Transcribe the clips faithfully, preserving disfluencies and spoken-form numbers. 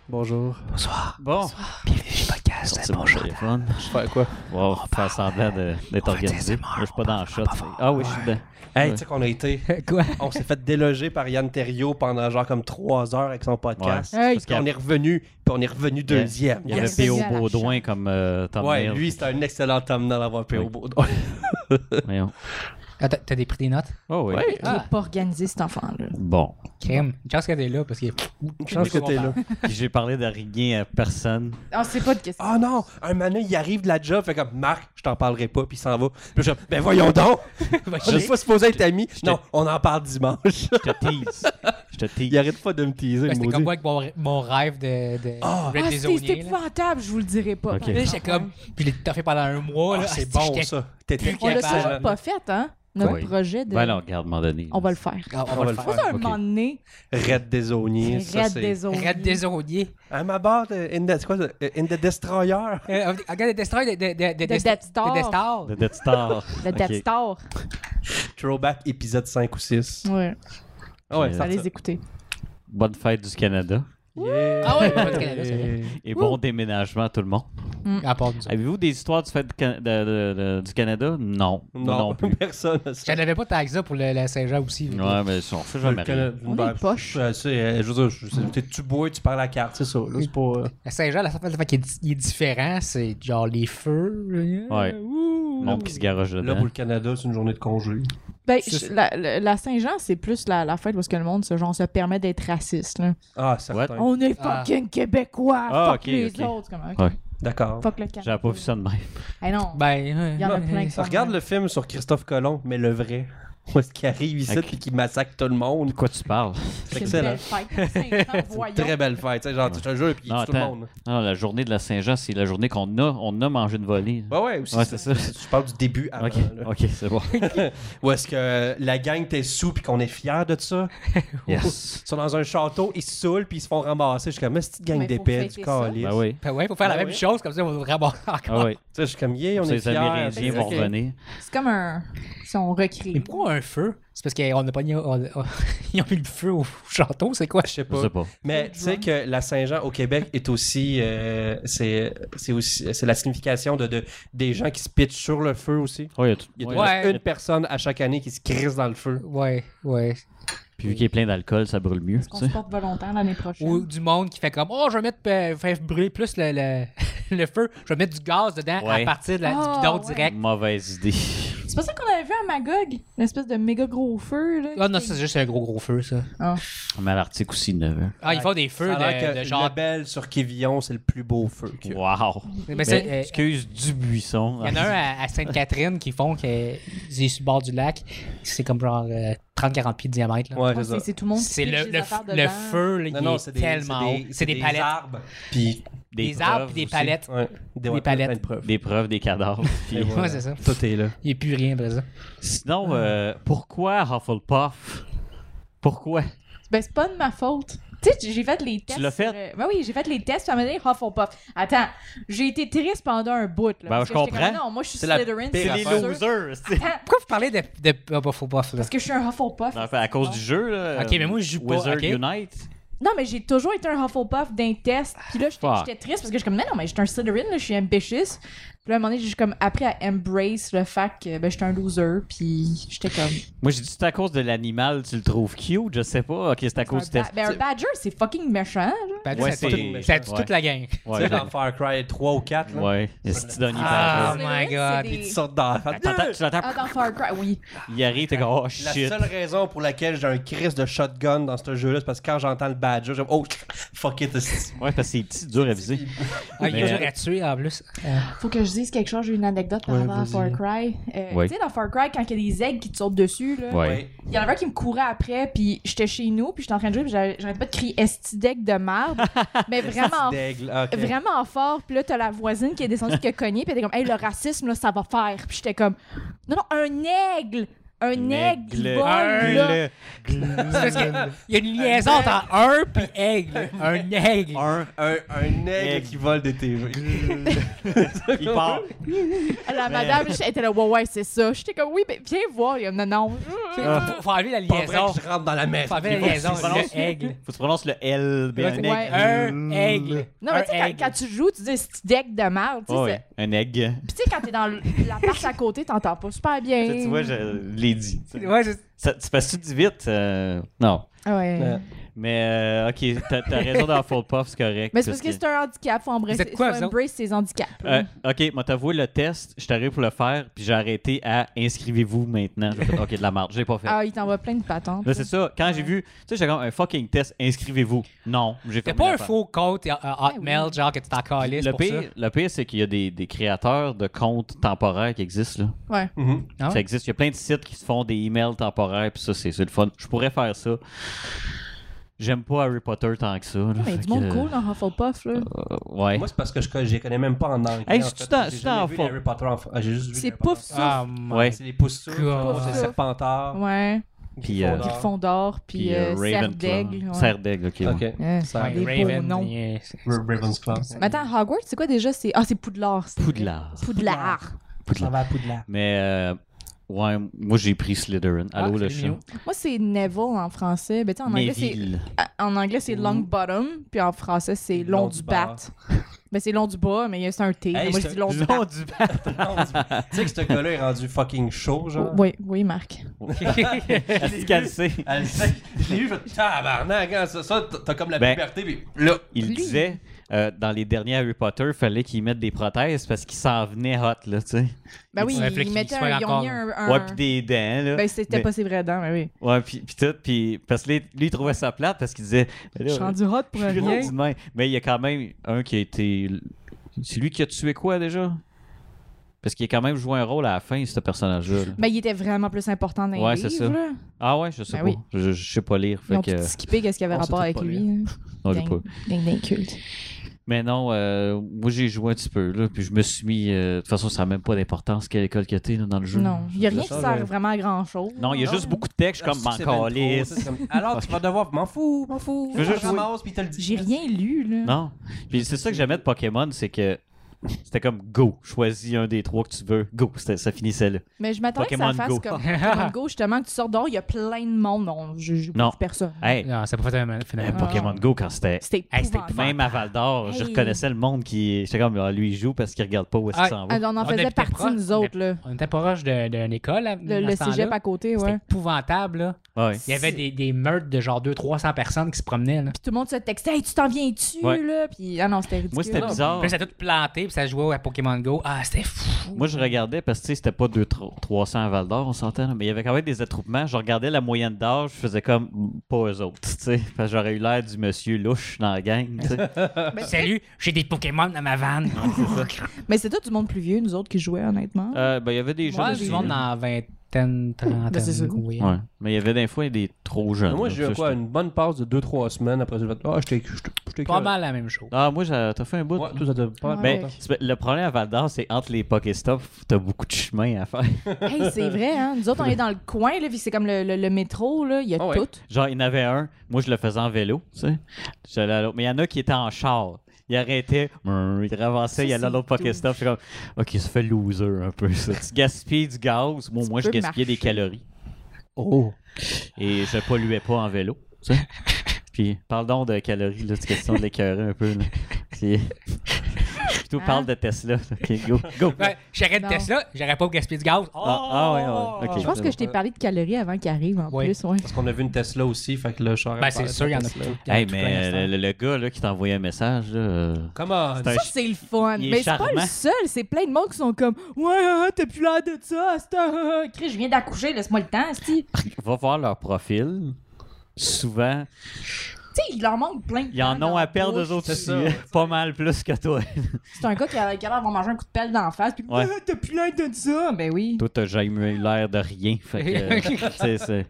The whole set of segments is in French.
Bonjour. Bonsoir. Bon. Bonsoir. Bienvenue chez Podcast. Sorti mon téléphone. Je fais quoi? Wow, faire semblant de- d'être organisé. Moi, je suis pas dans le shot. Ah oui, je suis dedans. Hey, tu sais qu'on a été. Quoi? On s'est fait déloger par Yann Terriot pendant genre comme trois heures avec son podcast. Ouais. Hey. Parce qu'il y On a- est revenu, puis on est revenu deuxième. Il y avait Yes. P O À la Baudouin comme euh, thumbnail. Ouais, lui, c'était un excellent thumbnail d'avoir P O Oui. Baudouin. Voyons. Ah, t'as, t'as des pris des notes? Oh oui. Ouais. Il n'est pas organisé, cet enfant-là. Bon. Crème. Une chance que t'es là parce que. Je pense que t'es là. Puis j'ai parlé de rien à personne. On sait pas de question. Ah non, un matin, il arrive de la job, fait comme Marc, je t'en parlerai pas, puis il s'en va. Puis je dis, ben voyons donc, on n'est pas supposé être amis. Non, on en parle dimanche. Je te tease. Je te tease. Il arrête pas de me teaser, le C'était maudit. comme moi avec mon, mon rêve de, de Ah. Red Ah, des c'est Oniers, c'est là. épouvantable, je vous le dirai pas. Ok. par Là, exemple. j'étais comme. Puis je l'ai fait pendant un mois. Ah, là. c'est Asti, bon, j'étais- ça. T'étais plus On l'a capable. toujours pas fait, hein? Notre Oui. projet de. Ben non, regarde, à un moment donné. On va le faire. Ah, On va le Faut faire. un ok. moment donné. Red des Oniers, ça Red c'est... des autres. Red des Oniers. À ma barre, de- in the, c'est quoi ça? In the Destroyer. Euh, regarde, le Destroy de, de, de, de, De Death Star. de Death Star. Le Death Star. Le Death Ok. Star. Throwback épisode cinq ou six. Ouais. Ah ouais, Euh, ça Allez les écouter. Bonne fête du Canada. Yeah. Ah ouais, bonne fête du Canada, c'est vrai. Et bon déménagement à tout le monde. À part nous. Avez-vous des histoires du, fête du, Can- de- de- de- du Canada? Non. Moi Non, non plus. personne n'a ça. J'en avais pas tant que ça pour le, la Saint-Jean aussi. Ouais, mais on fait jamais Le rien. Canada- On ben, est poche. euh, c'est, euh, je veux dire, je sais, t'es- tu bois, tu parles à la carte, c'est ça. Là, c'est pas... euh, La Saint-Jean, la seule fois qu'il est, il est différent, c'est genre les feux. Ouais. Ouh. Le monde qui se garoche Là, dedans. pour le Canada, c'est une journée de congé. Ben, C'est je- ça. la, la- la Saint-Jean, c'est plus la, la fête où est-ce que le monde se, genre, se permet d'être raciste. Là. Ah, certain. On est Ah. fucking Québécois. Ah, fuck ok, les ok. autres. Comme, ok. Ouais. D'accord. Fuck le Canada. J'avais pas vu ça de même. Eh non. Ben, Il y en a plein qui sont. Regarde le film sur Christophe Colomb, mais le vrai. Où est-ce qu'il arrive ici Ok. et qu'il massacre tout le monde. De quoi tu parles? C'est une excellent. belle fête. la Saint-Jean, voyons. Très belle fête. tu sais, Genre, tu te jure, puis il Non, tue tout le attends. monde. Non, la journée de la Saint-Jean, c'est la journée qu'on a, on a mangé une volée. Ouais, ouais, aussi. Ouais, c'est ça. Je parle du début avant. Ok, là. ok, c'est bon. Où est-ce que euh, la gang t'es sous puis qu'on est fiers de ça? Yes. Ils sont dans un château, ils se saoulent puis ils se font ramasser. Je suis comme, mais c'est une gang Mais faut d'épais, fêter du ça. calice. Ben oui. ben ouais, faut faire la Ben même oui. chose, comme ça, on va vraiment encore. Ah oui. Tu sais, je suis comme, yeah, on Ces est fiers. Amérindiens vont Ok. revenir. C'est comme un. Si on recrée. Mais pourquoi un feu? C'est parce qu'on n'a pas mis. on- on- Ils ont mis le feu au château, c'est quoi? Je sais Je pas. sais pas. Mais tu sais que la Saint-Jean au Québec est aussi, euh, c'est, c'est aussi, c'est la signification de, de des gens qui se pitchent sur le feu aussi. Ouais, il y a tout- Il y a ouais. toujours Ouais. une personne à chaque année qui se crisse dans le feu. Ouais, ouais. Puis vu qu'il est plein d'alcool, ça brûle mieux. Est-ce qu'on tu se sais. porte volontaire l'année prochaine? Ou du monde qui fait comme oh je vais mettre euh, faire brûler plus le, le, le feu, je vais mettre du gaz dedans Ouais. à partir de la, Ah, du bidon ouais. direct. Mauvaise idée. C'est pas ça qu'on avait vu à Magog? L'espèce de méga gros feu, là? Ah non, ça, c'est juste un gros gros feu ça. Ah. Mais à l'Arctique aussi, il y en avait. Ah, ils font des feux Ça a l'air de, que de genre. le bel sur Quévillon, c'est le plus beau feu qu'il y a. Wow. Mais Mais, c'est, euh, excuse du buisson. il y en a un à, à Sainte-Catherine qui font que c'est sur le bord du lac. C'est comme genre euh, trente à quarante pieds de diamètre. Là. Ouais, Ah, c'est ça. c'est, c'est tout le monde qui C'est pitche le, des le, affaires le dedans. feu, là, Non, il non, est c'est des, tellement c'est haut. des, C'est des, palettes. arbres, puis Des preuves arbres et des aussi. palettes. ouais, des, Des ouais, palettes. plein de preuves. Des preuves, des cadavres. Puis- Et voilà. Ouais, c'est ça. Tout est là. Il n'y a plus rien après ça. Sinon, euh, pourquoi Hufflepuff? Pourquoi? Ben, c'est pas de ma faute. Tu sais, j'ai fait les tests. l'as fait? sur, euh, Ben oui, j'ai fait les tests, puis ça m'a dit Hufflepuff. Attends, j'ai été triste pendant un bout. Là, Ben, parce je que j'étais comprends. comme, non, moi, je suis C'est la Slytherin. pire c'est affaire. sûr. losers. c'est- Attends, Pourquoi vous parlez de. de... Ah, bah, faut pas. là. parce que je suis un Hufflepuff. En fait, à cause du jeu, là. Ok, mais moi, je joue pas, Wizard ok. Unite. Non, mais j'ai toujours été un Hufflepuff d'un test. Puis là, j'étais, Fuck. j'étais triste parce que je suis comme, mais non, mais j'étais un Slytherin, là, je suis ambitious. Puis là, à un moment donné, j'ai comme appris à embrace le fait que ben, j'étais un loser. Puis j'étais comme. Moi, j'ai dit, c'est à cause de l'animal, tu le trouves cute, je sais pas. Ok, c'est à Un, cause de ba- ben, un badger, c'est fucking méchant. Là. Ben, Ouais, ça, c'est- tout- ça tue ouais. toute la gang. Tu Ouais, sais, dans Far Cry trois ou quatre, là, ouais. C'est Donnie Ah, Badger. my Slytherin, God. c'est ils des- te sortent dans la T'entends- Tu l'entends? Ah, dans Far Cry, oui. Il arrive, t'es comme, oh La shit. seule raison pour laquelle j'ai un crise de shotgun dans ce jeu-là, c'est parce que quand j'entends le badger, je dis oh fuck it. c'est- Ouais, parce que c'est petit, dur à viser. Ah, il est Mais- dur à tuer en plus. Euh, Faut que je dise quelque chose, j'ai une anecdote par Ouais, rapport à vas-y. Far Cry. Euh, Ouais. Tu sais, dans Far Cry, quand il y a des aigles qui te sautent dessus, là, Ouais. il y en avait un qui me courait après, puis j'étais chez nous, puis j'étais en train de jouer, puis j'arrêtais j'arrêtais pas de crier esti d'aigle de merde, mais vraiment, D'aigle, ah, ok. vraiment fort. Puis là, t'as la voisine qui est descendue, qui a cogné, puis elle était comme, hey, le racisme, là, ça va faire. Puis j'étais comme, non, non, un aigle! Un aigle Aigle. vole, là. C'est parce qu'il y a une liaison entre un puis aigle. Un aigle. Un, Un, un aigle Aigle. qui vole des T V. il part. La madame, elle était là, ouais, ouais, c'est ça. J'étais comme, oui, mais viens voir. Il a, non, non. Faut, faut enlever la Pas vrai liaison. que je rentre dans la maison. Faut enlever la faut que liaison. tu prononces- Le aigle. Faut que tu prononces le L. bien un Ouais. aigle. Un aigle. Non, Un mais tu sais, quand, aigle. quand tu joues, tu dis, c'est deck de merde. Tu sais, Ouais, c'est- un egg. Puis tu sais, quand t'es dans la part à côté, t'entends pas super bien. Tu vois, je l'ai dit. Ouais, je- Ça, c'est parce que tu dis vite. euh, non. Ah ouais. Ouais. Mais, euh, ok, t'as, t'as raison dans Hufflepuff, c'est correct. Mais c'est parce que c'est un handicap, faut embrasser, Vous êtes quoi, faut vous autres? embrace ses handicaps. Euh, ok, moi t'avoué le test, je suis arrivé pour le faire, puis j'ai arrêté à inscrivez-vous maintenant. J'ai fait, ok, de la merde, je l'ai pas fait. Ah, il t'envoie plein de patentes. Là, c'est ça. Quand j'ai vu, tu sais, j'ai comme un fucking test, inscrivez-vous. Non, j'ai fait. T'as pas un faux compte euh, Hotmail, genre que tu t'en calisses Le pour ça? pire, le pire, c'est qu'il y a des, des créateurs de comptes temporaires qui existent. Là. Ouais. Mhm. Ah ouais? Ça existe. Il y a plein de sites qui se font des emails temporaires, puis ça, c'est, c'est le fun. Je pourrais faire ça. J'aime pas Harry Potter tant que ça. Là, Mais fait du monde que, cool dans Hufflepuff, là. euh, ouais. Moi, c'est parce que je je les connais même pas en anglais. Hey, en c'est-tu fait. dans- J'ai c'est jamais dans vu Fo- les Harry Potter en... ah, j'ai juste vu C'est les Harry pouf Potter. ça. Ah, my- Ouais. C'est les pousses sûrs, God. c'est Serpentard, Ouais. Puis, euh, Griffon d'or, puis Puis euh, euh, Serre Ravenclaw. d'aigle. ouais. Serre d'aigle, ok. Ok. Ouais. Ça Ouais, Des Raven, beaux noms. il est- Ra- Ravensclaw. Mais attends, Hogwarts, c'est quoi déjà? C'est... Ah, c'est Poudlard. c'est vrai. Poudlard. Poudlard. Ça va à Poudlard. Mais, euh, ouais, moi j'ai pris Slytherin. Allô, Ah, le c'est chat. mignon. Moi, c'est Neville en français. Ben, tu sais, en anglais, c'est... Neville. En anglais, c'est long bottom, puis en français, c'est long, Long du du bat. bas. Ben, c'est long du bas, mais c'est un T. Hey, Moi, je c'est dis long du Long bat. du bat. Tu sais que ce gars-là est rendu fucking chaud, genre. Oui, oui, Marc. Est-ce qu'elle sait? Elle sait- Je l'ai vu, je fais tabarnak, hein, ça, ça, t'as comme la Ben, puberté, puis là, Il Lui. disait, euh, dans les derniers Harry Potter, il fallait qu'ils mettent des prothèses parce qu'ils s'en venaient hot, là, tu sais. Ben oui, Ouais, fallait ils qu'il mettaient soit un... Ils ont mis encore- un... un- Ouais, puis des dents, là. Ben, c'était Mais- pas ses vraies dents, mais oui. Ouais, puis, puis tout, puis parce que lui, lui, il trouvait ça plate parce qu'il disait... Ben Je là, suis rendu hot pour je suis rien. rendu de même. Mais il y a quand même un qui a été... C'est lui qui a tué quoi, déjà? Parce qu'il a quand même joué un rôle à la fin, ce personnage-là. là. Ben, il était vraiment plus important dans les Ouais, livres, c'est ça. là. Ah ouais, je sais Ben pas. oui. Je, je sais pas lire, Ils fait ont que... tout skippé qu'est-ce qu'il y avait On rapport sait avec pas lui. lire. hein. Non, j'ai Ding, pas. ding, ding, culte. Mais non, euh, moi j'ai joué un petit peu, là, puis je me suis mis... euh, de toute façon, ça n'a même pas d'importance quelle école que t'es là, dans le jeu. Non, il y a rien qui ça, sert là. vraiment à grand-chose. Non, il y a Non. juste beaucoup de texte, je suis comme Ah, c'est ben m'en trop, calisse. c'est comme, alors, tu vas devoir. M'en fous, m'en fous. Je veux juste Je ramasse, puis il te le dit. J'ai rien lu, là. Non. Puis c'est ça que j'aimais de Pokémon, c'est que c'était comme go, choisis un des trois que tu veux, go, C'était- ça finissait là. Mais je m'attendais que ça Pokémon fasse Go. comme Pokémon Go, justement, que tu sors dehors, il y a plein de monde. Non, je j'ai Non. pas vu personne. Hey, Non, c'est pas fait un euh, phénomène. Pokémon Go, quand c'était. C'était Hey, c'était épouvantable. Même à Val d'Or, je Hey. reconnaissais le monde qui. J'étais comme, ah, lui, il joue parce qu'il regarde pas où est-ce Ah, qu'il s'en va. Ah, on en On faisait habitait partie, proche, nous on autres, là. On était proche de- d'une école. à- Le, à le ce temps-là. cégep à côté, C'était ouais. épouvantable, là. Ouais. Il y avait des, des meurtres de genre deux cents à trois cents personnes qui se promenaient, là. Puis tout le monde se textait, hey, tu t'en viens-tu, Ouais. là? Puis, ah non, c'était ridicule. Moi, c'était Non. bizarre. Puis là, ça tout planté, puis ça jouait à Pokémon Go. Ah, c'était fou. Moi, je regardais parce que tu sais, c'était pas deux, trois cents à Val d'Or, on s'entend, là, mais il y avait quand même des attroupements. Je regardais la moyenne d'âge, je faisais comme mm, pas eux autres, tu sais. Parce que j'aurais eu l'air du monsieur louche dans la gang, tu sais. Ben, Salut, j'ai des Pokémon dans ma vanne. Mais c'était tout du monde plus vieux, nous autres, qui jouaient, honnêtement. Euh, ben, il y avait des jeunes. Moi, aussi, du monde là. dans la vingtaine, trentaine. Ben, c'est ça. oui. Ouais. Mais il y avait des fois des trop jeunes. Moi, là. j'ai eu Ça, quoi, j'étais- une bonne passe de deux trois semaines après, j'ai fait, ah, je t'ai je t'ai- je t'ai Pas mal la même chose. Ah, moi, j'ai- t'as fait un bout. Ouais, tout ça t'a pas Ouais. Ben, longtemps. c'est- le problème à Val d'Or, c'est entre les Pokéstops, t'as beaucoup de chemin à faire. Hey, c'est vrai, hein? Nous autres, on est dans le coin, là, puis c'est comme le, le- le métro, là, il y a Ah ouais. tout. Genre, il y en avait un, moi je le faisais en vélo, tu sais. J'allais à l'autre. Mais il y en a qui étaient en char. Il arrêtait, brrr, il avançait, Ça, il allait à c'est l'autre Pokéstop. Je suis comme, ok, ça fait loser un peu ça. Tu gaspilles du gaz. Bon, Tu moi, je peux gaspillais des marcher. calories. Oh. Et je polluais pas en vélo, tu sais. Puis, parle donc de calories, là, c'est question de l'écœurer un peu. Là. C'est- Plutôt Hein? parle de Tesla. Ok, go, go. Ouais, j'arrête de Non. Tesla, j'aurais pas gaspillé du gaz. Ah, ah ouais, ouais, ok. Je pense que je t'ai parlé de calories avant qu'il arrive, en Ouais. plus, ouais. Parce qu'on a vu une Tesla aussi, fait que le char. Ben, c'est sûr, il y en a plus. tout. il y en a Hey, tout plein mais d'instants. le, le gars là, qui t'a envoyé un message, là, euh, Comment? c'est un Ça, c'est le fun. il est Mais c'est pas le charmant. seul. C'est plein de monde qui sont comme ouais, ah, t'as plus l'air de ça, c'est un. Chris, je viens d'accoucher, laisse-moi le temps, sti. va voir leur profil. Souvent, Tu sais, il leur manque plein de ils en temps ont dans à la perdre bouche. eux autres c'est aussi. ça. Pas mal plus que toi. C'est un gars qui a, qui a l'air d'avoir mangé un coup de pelle d'en face, puis Ouais. ah, t'as plus l'air de ça. Ben oui. Toi, t'as jamais eu l'air de rien. Fait que, euh, c'est, c'est...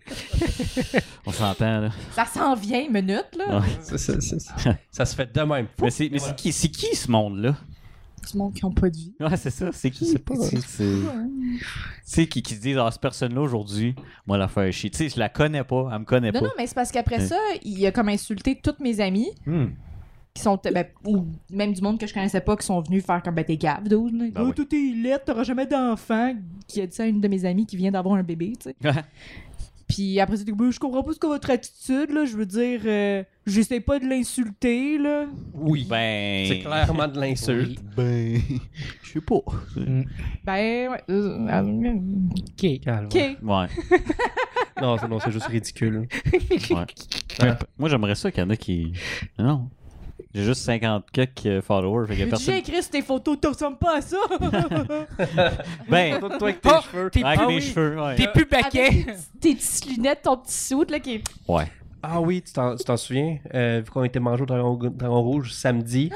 On s'entend, là. Ça s'en vient, minute, là. Ouais. C'est- c'est- c'est- Ça se fait de même. Mais c'est, mais c'est qui, c'est qui ce monde-là? du monde qui n'ont pas de vie. Ouais, c'est ça. C'est qui? Je sais pas. C'est... c'est- Tu sais, qui, qui se disent, ah, cette personne-là aujourd'hui, moi, la faire chier. Tu sais, je la connais pas, elle me connaît Non, pas. non, mais c'est parce qu'après Ouais. ça, il a comme insulté toutes mes amies. Hmm. Qui sont, ben, ou même du monde que je connaissais pas, qui sont venus faire comme ben t'es cave, douze. Ben oh, oui. tout est laid, t'auras jamais d'enfant. Qui a dit ça à une de mes amies qui vient d'avoir un bébé, tu sais. Puis après, c'était comme, je comprends pas ce que votre attitude, là. Je veux dire, euh, j'essaie pas de l'insulter, là. Oui. Ben. C'est clairement de l'insulte. Ben. Je sais pas. Ben, ouais. euh, euh, Ok. Calme. ok. Ouais. Non, c'est, non, c'est juste ridicule. ouais. Mais, moi, j'aimerais ça qu'il y en a qui. Non. J'ai juste cinquante quelques euh, followers. Fait qu'il y a J'ai personne. écrit sur tes photos, tu ressembles pas à ça. Ben. Toi, toi avec tes Oh, cheveux. t'es- Avec ah mes oui. cheveux, ouais. T'es plus Avec baquet. tes, petits- tes petites lunettes, ton petit soute, là, qui est. Ouais. Ah oui, tu t'en, tu t'en souviens? Euh, vu qu'on était mangé au Dragon, Dragon Rouge samedi.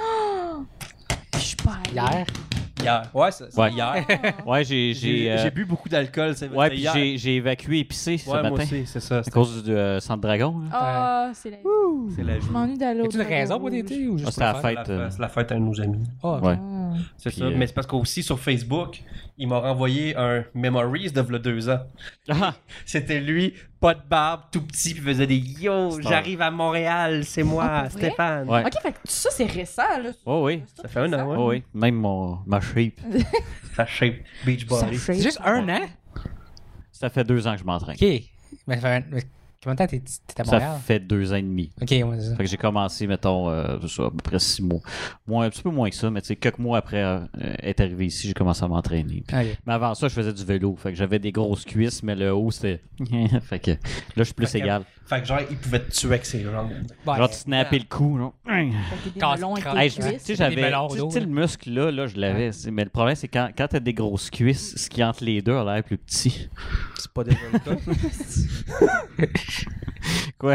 Je suis pas allée. Hier. Hier. Ouais, c'est, c'est Ouais. hier. Ouais, j'ai. J'ai, J'ai, euh, j'ai bu beaucoup d'alcool. C'est, Ouais, c'est puis hier. j'ai, j'ai évacué épicé ce Ouais, moi matin. aussi, c'est ça. À C'est, cause du euh, Centre Dragon. hein. Ah, c'est la vie. c'est la Je vie. m'ennuie d'aller Y au a-tu une Dragon raison pour Rouge. l'été ou Ah, juste c'était la pour le C'est fête. la, euh, c'est la fête à un de nos amis. fun? Ah, Ouais. Ah. C'est Puis, ça. euh, Mais c'est parce qu'aussi sur Facebook, il m'a renvoyé un Memories de v'là deux ans. Ah, C'était lui, pas de barbe, tout petit, puis faisait des yo, C'est j'arrive à Montréal, c'est moi, Ah, pour vrai? Stéphane. ouais. Ok, fait que ça, c'est récent, là. Oh oui. Ça fait un an, ouais. Oh oui. Même mon, ma shape. Ça shape Beach Body. Ça C'est juste un an? Ça fait deux ans que je m'entraîne. Ok. Mais ça fait un- mais combien de temps t'es t'es à Ça Montréal? fait deux ans et demi. Ok, ouais, c'est ça. Fait que j'ai commencé, mettons, euh, je sais, à peu près six mois. Moins, un petit peu moins que ça, mais tu sais, quelques mois après euh, être arrivé ici, j'ai commencé à m'entraîner. Puis- Ok. Mais avant ça, je faisais du vélo. Fait que j'avais des grosses cuisses, mais le haut, c'était. fait que là, je suis plus Fait que- égal. Fait que genre, il pouvait te tuer avec ses jambes. Ouais. Genre, tu snappais le cou, non? Fait que t'es des Casse- melons avec casse- tes Hey, je- tu cuisses. sais, Des j'avais. melons Tu sais- d'eau, tu sais, là. le muscle, là, là je l'avais. C'est- Mais le problème, c'est quand, quand t'as des grosses cuisses, ce qui entre les deux a l'air plus petit. C'est pas des le cas. Quoi?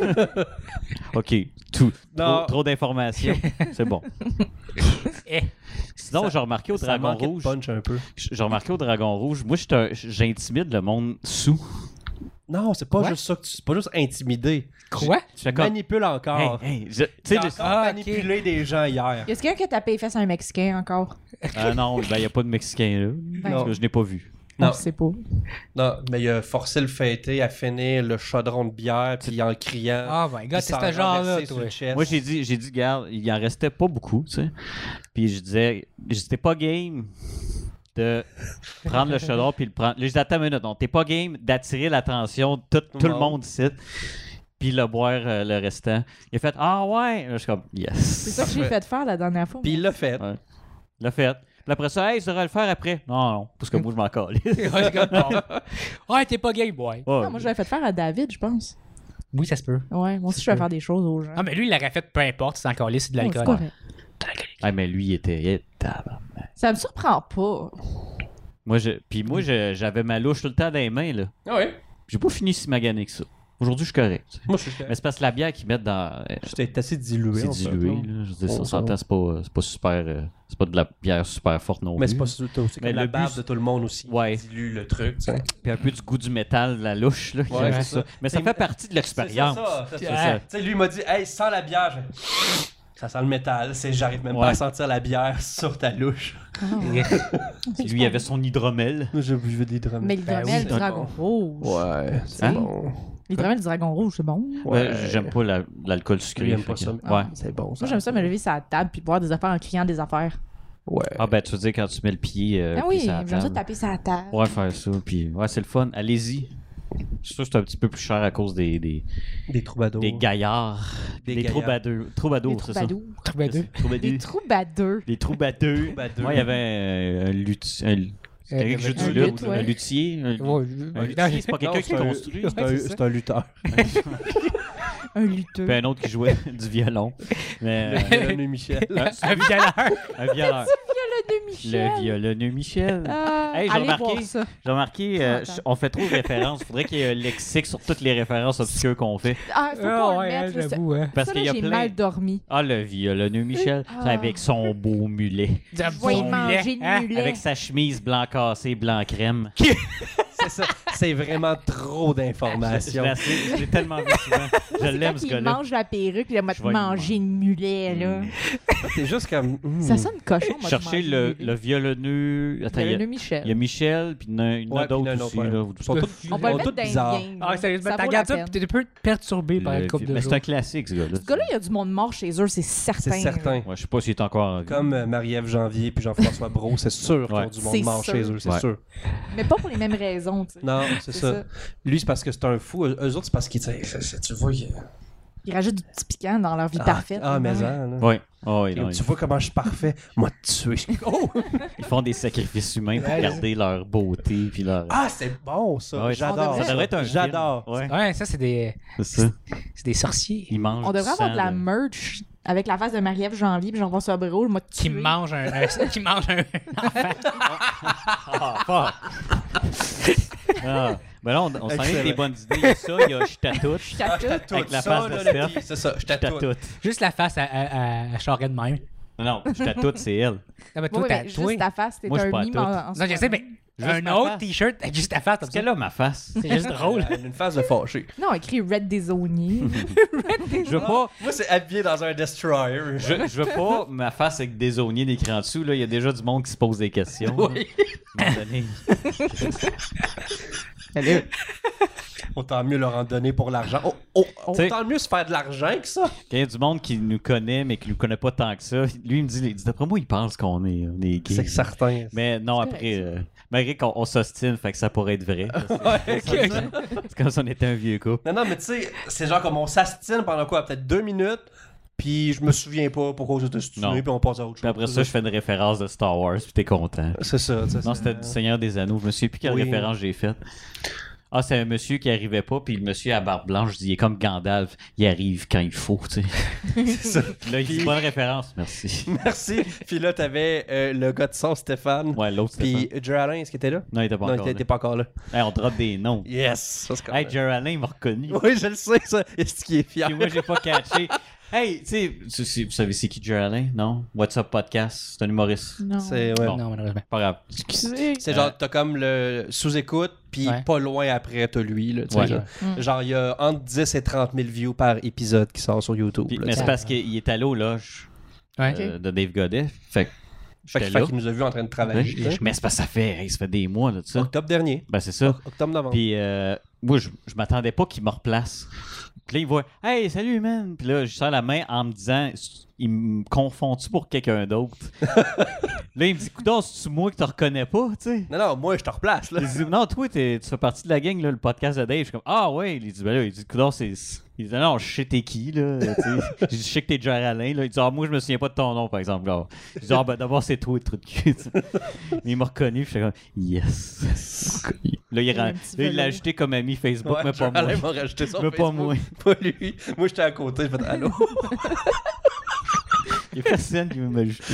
ok. Tout. Non. Trop, trop d'informations. C'est bon. Eh. Sinon, Ça- j'ai remarqué au Ça Dragon manquait de Rouge. punch un peu. J'ai remarqué au Dragon Rouge, moi, j'étais un- j'intimide le monde sous. Non, c'est pas Quoi? juste ça que tu. C'est pas juste intimider. Quoi? Je fais Tu comme. manipules encore. Hey, hey, je- tu J'ai sais, je- encore Ah, ok. manipulé des gens hier. Est-ce quelqu'un qui a tapé les fesses à un Mexicain encore? Ah non, ben, il n'y a pas de Mexicain là. Ben, Parce que je n'ai pas vu. Non. On sait pas. Non, mais il a forcé le fêté à finir le chaudron de bière, puis en criant. Oh my god, puis c'est s'en ce genre-là, renverser sur toi. le chest. Moi, j'ai dit, j'ai dit, garde, il en restait pas beaucoup, tu sais. Puis je disais, j'étais pas game de prendre le chaudron puis le prendre. Là, je dis, attends une minute, non, t'es pas game d'attirer l'attention de tout, tout le monde. monde ici. Puis le boire euh, le restant. Il a fait, ah ouais. Là, je suis comme, C'est yes. ça que j'ai fait faire la dernière fois. Puis il moi. l'a fait. Ouais. Il l'a fait. Puis après ça, hey, ça devrait le faire après. Non, non, parce que moi, je m'en colle. Ouais, c'est comme, bon. Ouais, t'es pas gay, boy. Non, moi, je l'avais fait faire à David, je pense. Oui, ça se peut. Ouais, moi aussi, je vais faire des choses aux gens. Ah, mais lui, il l'aurait fait peu importe, c'est encore lisse, c'est de Ouais, c'est l'alcool. correct. Ah, mais lui, il était. il était- tabarnak. Ça me surprend pas. Moi, je, puis moi, je- j'avais ma louche tout le temps dans les mains, là. Ah ouais. J'ai pas fini si magané que ça. Aujourd'hui, je suis correct. tu sais. Moi, je suis. Mais c'est parce que la bière qu'ils mettent dans. euh, J'étais assez dilué. C'est en fait, dilué, là. là. Je veux dire, Oh, ça ça s'entend, va. c'est pas, c'est pas super. euh, c'est pas de la bière super forte non Mais plus. c'est pas c'est comme Mais la le but, barbe c'est- de tout le monde aussi. Ouais. Qui dilue le truc, tu sais. Puis un peu du goût du métal de la louche, là. Ouais, qui- c'est ça. Mais ça C'est- fait partie de l'expérience. C'est ça, c'est C'est ça. ça. Tu sais, lui, il m'a dit, hey, sans la bière, je- ça sent le métal. C'est, j'arrive même Ouais. pas à sentir la bière sur ta louche. Ah, Puis lui, il avait son hydromel. Je veux des drums. Mais l'hydromel oui, du dragon rouge. Ouais, c'est Hein? bon. L'hydromel du dragon rouge, c'est bon. Ouais, j'aime pas la- l'alcool sucré. Lui, il aime fait pas que- ça. Ouais. C'est bon, ça. Moi, j'aime ça me lever sur la table puis boire des affaires en criant des affaires. Ouais. Ah, ben, tu veux dire quand tu mets le pied. euh, Ah puis oui, sur la j'aime ça table. taper sur la table. Ouais, faire ça. Puis, ouais, c'est le fun. Allez-y. Je suis sûr que c'est un petit peu plus cher à cause des, des, Des troubadours. des gaillards. Des Des, gaillards. troubadours. Troubadours, Des c'est ça. troubadours. Troubadours. Troubadours. Des troubadeux. Des troubadours. Troubadours. Moi, il y avait un, un luth- un- c'est Euh, quelqu'un qui joue un du luth, luth, ouais. un luthier. Un, Ouais, un ouais. luthier, c'est pas quelqu'un Non, qui c'est un- construit. C'est un, Ouais, c'est c'est un lutteur. Un lutteux. Puis un autre qui jouait du violon. Mais, euh, René Michel. un, Un violeur. un violeur. Le Michel. Le violonneux Michel. Ah, Hey, j'ai allez remarqué- voir ça. J'ai remarqué, euh, Attends. on fait trop de références. Il faudrait qu'il y ait un lexique sur toutes les références obscures qu'on fait. Ah, faut Ah, qu'on le ouais, mette. là, ça- j'avoue, hein. Parce ça, qu'il y là, a j'ai plein. mal dormi. Ah, le violonneux Michel, Ah. avec son beau mulet. Je vais y manger le Hein? mulet. Avec sa chemise blanc cassé, blanc crème. c'est ça. C'est vraiment trop Je d'informations. l'ai assez- je l'ai tellement vu souvent. Je l'aime, ce Il gars-là. mange la perruque, il va Je te vais y manger une mulet, là. Mm. C'est juste comme. hmm. Ça sonne cochon, moi, de Cherchez manger le, une mulet. le violonneux. Attends, il y, a- le Michel. il y a Michel, puis il y en a, il y en a Ouais, puis il y en d'autres a un aussi. autre, là. ouais. Ils sont tous, On va ils le sont tous mettre dans bizarres. le game. Ah, sérieusement, Ça t'as vaut regardé la ça, peine. puis t'es un peu perturbé par Le- une couple de mais jours. c'est un classique, ce gars-là. Ce gars-là, il y a du monde mort chez eux, c'est certain. C'est certain. Ouais, je sais pas s'il est encore en vie. Comme euh, Marie-Ève Janvier puis Jean-François Brault, c'est sûr qu'ils Ouais. ont du monde C'est mort sûr. chez eux, c'est Ouais. sûr. Mais pas pour les mêmes raisons, tu sais. Non, c'est C'est ça. ça. Lui, c'est parce que c'est un fou. Eux eux autres, c'est parce qu'ils. Tu sais, tu vois. il- Ils rajoutent du petit piquant dans leur vie Ah, parfaite. Ah, là. mais hein, là. Ouais. Oh, ouais, Et non, tu ils, vois comment je suis parfait. Moi, tuer. Oh! ils font des sacrifices humains pour Ouais, garder leur beauté. Puis leur... Ah, c'est bon, ça. Ouais, J'adore. ça devrait être un J'adore. film. Ouais, Ouais, ça, c'est des, c'est ça. c'est des sorciers Ils mangent On devrait du avoir sang de la de- merch avec la face de Marie-Ève Janvier puis Jean-François Brault, moi, qui mangent un, un- qui mangent un enfant. Ah, fuck! Ah, ben là, on, on s'en est Excellent. des bonnes idées. Il y a ça, il y a je t'attouche. Avec la Ça, face là, de le Steph. petit- C'est ça, je Je t'attouche. t'attouche. Juste la face à, à, à Charest de même. Non, non, je t'attouche, c'est elle. Non, mais toi, Oui, t'as mais toi. juste ta face, t'es Moi, je suis un pas à mime tout. en, en Non, je soi-même. sais, mais Juste un ma autre face. t-shirt avec juste ta face. Parce qu'elle a ma face. C'est juste drôle. Elle a une face de fâché. Non, écrit Red Desaunier. Je veux pas, Moi, c'est habillé dans un destroyer. je, je veux pas ma face avec des oignons écrits en dessous. Là. Il y a déjà du monde qui se pose des questions. Oui. À un moment donné. Autant mieux leur en donner pour l'argent. Oh, oh, T'sais- autant mieux se faire de l'argent que ça. Quand il y a du monde qui nous connaît, mais qui nous connaît pas tant que ça, lui, il me dit, il dit, d'après moi, il pense qu'on est, on est gay. C'est certain. Mais non, C'est après, correct, euh, malgré qu'on on s'ostine, fait que ça pourrait être vrai. Ouais, C'est c'est comme si on était un vieux couple. Non, non, mais tu sais, c'est genre comme on s'astine pendant quoi? Peut-être deux minutes, puis je me souviens pas pourquoi j'étais stiné, Non. puis on passe à autre chose. Puis après ça, je fais une référence de Star Wars, puis t'es content. C'est ça, tu sais, Non, c'est- c'était du Seigneur des Anneaux. Je me souviens plus quelle Oui. référence j'ai faite. Ah, c'est un monsieur qui arrivait pas, puis le monsieur à barbe blanche, je dis, il est comme Gandalf, il arrive quand il faut, tu sais. c'est ça. Puis là, il dit, bonne référence, merci. Merci. Puis là, t'avais euh, le gars de son, Stéphane. Ouais, l'autre, c'était Puis ça. Jerry Alain, est-ce qu'il était là? Non, il était pas Non, il encore était, là. était pas encore là. Hey, on drop des noms. Yes! Ça, c'est quand Hey, même- Jerry Allen, il m'a reconnu. Oui, je le sais, ça. Est-ce qu'il est fier? Puis moi, j'ai pas catché. Hey, tu sais, c'est- c'est- vous savez c'est qui Jerry Allen? Non? What's Up Podcast? C'est un humoriste. Non. C'est ouais. Bon. Non, malheureusement. Pas grave. C'est genre, t'as comme le sous-écoute, puis Ouais. pas loin après, t'as lui. Là, tu sais, Ouais. genre, Mm. genre, il y a entre dix et trente mille views par épisode qui sort sur YouTube. Puis- là, mais tu sais. c'est parce qu'il est allé au loge Ouais. euh, de Dave Godet. Fait que Fait j'étais qu'il fait là. qu'il nous a vu en train de travailler. Ouais. Mais c'est parce que ça fait, hey, ça fait des mois là, de ça. Octobre dernier. Ben c'est ça. Octobre-novembre. Puis euh, moi, je, je m'attendais pas qu'il me replace. Puis là, il voit, hey, salut, man. Puis là, je sers la main en me disant, il me confond-tu pour quelqu'un d'autre? Là, il me dit, coudonc, c'est-tu moi que tu reconnais pas, tu sais? Non, non, moi, je te replace. Là. Il dit, non, toi, t'es- tu fais partie de la gang, là, le podcast de Dave. Je suis comme, ah ouais. Il dit, ben là, il dit, coudonc, c'est. Il dit, non, je sais t'es qui, là. tu sais. J'ai dit, je sais que t'es Jerry Alain, là. Il dit, ah, moi, je me souviens pas de ton nom, par exemple. Genre. Je dis, ah, ben d'abord, c'est toi, le truc de cul. tu sais. Mais il m'a reconnu, puis j'étais comme, yes. Là, il, Il y a rend- un petit là, il l'a vélo. ajouté comme ami Facebook, Ouais, mais pas moi. Alain m'a rajouté sur Mais pas Facebook. moi. Pas lui. Moi, j'étais à côté. Je fais allô. Il y a personne qui veut m'ajouter.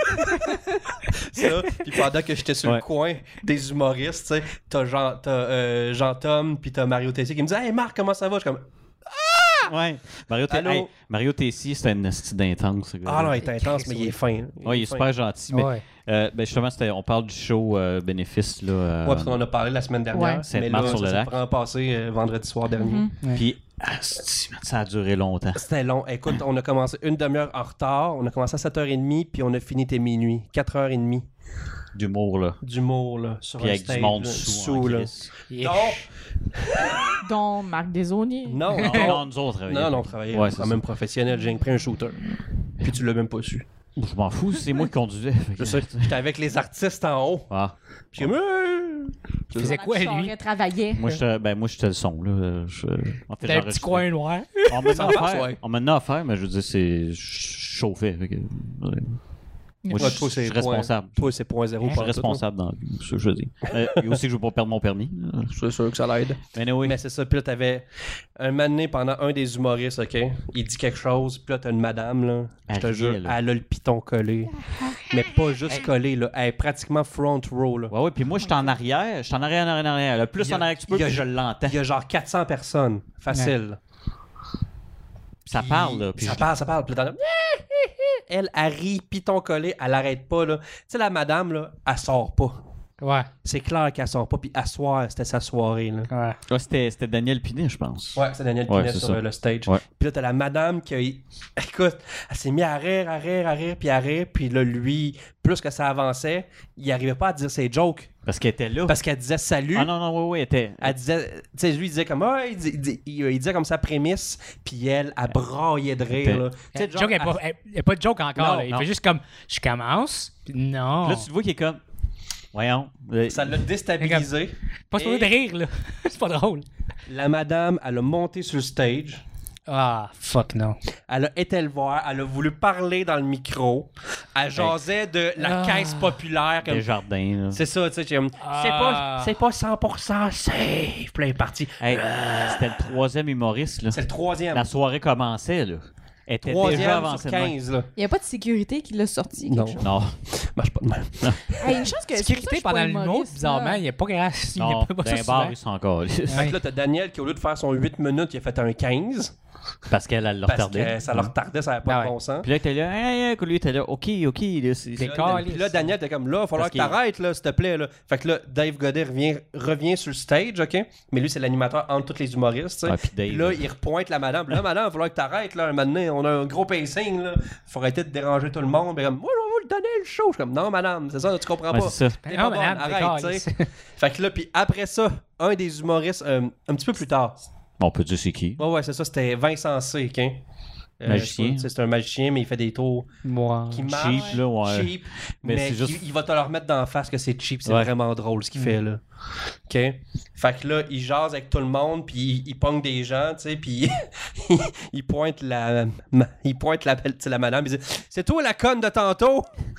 Ça. Puis pendant que j'étais sur Ouais. le coin des humoristes, tu sais, t'as Jean, t'as, euh, Jean-Tom, puis t'as Mario Tessier qui me dit Hey Marc, comment ça va? Je suis comme Ouais. Mario, T- Allô? hey, Mario Tessier, c'est un esti d'intense, ce gars. Ah non, il est intense, mais il est fin. là. Ouais, il est fin. super gentil. Mais Ouais. euh, ben justement, c'était- on parle du show euh, bénéfice. Là, euh, Ouais, parce qu'on en a parlé la semaine dernière. Ouais. Mais Sainte-Marthe là, sur ça le s'est lac. vraiment passé euh, vendredi soir dernier. Mhm. Puis, asti, man, ça a duré longtemps. C'était long. Écoute, on a commencé une demi-heure en retard. On a commencé à sept heures trente, puis on a fini à minuit. quatre heures trente D'humour, là. d'humour, là, sur Puis un avec stage, du monde là, sous, en là. crise. Yeah. Non, Dont Marc Desaunier. non, Non, non. non, nous autres, on travaillait. Non, non, on travaillait Ouais, quand c'est même professionnel. J'ai pris un shooter. Puis tu l'as même pas su. ça. Je m'en fous, c'est moi qui conduisais. fait que- Je sais, j'étais avec les artistes en haut. Ah. Puis j'ai dit, Euh, Tu faisais quoi, lui? travaillait. Moi, j'étais ben, moi, j'étais le son, là. Je... En fait, T'as un petit j'enregistrais. coin noir. On m'a Sans donné à face, faire. ouais. On m'a donné à faire, mais je veux dire, c'est. Je chauffais. fait que- ouais. Moi, Ouais, je, toi, je c'est suis point- responsable. Toi, c'est point zéro. Je suis responsable dans la vie, c'est ça que je dis. Euh, et aussi que je veux pas perdre mon permis. C'est sûr que ça l'aide. Mais anyway, Mais c'est ça. Puis là, t'avais un moment donné, pendant un des humoristes, OK? Il dit quelque chose. Puis là, t'as une madame, là. Je te Elle jure, riait, là. elle a le piton collé. Mais pas juste collé, là. Elle est pratiquement front row, là. ouais, ouais, puis moi, j'étais en arrière. J'étais en arrière, en arrière, en arrière. Le plus Il y a- en arrière que tu peux, il y a- puis je l'entends. Il y a genre quatre cents personnes. Facile. Puis ça parle, là. Puis ça je- parle, ça parle. Puis là, t'entends, Elle, elle rit, piton collé, elle arrête pas, là. Tu sais, la madame, là, elle sort pas. Ouais. C'est clair qu'elle sort pas. Puis à soir, c'était sa soirée. Là. Ouais. Ouais, c'était, c'était Daniel Pinet, je pense. Ouais, c'est Daniel Ouais, Pinet c'est sur ça. euh, le stage. Ouais. Puis là, t'as la madame qui a... Écoute, elle s'est mise à rire, à rire, à rire, puis à rire. Puis là, lui, plus que ça avançait, il arrivait pas à dire ses jokes. Parce qu'elle était là. Parce qu'elle disait salut. Ah non, non, oui, oui, elle était. Elle disait... Tu sais, lui, il disait comme... Ah, il, dit- il, dit- il- il disait comme sa prémisse. Puis elle, elle braillait de rire. Là. Tu sais, Le genre, joke, il n'y a pas de joke encore. Non, là. Il non. fait juste comme, je commence. Puis non. Là, tu le vois qu'il est comme. Voyons. Euh, ça l'a déstabilisé. Pas supposé Et- de rire, là. C'est pas drôle. La madame, elle a monté sur le stage. Ah, fuck non. Elle a été le voir, elle a voulu parler dans le micro. Elle jasait de la Ah. caisse populaire. Comme... Des jardins, là. C'est ça, tu sais. j'ai comme, Ah. C'est pas, c'est pas cent pour cent safe. Plein parti. Hey, c'était le troisième humoriste, là. C'est le troisième. La soirée commençait, là. Elle était déjà Troisième avancée sur de même. quinze, là. Il n'y a pas de sécurité qui l'a sorti. quelque Non. chose. Non. Marche pas de même. Hey, une chose que Sécurité pendant le mot, bizarrement, il n'y a pas grave. Il n'y a Non, pas, pas dans ça les bars, souvent. ils sont encore là. Fait que là, t'as Daniel qui, au lieu de faire son huit minutes, il a fait un quinze. Parce qu'elle, elle le Parce retardait. que ça le retardait, ça n'avait pas Ah de ouais. bon sens. Puis là, il était là, hey, hey, lui, il était là, ok, ok. Là, c'est, Puis c'est- là, caliste. puis là, Daniel était comme là, il va falloir Parce que t'arrêtes, là, s'il te plaît. Là. Fait que là, Dave Godet revient, revient sur le stage, OK? Mais lui, c'est l'animateur entre tous les humoristes, tu sais. Ouais, puis Dave, Puis là, il repointe la madame. Là, madame, il va falloir que t'arrêtes, là. Un moment donné, on a un gros pacing, là. Faut arrêter de déranger tout le monde. Mais comme, moi, je vais vous le donner, le show. Je suis comme, non, madame, c'est ça, tu comprends Ouais, pas. c'est ça. T'es Non, pas madame, bonne, t'es arrête, tu caliste. sais. Fait que là, puis après ça, un des humoristes, euh, un petit peu plus tard. On peut dire c'est qui. Ouais, ouais, c'est ça, c'était Vincent C, OK? Euh, Magicien. je sais pas, c'est un magicien, mais il fait des tours Moi. qui marchent. Cheap, là, ouais. Cheap, Mais mais, c'est juste- il, il va te le remettre dans la face que c'est cheap, c'est Ouais. vraiment drôle ce qu'il fait là. OK? Fait que là, il jase avec tout le monde, puis il, il pogne des gens, tu sais, puis il, il pointe la ma- il pointe la, tu sais, la madame, il dit « C'est toi la conne de tantôt? »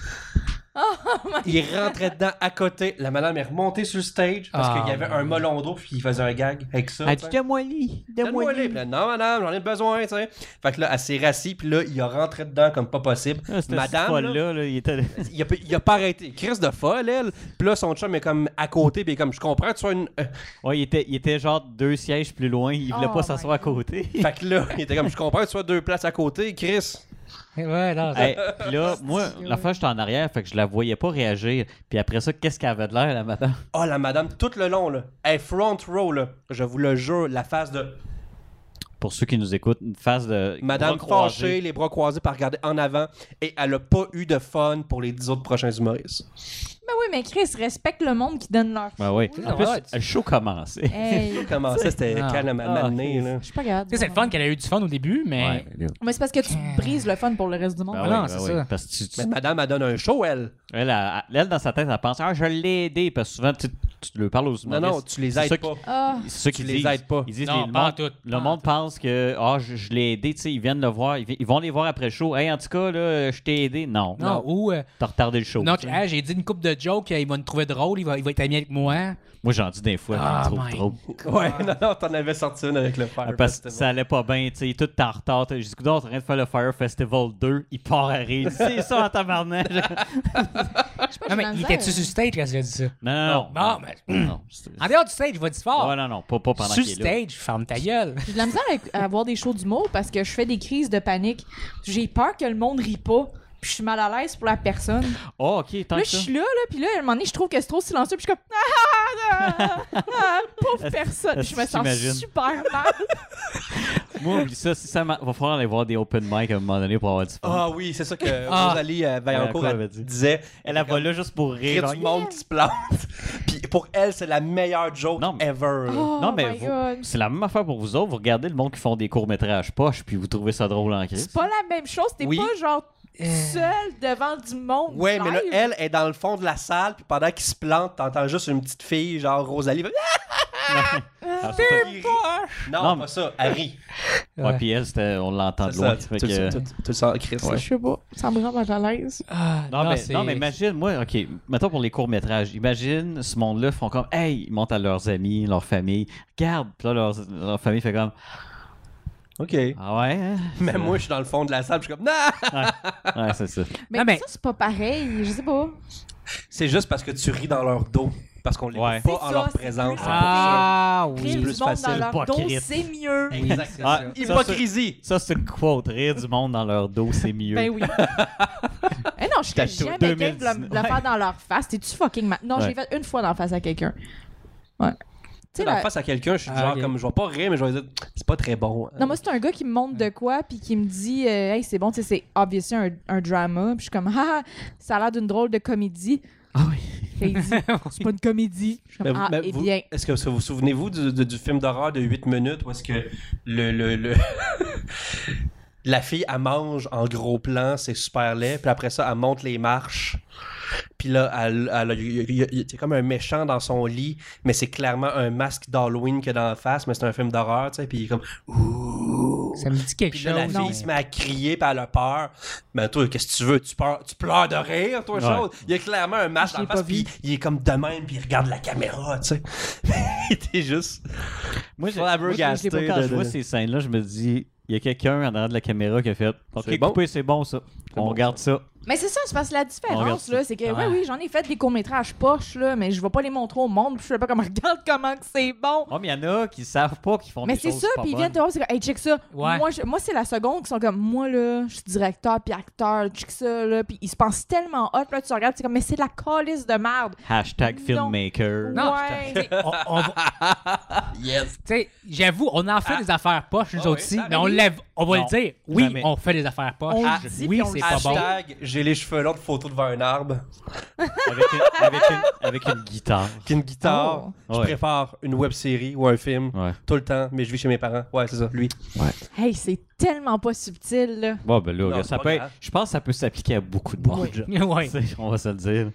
Il rentrait dedans à côté. La madame est remontée sur le stage parce Ah, qu'il y avait un melon d'eau, puis il faisait un gag avec ça. Elle tu sais. dit, donne-moi lit. Donne-moi les. Puis là, non, madame, j'en ai besoin, tu sais. Fait que là, elle s'est rassis, puis là, il a rentré dedans comme pas possible. Ah, cette Madame, là, folle-là, là, il était. il, a, il a pas arrêté. Chris de folle, elle. Puis là, son chum est comme à côté, puis il est comme, je comprends que tu sois une. euh. Ouais, il était, il était genre deux sièges plus loin. Il voulait Oh pas my s'asseoir à God. côté. Fait que là, il était comme, je comprends que tu sois deux places à côté, Chris. Ouais, non, ça- Hey, puis là, moi, la fois, j'étais en arrière, fait que je la voyais pas réagir. Puis après ça, qu'est-ce qu'elle avait de l'air, la madame? Oh, la madame, tout le long, là. Elle est front row, là. Je vous le jure, la face de Pour ceux qui nous écoutent, une face de. madame bras croisés. fâchée, les bras croisés, par regarder en avant. Et elle a pas eu de fun pour les dix autres prochains humoristes. Mais oui, mais Chris, respecte le monde qui donne leur. Ben oui. C'est En plus, vrai. le show commençait. Hey. Comment ça, c'était Ah. quand la madame née, là. Je suis pas capable. Tu sais, c'est le fun qu'elle a eu du fun au début, mais. Ouais, là. Mais c'est parce que tu brises le fun pour le reste du monde. Ben Ah oui, non, ben c'est oui. ça. Parce que tu- tu- Mais madame, elle donne un show, elle. elle, elle, elle, dans sa tête, elle pense, ah, je l'ai aidé. Parce que souvent, tu, tu le parles aux Non, humoristes. non, tu les C'est aides ça pas. qui- Ah, C'est ça Tu qu'ils les disent. aides pas. Ils disent, Non, les- pas le en tout. monde, le Pas en monde tout. pense que ah, je, je l'ai aidé, tu sais, ils viennent le voir, ils, vi- ils vont les voir après le show. Hey, en tout cas, là, je t'ai aidé. Non, Non, ou. euh, t'as retardé le show. non, tu sais. ah, j'ai dit une coupe de jokes, il va nous trouver drôle, il va, il va être ami avec moi. Moi, j'en dis des fois, Ah, je me trouve my trop. Ouais, non, non, t'en avais sorti une avec le Fire Ah, Parce que Festival. ça allait pas bien, tu sais, tout en retard. J'ai dit, écoute, on est en train de faire le Fire Festival deux, il part à rire. C'est ça en tabarnak. je sais pas, Non, j'ai mais la il misère. était-tu sur stage quand il a dit ça? Non, non, non. Non, mais. Non, c'est- En dehors du stage, il va dire fort. Ouais, non, non, pas, pas pendant Sur qu'il est là. stage, ferme ta gueule. J'ai de la misère à, à avoir des shows d'humour parce que je fais des crises de panique. J'ai peur que le monde rit pas. Puis je suis mal à l'aise pour la personne. Oh, ok, tant Là, que je ça. suis là, là, puis là, à un moment donné, je trouve que c'est trop silencieux, puis je suis comme ah, ah, ah, ah, pauvre personne. est-ce Je me que sens t'imagines? super mal. Moi, oublie ça. Si ça m'a- va falloir aller voir des open mic à un moment donné pour avoir du fun. Ah oui, c'est ça que Ah. Rosalie euh, Vaillancourt Ouais, elle avait dit. disait. Elle, elle va là juste pour Il y rire. a du monde qui se plante. Puis pour elle, c'est la meilleure joke Non, mais- ever. là. Oh Non, mais my vous- God. C'est la même affaire pour vous autres. Vous regardez le monde qui font des courts-métrages poches, puis vous trouvez ça drôle en crise. C'est pas la même chose. T'es Oui. pas genre seul devant du monde. Ouais, mais là, live. elle est dans le fond de la salle, puis pendant qu'il se plante, t'entends juste une petite fille, genre Rosalie. fait, Ah, c'est pas- qui rit. Non, Non, pas mais- ça, elle rit. Ouais, puis elle, c'était- on l'entend de C'est loin. ça, fait tu, que- tu- tu- tu le sens, Chris. Ouais. Je sais pas. Ça me rend mal à l'aise. Ah, Non, mais, c'est- non, mais imagine, moi, OK, mettons pour les courts-métrages, imagine ce monde-là font comme, hey, ils montent à leurs amis, leur famille, regarde, puis là, leur, leur famille fait comme, OK. ah ouais, hein? Mais moi, je suis dans le fond de la salle, puis je suis comme, non! Ouais, c'est ça. Mais, Non, mais- ça, c'est pas pareil. Je sais pas. C'est juste parce que tu ris dans leur dos. Parce qu'on les Ouais. voit pas C'est en ça, leur c'est présence. plus c'est Ah C'est oui. Rire plus du monde facile. dans leur dos, Hypocrite. c'est mieux. pour ça. Exact. C'est Ah, ça. Hypocrisie! Ça, c'est une quote. Rire du monde dans leur dos, c'est mieux. Ben oui. Eh non, je je serais Tattoo jamais deux game mille de le, de le dix. faire dans leur face. T'es-tu fucking mal? Non, Ouais. je l'ai fait une fois dans la face à quelqu'un. Ouais. Tu sais, Dans la la- face à quelqu'un, je suis Ah, genre ok. comme, je vais pas rire, mais je vais dire, c'est pas très bon. Non, moi, c'est un gars qui me montre de quoi, puis qui me dit, euh, hey, c'est bon, tu sais, c'est obviously un, un drama. Puis je suis comme, ah, ça a l'air d'une drôle de comédie. Ah oui. Puis il dit, c'est pas une comédie. Je suis Mais comme, vous- ah, mais eh vous- bien. Est-ce que vous vous souvenez-vous du, du, du film d'horreur de huit minutes où est-ce que le, le, le- la fille, elle mange en gros plan, c'est super laid, puis après ça, elle monte les marches. Puis là, elle, elle, il y a- il y a- c'est comme un méchant dans son lit, mais c'est clairement un masque d'Halloween que dans la face, mais c'est un film d'horreur, tu sais, puis il est comme ouh. Ça me dit quelque Puis chose. là, la fille mais- se met à crier, puis elle a peur. Mais toi, qu'est-ce que tu veux? Tu pleures, tu pleures de rire, toi, Ouais. chose? Il y a clairement un masque Je dans l'ai la face, pas vu. puis il est comme de même, puis il regarde la caméra, tu sais. Il était juste... Moi, j'ai- Flabbergasté moi, je- je l'ai pas- quand de- je vois de- ces scènes-là, je me dis, il y a quelqu'un en arrière de la caméra qui a fait OK, C'est bon. coupé, c'est bon ça. On bon, regarde ça. Mais c'est ça, c'est parce que la On regarde différence, ça. là, c'est que, Ouais. ouais, oui, j'en ai fait des courts-métrages poches, là, mais je vais pas les montrer au monde, puis je sais pas comment, regarde comment que c'est bon. Oh, mais il y en a qui savent pas qu'ils font Mais des c'est choses ça, pas puis ils bonnes. viennent te voir, c'est comme, hey, check ça. Ouais. Moi, je- moi c'est la seconde qui sont comme, moi, là, je suis directeur puis acteur, check ça, là. Puis ils se pensent tellement hot, là, tu regardes, c'est comme, mais c'est de la calice de merde. Hashtag Non. filmmaker. Non, Ouais. on, on va- Yes! tu sais, j'avoue, on en fait des affaires poches, nous Ah autres oui, aussi, ça mais on, arrive. lève, on va Non, le dire. Oui, jamais. on fait des affaires poches. On le Ah, dit, oui, puis on c'est le pas sait. bon. Hashtag, j'ai les cheveux longs de photo devant un arbre. Avec, une, avec, une, avec une guitare. Qu'une guitare. Oh. Je Ouais. préfère une web série ou un film Ouais. tout le temps, mais je vis chez mes parents. Ouais, c'est ça, lui. Hey, c'est tellement pas subtil, là. Bon, ben là, Non, regarde, c'est ça pas peut être- grave. je pense que ça peut s'appliquer à beaucoup de monde. Oui. genre. Ouais. Tu sais, on va se le dire.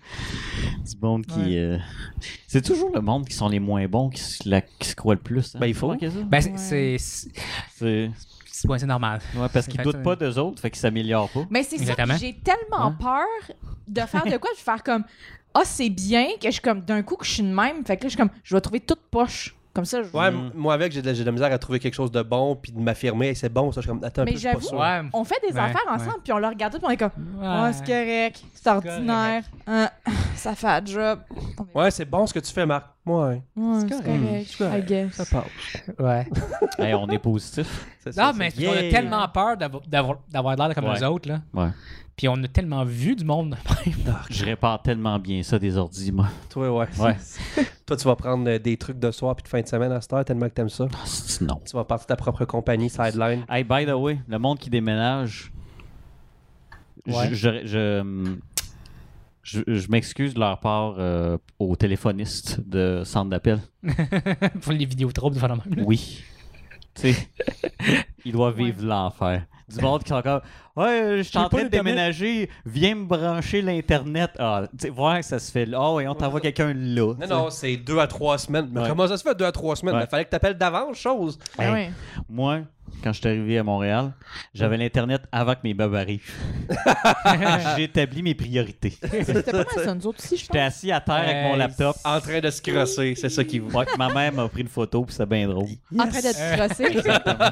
Du monde qui. Ouais. euh, C'est toujours le monde qui sont les moins bons qui se, la... qui se croient le plus. Hein. Ben, il faut. Remarquez ça? Ben, c'est- Ouais. c'est. c'est- C'est c'est- ouais, c'est normal. ouais, parce qu'ils Fait doutent ça- pas d'eux autres, fait qu'ils s'améliorent pas. Mais c'est ça, Exactement. j'ai tellement Hein? peur de faire de quoi, de faire comme, ah, c'est bien, que je suis comme, d'un coup, que je suis de même. Fait que là, je suis comme, je vais trouver toute poche. Comme ça, je Ouais, Mm. m- moi avec, j'ai de, j'ai de la misère à trouver quelque chose de bon, puis de m'affirmer, hey, c'est bon, ça. Je suis comme, attends un Mais peu, je suis pas j'avoue, sûr. Ouais. On fait des Ouais, affaires ouais. ensemble, puis on le regarde tout, puis on est comme, Ouais. ah, c'est correct, c'est ordinaire, Hein, ça fait un job. Ouais, c'est bon ce que tu fais, Marc. Ouais, Ouais, c'est correct. correct, C'est correct. I guess. ça passe. Ouais. Hey, on est positif. C'est ça, Non, c'est- mais c'est qu'on a Yeah. tellement peur d'avoir- d'avoir d'avoir l'air comme Ouais. les autres, là. Ouais. Puis on a tellement vu du monde. Je répare tellement bien ça des ordis, moi. Toi, ouais. Ouais. Toi, tu vas prendre euh, des trucs de soir puis de fin de semaine à cette heure, tellement que t'aimes ça. Ah, c'est- non. Tu vas partir de ta propre compagnie, Sideline. Hey, by the way, le monde qui déménage, je- Ouais. je, je, je, je m'excuse de leur part euh, aux téléphonistes de centre d'appel. Pour les vidéos trop de faire la même. Oui. Tu sais, ils doivent vivre l'enfer. Du monde qui sont encore ouais, je suis en pas train de d'Internet. déménager, viens me brancher l'Internet. Ah, tu sais, voir que ça se fait là. Ah, ouais, on t'envoie quelqu'un là. Non, non, c'est deux à trois semaines. Mais Ouais. comment ça se fait deux à trois semaines? Ouais. Il fallait que t'appelles d'avance, chose. Ah Hey. ouais. Moi, quand je suis arrivé à Montréal, j'avais l'Internet avant que mes babes arrivent. J'ai établi mes priorités. C'était pas mal ça, nous autres aussi, je J'étais pense. assis à terre avec mon Hey, laptop. En train de se crosser, c'est ça qui vous. Ouais, ma mère m'a pris une photo, puis c'est bien drôle. En train d'être crossé.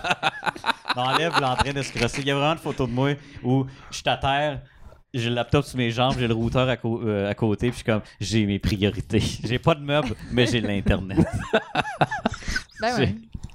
On enlève là, en train de se crosser. Il y a vraiment une photo de moi où je suis à terre, j'ai le laptop sur mes jambes, j'ai le routeur à, co- euh, à côté, puis je suis comme, j'ai mes priorités. J'ai pas de meubles, mais j'ai l'Internet. Ben ouais.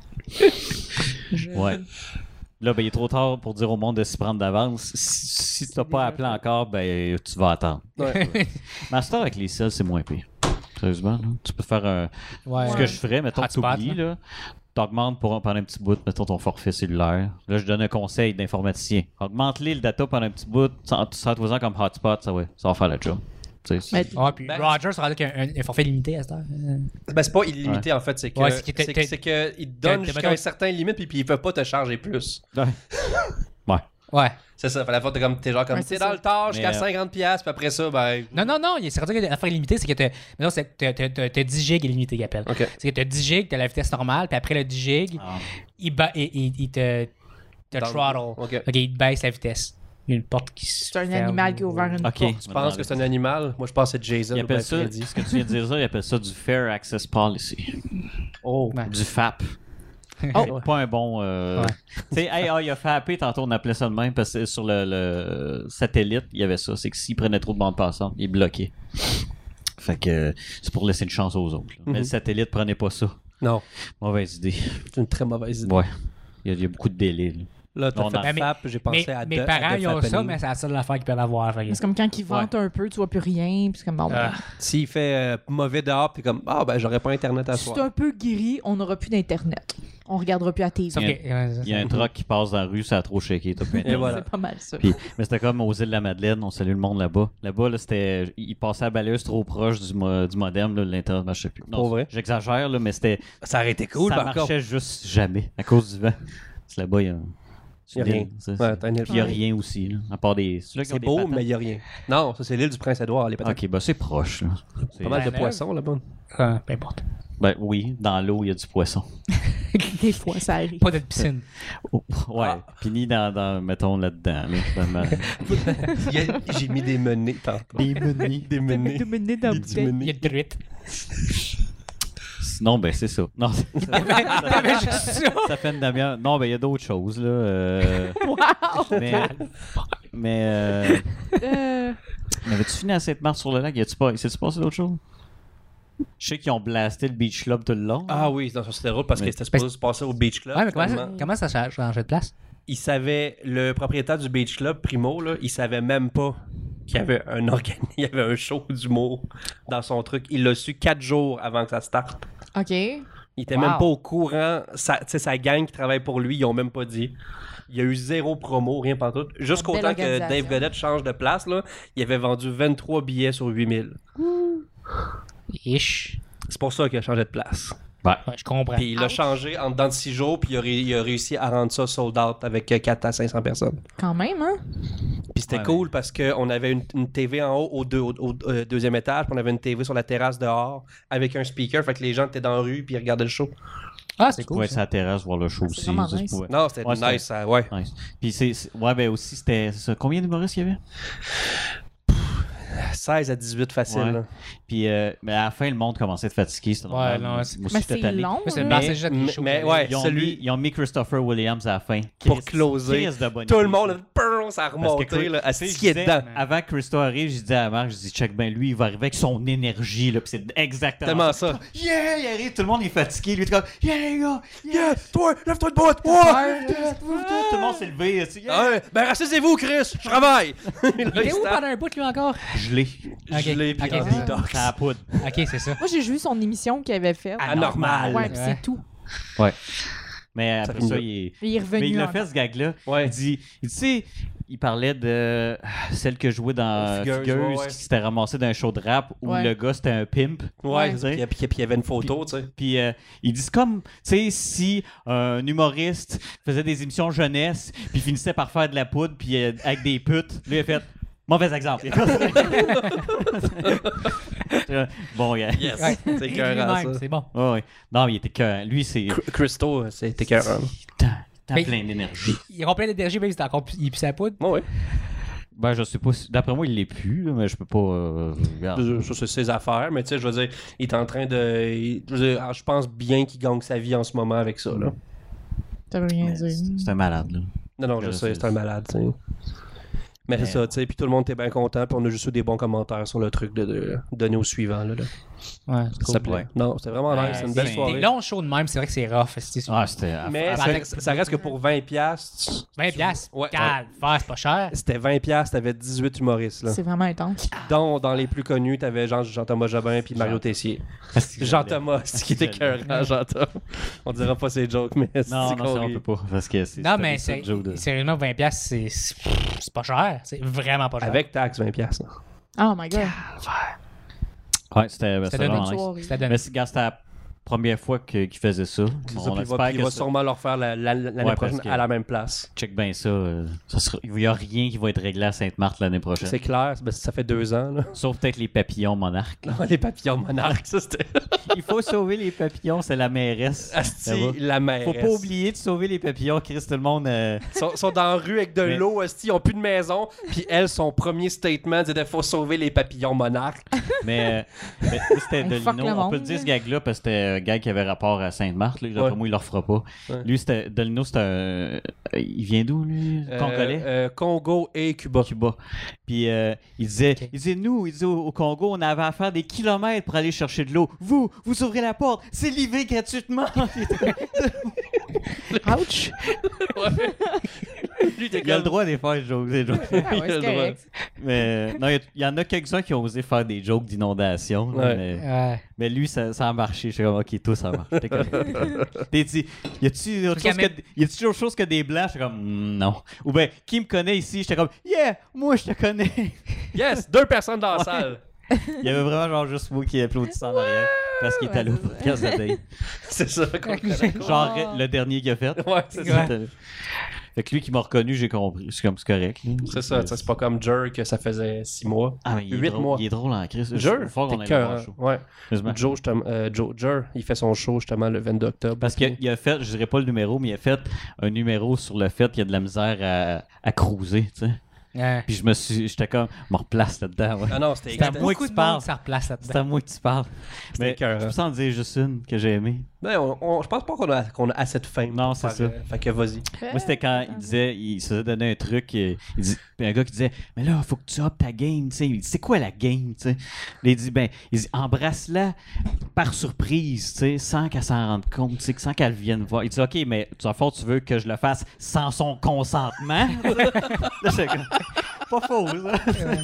Je- Ouais. Là, ben, il est trop tard pour dire au monde de s'y prendre d'avance. Si, si tu n'as pas appelé encore, ben, tu vas attendre. Ouais. Mais à ce temps, avec les cells, c'est moins pire. Sérieusement, là. Tu peux faire un. Ouais. Ce que je ferais, mettons, tu Hotspot, oublies, là. T'augmentes pour, pendant un petit bout, mettons ton forfait cellulaire. Là, je donne un conseil d'informaticien. Augmente-les le data pendant un petit bout, sans sans te comme hotspot, ça, ouais, ça va faire le job. Tu sais, Mais- c'est- Ouais, puis Ben- Roger sera avec un, un- un forfait limité à cette heure. Euh, Ben, c'est pas illimité, en fait. C'est que, Ouais, c'est que t'as- c'est que, t'as- c'est que ils te t'as- donnent t'as- jusqu'à mettons- un certain limite, puis, puis ils peuvent pas te charger plus. Ouais. Ouais. Ouais. C'est ça. Fait la fois, t'es comme, t'es genre comme, Ouais, t'es c'est dans ça. le tard jusqu'à Mais, euh, cinquante piastres, puis après ça, ben. Non, non, non, c'est rendu que l'affaire illimitée, c'est que t'as, mettons, c'est que t'as, t'as, t'as, t'as dix gigs illimité qu'ils appellent. Ok. C'est que t'as dix gigs, t'as la vitesse normale, puis après le dix gigs, Ah. il, ba- il, il, il te, te Dans- throttle. Ok. Ok, il te baisse la vitesse. Il y a une porte qui se C'est un ferme. animal qui a ouvert une Ok. porte. Tu penses que c'est un animal? Moi, je pense que c'est Jason. Ils ou appellent ben ça, Freddy. ce que tu viens de dire ça, ils appellent ça du Fair Access Policy. Oh. Ouais. Du F A P. Oh. Pas un bon. Euh... Ouais. Tu sais, hey, ah, il a fappé, tantôt on appelait ça de même, parce que sur le, le satellite, il y avait ça. C'est que s'il prenait trop de bande passante, il est bloqué. Fait que euh, c'est pour laisser une chance aux autres. là. Mais Mhm. le satellite prenait pas ça. Non. Mauvaise idée. C'est une très mauvaise idée. Ouais. Il y a, il y a beaucoup de délais. là. Là, t'as Non, fait non. F A P, j'ai pensé Mes, à mes de- parents, à ils ont Def ça, Happening. mais c'est la seule affaire qu'ils peuvent avoir. fait que- C'est comme quand ils vantent un peu, tu vois plus rien, puis c'est comme bon. ben, Ah. S'il fait euh, mauvais dehors, t'es comme, ah, ben, j'aurais pas Internet à Si c'est soir. un peu guéri, on n'aura plus d'internet. On regardera plus à T V. Sauf Il y que- ouais, Il y a un truck qui passe dans la rue, ça a trop shaké. T'as plus Et Internet. voilà. C'est pas mal ça. Puis, mais c'était comme aux îles de la Madeleine, on salue le monde là-bas. Là-bas, là, c'était. Il passait à la balayeuse trop proche du, mo- du modem, là, l'Internet marchait plus. Non, Pour vrai? J'exagère, là, mais c'était. Ça aurait été cool, ça par marchait contre. juste jamais à cause du vent. C'est là-bas, il y a. Il y a rien. Ça, Ouais, c'est- t'as une île. Puis il y a rien aussi, là, à part des. C'est là qu'ils ont C'est des beau, patates. mais il y a rien. Non, ça, c'est l'île du Prince-Édouard, les patates. Ok, ben c'est proche, là. C'est- Pas mal de Ben, poissons là-bas. Ah, peu importe. Ben oui, dans l'eau, il y a du poisson. Des fois, ça arrive. Pas de piscine. Oh, ouais, Ah. puis ni dans, dans, mettons, là-dedans. Là, dans ma- Il y a- J'ai mis des menées tantôt. Des menus. Des menées. Deux minutes dans Des le dix bouteille. Il y a menées. de truites. Non, ben c'est ça. Non, T'avais juste ça. ça fait une demi-heure. Non, ben il y a d'autres choses, là. euh, Wow! mais. Mais. Euh, Euh, mais avais-tu fini à Sainte-Marthe sur le lac? Y a-tu pas. S'est-tu passé d'autres choses? Je sais qu'ils ont blasté le Beach Club tout le long. Ah oui, non, ça, c'était drôle parce que Mais- c'était supposé se passer au Beach Club. Ouais, mais comment ça, finalement. comment ça a changé de place? Il savait, le propriétaire du Beach Club, Primo, là, il savait même pas qu'il y avait un organ... il y avait un show d'humour dans son truc. Il l'a su quatre jours avant que ça starte. OK. Il était Wow. même pas au courant. Sa, tu sais, sa gang qui travaille pour lui, ils ont même pas dit. Il y a eu zéro promo, rien pantoute. Jusqu'au Belle temps que organisation. Dave Goddard change de place, là, il avait vendu vingt-trois billets sur huit mille. Ish. C'est pour ça qu'il a changé de place. Ouais. Ouais, je comprends. Puis il a Ouch. changé en dedans de six jours, puis il a, ré- il a réussi à rendre ça sold out avec euh, quatre à cinq cents personnes. Quand même, hein? Puis c'était Ouais, cool parce qu'on avait une, une T V en haut au, deux- au- au, euh, deuxième étage, puis on avait une T V sur la terrasse dehors avec un speaker, fait que les gens étaient dans la rue puis ils regardaient le show. Ah, c'est Tu cool. pouvais être sur ça. la terrasse voir le show C'est aussi. vraiment ça se nice. pouvait. Non, c'était Ouais, c'était- nice, ça, ouais. Nice. Puis c'est. c'est- Ouais, ben aussi, c'était. c'est ça. Combien d'humoristes il y avait? seize à dix-huit facile. Ouais. là. Puis, euh, mais à la fin, le monde commençait à être fatigué. C'était normal. non, Moi c'est- aussi, Mais j'étais c'est tanné. long. Moi, c'est là. le Mais- bar, c'est juste des mais- shows mais que- ouais. Ils ont, celui- mis, ils ont mis Christopher Williams à la fin. Pour Christ- closer. Christ de bonne Tout le idée, monde, ça. là, brrr, ça a Parce que remonté, Chris- là, à tu sais, ce je qui est disais, dedans. Avant que Christo arrive, je disais à Marc, je dis, check ben lui, il va arriver avec son énergie, là, puis c'est exactement Tellement ça. Yeah, il arrive, tout le monde est fatigué, lui, il est comme, yeah, les gars, yeah, Yeah, toi, lève-toi de bout! yeah, tout le monde s'est levé, tu sais, yeah. Ah ouais, ben rassisez-vous, Chris, je travaille! Là, Il était où pendant un bout, lui, encore? Gelé. Je l'ai, puis Ok, en c'est- détox. Ça a poudre. Ok, c'est ça. Moi, j'ai vu son émission qu'il avait faite. Anormal. Ouais, puis Ouais. c'est tout. Ouais. Mais après finit ça, là. il est... Il est revenu. Mais il l'a en- fait, ce gag-là. Ouais. Il dit, il dit, tu sais, il parlait de celle que jouait dans Figures, Figures, ouais, ouais. qui s'était ramassé d'un show de rap où Ouais. le gars, c'était un pimp. Ouais, Ouais. c'est ça. Puis puis- puis il y avait une photo, tu sais. Puis euh, il dit, c'est comme, tu sais, si un humoriste faisait des émissions jeunesse, puis finissait par faire de la poudre, puis euh, avec des putes, lui, il a fait, mauvais exemple. Bon, gars. Yes, Ouais. c'est écœurant, Lui-même, ça. c'est bon. Ouais, ouais. Non, mais il était que lui, c'est Cr- Christo, c'est écœurant. tant, tant Mais- plein d'énergie. Il est plein d'énergie, mais il est encore plus, il pue sa poudre. Ouais, ouais. Ben, je sais pas, si- d'après moi, il l'est plus, là, mais je peux pas. euh, regarde. Ça, c'est ses affaires, mais tu sais, je veux dire, il est en train de. il- je, veux dire, alors, je pense bien qu'il gagne sa vie en ce moment avec ça, là. Ça veut rien Mais dire. c'est c'est un malade, là. Non, non, je Euh, sais, c'est- c'est un malade, tu sais. Mais, Mais- c'est ça, tu sais, puis tout le monde était bien content, puis on a juste eu des bons commentaires sur le truc de, de donner au suivant, là. là. Ouais, Ça s'appelait. Ouais. Non, c'était vraiment nice, c'est une belle c'est- soirée. Des longs shows de même, c'est vrai que c'est rough. C'est Ah, c'était. à- Mais à- ça, ça reste que pour vingt piastres, vingt piastres. Ouais. Calme, faire, c'est pas cher. c'était vingt piastres, t'avais dix-huit humoristes, là. C'est vraiment intense. Dont, dans les plus connus, t'avais Jean- Jean-Thomas Jobin puis Mario Jean- Tessier. Parce que Jean-Thomas, c'est qui était j'allais- cœurant, Jean-Thomas. On dira pas ses jokes, mais c'est Non, non, qu'on ça, on rit. peut pas. Parce que c'est. Non, c'était mais des c'est, jokes de- sérieusement, vingt piastres, c'est, c'est c'est pas cher. C'est vraiment pas cher. Avec taxe, vingt piastres. Oh my god. Ouais, c'était Ça c'était donne vraiment une nice. soirée. Ça donne- Mais c'est gars, c'était la première fois que- qu'il faisait ça. C'est ça, On puis il espère va, puis il que va ça- sûrement le refaire la- la- l'année Ouais, prochaine parce que- à la même place. Check bien ça. euh, ça sera... Il n'y a rien qui va être réglé à Sainte-Marthe l'année prochaine. C'est clair, ben, ça fait deux ans. Là. Sauf peut-être les papillons monarques. là. Les papillons monarques, ça c'était. Il faut sauver les papillons, c'est la mairesse. Asti, Ça va. la mère. Faut pas oublier de sauver les papillons, Chris, tout le monde. euh, Ils sont, sont dans la rue avec de Mais- l'eau, asti, ils ont plus de maison. Puis elle, son premier statement, c'était faut sauver les papillons monarques. Mais, euh, mais lui, c'était Hey, de fuck Lino. le On peut monde, le dire, là. ce gag-là, parce que c'était un gag qui avait rapport à Sainte-Marthe. Là. D'après Ouais. moi, il le refera pas. Ouais. Lui, c'était Dolino, c'était un. Il vient d'où, lui Euh, Congolais euh, Congo et Cuba. Cuba. Puis euh, il disait, Ok. il disait nous, il disait au, au Congo, on avait à faire des kilomètres pour aller chercher de l'eau. Vous, vous ouvrez la porte, c'est livré gratuitement. Ouch. Lui, t'es Il a le comme- droit de les faire, les jokes. Les jokes. Ah ouais, Il a c'est le droit. correct. Mais non, il y a- il y, en a quelques-uns qui ont osé faire des jokes d'inondation. là, Ouais. Mais, Ouais. mais lui, ça, ça a marché. Je suis comme, ok, tout ça marche. J'étais comme, t'es dit, y a-tu autre chose que, y a-tu autre chose que des blancs? J'étais comme, mm, non. Ou ben, qui me connaît ici? J'étais comme, yeah, moi je te connais. Yes, deux personnes dans la Ouais. salle. Il y avait vraiment genre juste moi qui applaudissait en arrière parce qu'il était allé au Ouais, c'est podcast de Dave. C'est ça qu'on connaît. Genre Oh. le dernier qu'il a fait. Ouais, c'est Ouais. ça. Fait que lui qui m'a reconnu, j'ai compris. C'est comme, c'est correct. là. C'est ça, tu sais, c'est pas comme Jer que ça faisait six mois. Ah, mais il est Huit drôle, mois. Il est drôle en crise. Jer, Il faut qu'on t'es aille le cœur, voir hein. chaud. Ouais. Sérieusement. Joe, justement, euh, Joe, Jer, il fait son show justement le vingt-deux octobre. Parce qu'il a, il a fait, je dirais pas le numéro, mais il a fait un numéro sur le fait qu'il y a de la misère à, à cruiser, tu sais. Ouais. Puis je me suis, j'étais comme, je me replace là-dedans. Ouais. Ah non, c'était C'est à c'était- moi Beaucoup que de tu parles. monde ça replace C'est là-dedans. à moi que tu parles. Mais écœurant. je peux s'en dire juste une que j'ai aimée. Ben, on, on- je pense pas qu'on a, qu'on a assez de fame. Non, pour c'est faire, ça. euh, fait que vas-y. Moi, c'était quand il disait, il se faisait donner un truc, et, il dit, puis un gars qui disait, mais là, faut que tu up ta game, tu sais. Il dit, c'est quoi la game, tu sais? Là, il dit, ben, il dit, embrasse-la par surprise, tu sais, sans qu'elle s'en rende compte, tu sais, sans qu'elle vienne voir. Il dit, ok, mais tu en fond, tu veux que je le fasse sans son consentement? Là, j'étais comme, pas faux, ça.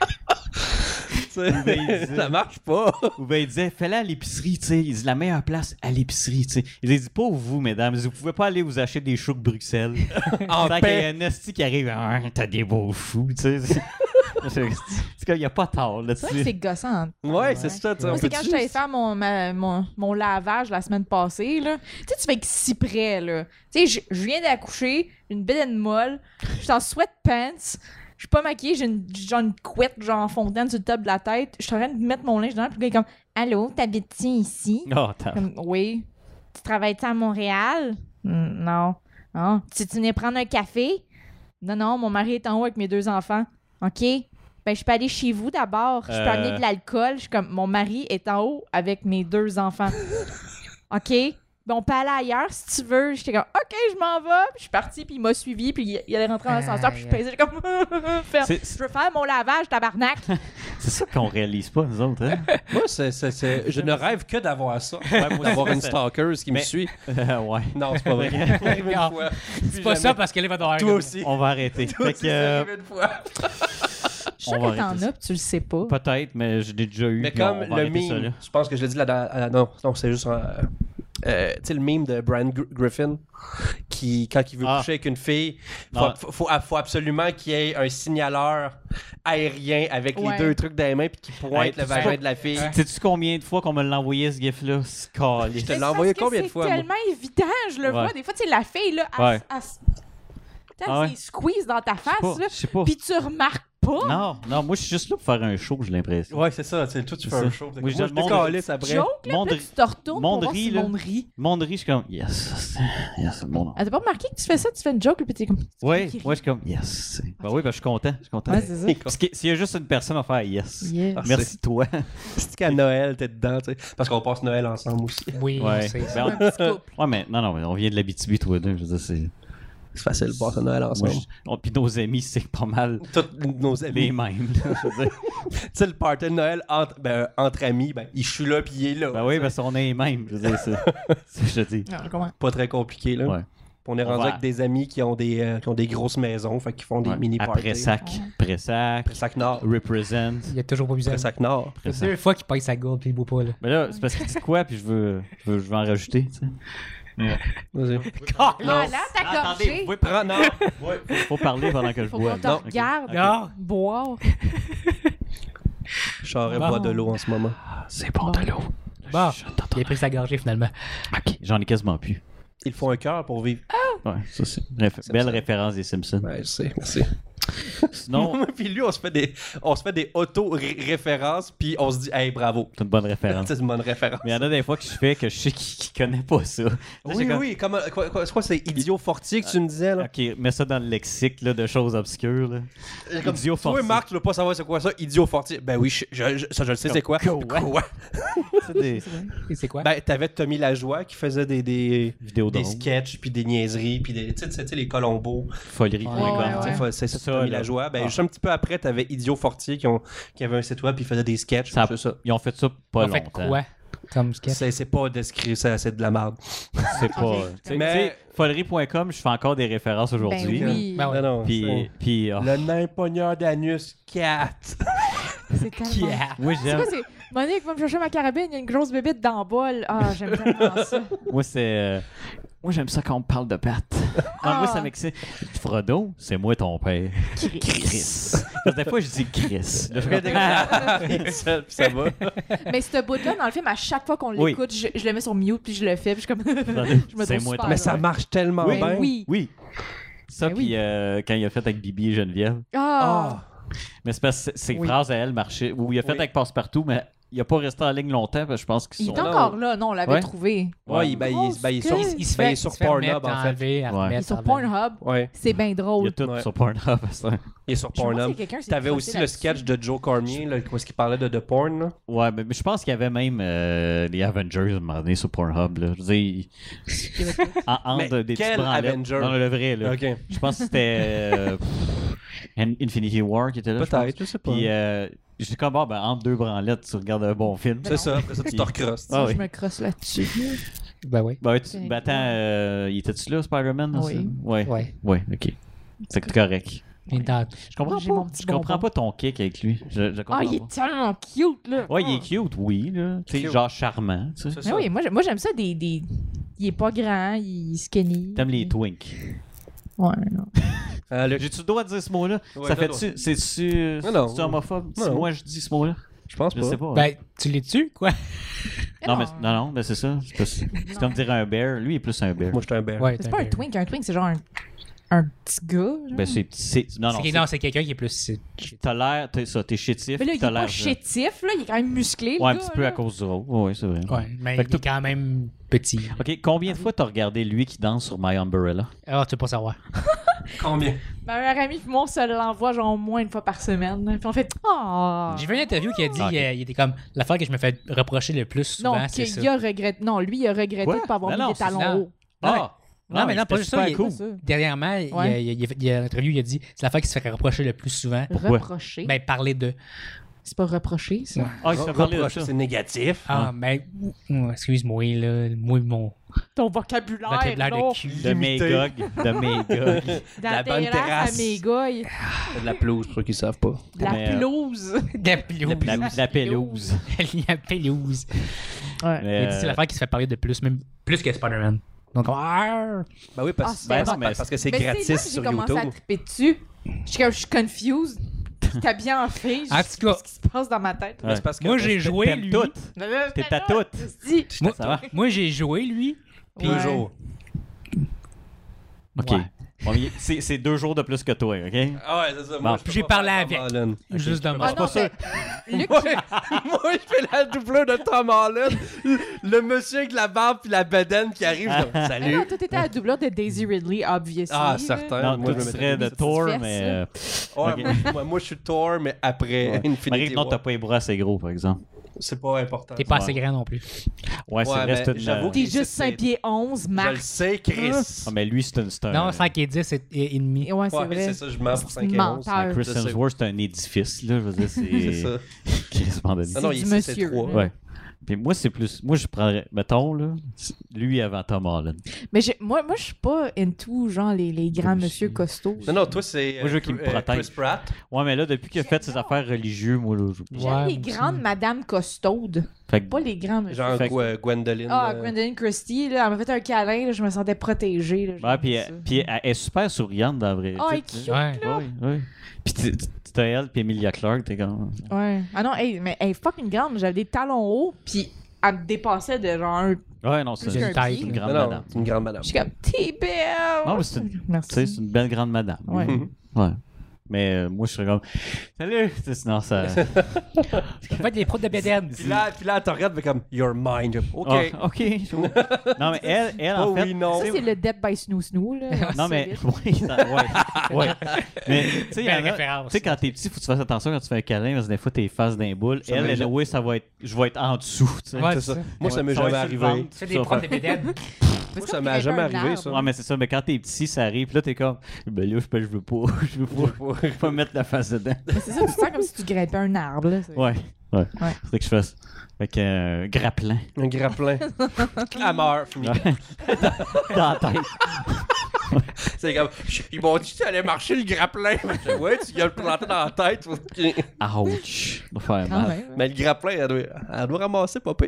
ben, il disait- Ça marche pas. Ou bien il disait, fais-la à l'épicerie, tu sais. Il dit, la meilleure place à l'épicerie, tu sais. Il dit, pas vous, mesdames, vous pouvez pas aller vous acheter des choux de Bruxelles. En Tant qu'il y paix. a un esti qui arrive, ah, t'as des beaux choux, tu sais. C'est qu'il n'y a pas tard C'est vrai que là-dessus. c'est gossant. Ouais, c'est ça. tu sais, Moi, on c'est peut-tu- quand je t'avais fait mon, ma- mon, mon lavage la semaine passée, là. Tu sais, tu fais que si près, là. Tu sais, je je viens d'accoucher, j'ai une bédaine molle, je suis en sweatpants, je suis pas maquillée, j'ai une, genre une couette, genre en fontaine sur le top de la tête, je suis en train de mettre mon linge dedans, puis le gars est comme « Allô, t'habites-tu ici? Oh, attends. » Comme « Oui. »« Tu travailles-tu à Montréal? Hmm, Non. »« Non. »« Tu tu venais prendre un café? »« Non, non, mon mari est en haut avec mes deux enfants. »« OK. » Ben, je peux aller chez vous d'abord. Je peux Euh. amener de l'alcool. Je suis comme, mon mari est en haut avec mes deux enfants. OK? Ben, on peut aller ailleurs si tu veux. J'étais comme, OK, je m'en vais. Puis je suis partie, puis il m'a suivi, puis il, il allait rentrer dans l'ascenseur, puis je Aïe. pesais. J'étais comme, Ferme. C'est- Je veux faire mon lavage, tabarnak. C'est ça qu'on réalise pas, nous autres. Hein? Moi, c'est, c'est, c'est- je ne rêve que d'avoir ça. D'avoir une stalker qui me Mais- suit. Euh, ouais. Non, c'est pas vrai. Arrivé une Non. fois. C'est pas ça parce qu'elle va devoir. Toi aussi. On va arrêter. Toi Fait aussi, que, c'est euh, arrivé une fois. Je sais On va que t'en arrêter ça. as, puis tu le sais pas. peut-être, mais je l'ai déjà eu. Mais puis comme on va le arrêter ça, là. meme, je pense que je l'ai dit là, dans, à- non, non, c'est juste un, euh, tu sais, le meme de Brian Gr- Griffin qui, quand il veut Ah. coucher avec une fille, faut, Ah. faut, faut- faut absolument qu'il y ait un signaleur aérien avec Ouais. les deux trucs dans les mains puis qui pointe Hey, le tu vagin sais- de la fille. Sais-tu combien de fois qu'on me l'a envoyé ce gif-là? C'est calé. Je te Mais l'ai c'est envoyé parce que combien de fois, C'est moi? tellement évident, je le Ouais. vois. Des fois, tu sais, la fille, là, elle, Ouais. elle, se- Putain, Ah ouais. elle se squeeze dans ta Je sais face, pas, là. je sais pas. Puis tu remarques pas. Non, non, moi je suis juste là pour faire un show, j'ai l'impression. Ouais, c'est ça, tu sais, toi tu C'est fais un ça. show. Moi, je Moi, dis je le te monde- calisse après. Joke, là, Monde- puis là, tu te retournes pour voir si Monderie, là. le monde rit. Monderie, je suis comme yes, c'est- yes, c'est bon. Ah, t'as pas remarqué que tu fais ça, tu fais une joke, puis t'es comme. Ouais, qui rit. ouais, je suis comme yes. c'est- Ben oui, ben je suis content, je suis content. Ouais, c'est ça. Parce que s'il y a juste une personne à faire yes. Yeah. Ah, Merci toi. C'est qu'à Noël, t'es dedans, tu sais. Parce qu'on passe Noël ensemble aussi. Oui, Ouais. c'est Ben, Un petit couple. Ouais, mais non, non, mais on vient de l'Abitibi, tous les deux. Je veux dire, c'est. C'est facile de passer Noël Moi, ensemble. je- on- Puis nos amis, c'est pas mal Tous nos amis. les mêmes. Je veux dire. Tu sais, le party de Noël entre, ben, entre amis, ben, je suis là puis il est là. Ben oui, parce qu'on est les mêmes. Je veux dire, c'est. c'est- Je te dis. Non, je comprends. Pas très compliqué, là. Ouais. On est On rendu va- avec des amis qui ont des, euh, qui ont des grosses maisons, fait qu'ils font des Ouais. mini parties. Après sac, après sac, Après sac nord. represent. Il a toujours pas vu ça. Après sac nord. Après C'est sac. deux fois qu'il paye sa gourde puis il boit pas, là. Mais là, c'est parce qu'il dit quoi, puis je veux, je veux, je veux en rajouter, tu sais. Vas-y. Ah, là, t'as Attendez, gorgé. vous pouvez Prends, prendre. non. Ouais, faut, faut parler pendant que je Faut bois. qu'on te Non, ok. regarde. Non! Boire. Je saurais Bon. boire de l'eau en ce moment. C'est bon de l'eau. Bon, il a pris sa gorgée finalement. Ok, j'en ai quasiment plus. Ils font un cœur pour vivre. Ouais, ça c'est une réf- belle référence des Simpsons. Ouais, je sais, merci. Sinon, Puis lui, on se fait des, on se fait des auto-références, puis on se dit, hey, bravo. c'est une bonne référence. C'est une bonne référence. Mais il y en a des fois que je fais que je sais qu'il qu'il connaît pas ça. Là, Oui, j'ai comme, oui, comme, euh, quoi, quoi, c'est quoi, c'est idiot fortier que tu me disais, là? Ok, mets ça dans le lexique là, de choses obscures. Là. Comme, Idiot toi, fortier. Marc, tu veux pas savoir c'est quoi ça? Idiot fortier. Ben oui, je, je- je- ça, je le sais, c'est quoi? Quoi? Quoi? C'est des Et c'est quoi? Ben, t'avais Tommy Lajoie qui faisait des, des, vidéos des drôles. sketchs, puis des niaiseries, puis des, tu sais, tu sais, les Colombos. Folerie. Ouais, ouais, Tu sais, ouais. fa- C'est ça, Ça, Tommy là. Lajoie. Ben, Ah. juste un petit peu après, t'avais Idiot Fortier qui, ont, qui avait un site web, puis ils faisaient des sketchs. Ça- C'est ça. Ils ont fait ça pas En fait longtemps. quoi? comme sketch. C'est, c'est pas descrit, c'est, c'est de la merde. C'est pas. Ok. Tu sais, Mais- tu sais, folerie point com, je fais encore des références aujourd'hui. Ben là. oui. Ben ouais. Non, non, Puis, c'est- puis oh, Le nain pogneur d'anus quatre. C'est tellement... Yeah. moi, C'est j'aime. quoi, c'est... Monique va me chercher ma carabine, il y a une grosse bébite dans le bol. Ah, j'aime tellement ça. Moi, c'est. euh, Moi, j'aime ça quand on me parle de Pat. Non, Ah. moi, ça m'excite. Frodo, c'est moi ton père. Chris. Parce que des fois, je dis Chris. Là, je fais comme- ça, puis ça va. Mais ce bout-là, dans le film, à chaque fois qu'on Oui. l'écoute, je, je le mets sur mute puis je le fais. Puis je suis comme. je me C'est trouve moi super ton Mais ça drôle. marche tellement Oui. bien. Oui. Oui. Ça, Ben puis oui. euh, quand il a fait avec Bibi et Geneviève. Ah! Ah. Mais c'est parce que ses Oui. phrases à elle marchaient. Ou il a fait Oui. avec Passepartout, mais il a pas resté en ligne longtemps, parce que je pense qu'ils Il sont. est encore là. Non, on l'avait Ouais. trouvé. Ouais, il, ben, il, ben, il est sur, Il- Il, il se ben, il fait, est sur il se fait Pornhub, remettre, en fait. enlever, à Ouais. Il est remettre, sur à remettre. Pornhub. Ouais, C'est bien Il y drôle. a tout Ouais. sur Pornhub. ça. il est sur Je pense Pornhub. que quelqu'un s'est T'avais frossé aussi le là-dessus. sketch de Joe Cormier, là, où est-ce qu'il parlait de, de porn, là. Ouais, mais, mais je pense qu'il y avait même euh, les Avengers à un moment donné sur Pornhub. Là. Je veux dire, en, entre Mais des quel petits branlettes. Avenger? Non, le vrai, là. Ok. Je pense que c'était euh, In- Infinity War qui était là. je pense. Peut-être, je sais pas. Puis euh, j'étais comme, ah, ben, entre deux branlettes, tu regardes un bon film. C'est ça, après ça, tu te recrosses. Ah, oui. Je me crosse là-dessus. Ben oui. Ben, ouais, tu, C'est ben, attends, euh, il était-tu là, Spider-Man? dans Oui. ça? Ouais. Ouais. Ouais, ok. C'est correct. Il est dans- Je comprends J'ai pas. mon petit Je comprends bonbon. pas ton kick avec lui. Je, je comprends Ah, il pas. est tellement cute, là. Ouais, il est cute, oui. Là. Tu sais, Cute. genre charmant. Tu sais. C'est Mais ça. oui, moi, j'ai- moi j'aime ça des, des. Il est pas grand, il est skinny. T'aimes les twinks. Ouais, non. Ah, le- J'ai-tu le droit de dire ce mot-là? Ouais, ça t'as le fait-tu. C'est-tu. Non, non. C'est-tu homophobe? Si Non. moi je dis ce mot-là? Je pense Je pas. sais pas. Ben, tu les tues, quoi? non, mais non, non, mais c'est ça. C'est, pas- c'est comme dire un bear. Lui, il est plus un bear. Moi, je suis un bear. Ouais, C'est pas un twink, un twink, c'est genre un, un petit gars. genre. Ben, c'est. c'est non, non. C'est, c'est- non, c'est quelqu'un qui est plus. c'est- T'as l'air. T'es ça, t'es chétif. Mais là, il t'as est pas l'air. chétif, là, il est quand même musclé. Ouais, un le petit gars, peu là. à cause du rôle. Ouais, c'est vrai. Ouais, mais Fait il que est quand même petit. Ok, combien de fois t'as regardé lui qui danse sur My Umbrella? Ah, tu veux pas savoir. Combien? Ma meilleure amie, puis moi, on se l'envoie genre au moins une fois par semaine. Puis on fait Oh! J'ai vu une interview qui a dit Ah, ok. qu'il il était comme l'affaire que je me fais reprocher le plus souvent, Non, c'est ça. qu'il a regretté. Non, lui, il a regretté Quoi? de pas avoir Non, mis non, des c'est talons ça. hauts. Ah! Non, mais non, pas c'était juste ça, super il est- cool. C'est ça. Dernièrement, il, Ouais. a, il, a, il a fait- il a une interview, il a dit c'est l'affaire qui se fait reprocher le plus souvent. Pourquoi? Reproché. Ben, parler de. C'est pas reproché, ça. Ouais. Ah, il se fait parler de Reproche, ça. c'est négatif. Ah, ben, ouh, excuse-moi, là. Moi, mon Ton vocabulaire, vocabulaire là. de cul. De Limité. Magog. De Magog. Dans La la bonne terrasse à terrasse. Mégoille. De la pelouse, pour ceux qui savent pas. De la Mais, euh, pelouse. De la pelouse. La, la pelouse. La pelouse. Ouais. Mais, Il a dit c'est euh, l'affaire qui se fait parler de plus, même plus que Spider-Man. Donc, ah, Ben oui, Ah, parce, c'est ben vrai. non, mais parce que c'est Mais gratis c'est là que j'ai sur commencé à YouTube. triper dessus. Je suis comme, je suis confused. T'as bien en fille. En Je tout sais cas- pas ce qui se passe dans ma tête. Ouais. C'est parce que- moi, j'ai joué, T'aimes lui. tout. T'es à toute. Dis. Moi, Ça va? moi, j'ai joué, lui. Deux Ouais. jours. OK. Ouais. Bon, mais c'est, c'est deux jours de plus que toi, OK? Ah ouais, c'est ça. Bon, je peux j'ai pas parlé faire avec. Tom Holland. Juste de Ah moi. non, mais Luc, Moi, moi, je fais la doubleur de Tom Holland. Le, le monsieur avec la barbe puis la bedaine qui arrive. je dis, Ah Salut. non, toi, t'étais à la doubleur de Daisy Ridley, obviously. Ah, là. certain. Non, moi, toi, je tu me serais de mettais- Thor, Petite mais... fesse, euh, Ouais, Ok. moi, moi, je suis Thor, mais après ouais. Infinity Marie, non, War. t'as pas les bras assez gros, par exemple. C'est pas important. T'es pas Ouais. assez grand non plus. Ouais, c'est Ouais, vrai, mais c'est une... j'avoue euh, T'es Et c'est- juste cinq pieds onze, Je le max. sais, Chris. Ah, mais lui, c'est un... C'est un Non, cinq et dix et, et demi. Ouais, c'est Ouais, vrai. c'est ça, je mens pour C'est cinq et onze. menteur. Chris Je sais. Hemsworth, c'est un édifice, là. Je veux dire, c'est... C'est ça. Chris Mandani. Non, non, C'est il- du c'est monsieur, trois. là. Ouais. Puis moi, c'est plus... Moi, je prendrais... Mettons, là, lui avant Tom Holland. Mais j'ai- moi, moi je suis pas into, genre, les, les grands Moi monsieur aussi. costauds. Non, non, toi, c'est. Moi, je veux qu'il me euh, protège. Chris Pratt. Ouais, mais là, depuis qu'il a fait ses affaires religieuses, moi, là... je- J'aime Ouais, les moi grandes aussi. madames costaudes. Fait que... Pas les grands monsieur. Genre Fait que- Gw- Gwendoline. Ah, euh, Gwendolyn Christie, là, elle m'a fait un câlin, là, je me sentais protégée. Là, Ouais, j'aime puis, ça. puis elle est super souriante dans la vraie Ah, tu elle est sais, cute, Ouais. là. Oui, oui. Puis tu- tu- t'as elle, puis Emilia Clarke, t'es comme... Ouais. Ah non, hey, mais elle est fucking grande. J'avais des talons hauts, puis elle me dépassait de genre un. Ouais, non, c'est Plus une, qu'un taille, pied. une grande Non, non, madame. c'est une grande madame. Je suis comme T-Bell! Non, mais c'est une- Merci. Tu sais, c'est une belle grande madame. Ouais. Ouais. Mais euh, moi, je serais comme... Salut! Tu sais, sinon, ça... Faites des proutes de bédaine. Puis là, puis là, elle te regarde, mais comme, You're mine. OK. Ah, OK. non, mais elle, elle Oh en fait... oui, non. Ça, c'est le Dead by Snoo Snoo, là. Non, mais... Solide. Oui, ça- ouais. ouais. Mais, tu sais, il y en Belle a- référence. tu sais, quand t'es petit, faut que tu fasses attention quand tu fais un câlin, parce que des fois, t'es face d'un boule. Ça Elle, m'est elle, ja- oui, ça va être... Je vais être en dessous, tu sais. Ouais, C'est c'est ça. ça. Moi, ça m'est va jamais être sur le arrivé. ventre, Tu fais ça des va proutes faire- de bédaine. C'est Moi, comme ça m'est grimper jamais un arrivé, arbre. ça. Ouais, mais c'est ça. Mais quand t'es petit, ça arrive. Puis là, t'es comme... Ben là, je peux- je veux pas. Je veux pas. Je veux pas mettre la face dedans. Mais c'est ça, tu te sens comme si tu grimpais un arbre, là. C'est- Ouais. Ouais. Ouais. Faudrait que je fasse. Avec un grappelin. Un grappin. Clameur, fini. Dans la tête. C'est comme, ils m'ont dit que tu allais marcher le grappin. Ouais, tu viens le planter dans la tête. Ouch. Ça va faire Quand mal. même. Mais le grappin, elle doit, elle doit ramasser, papa.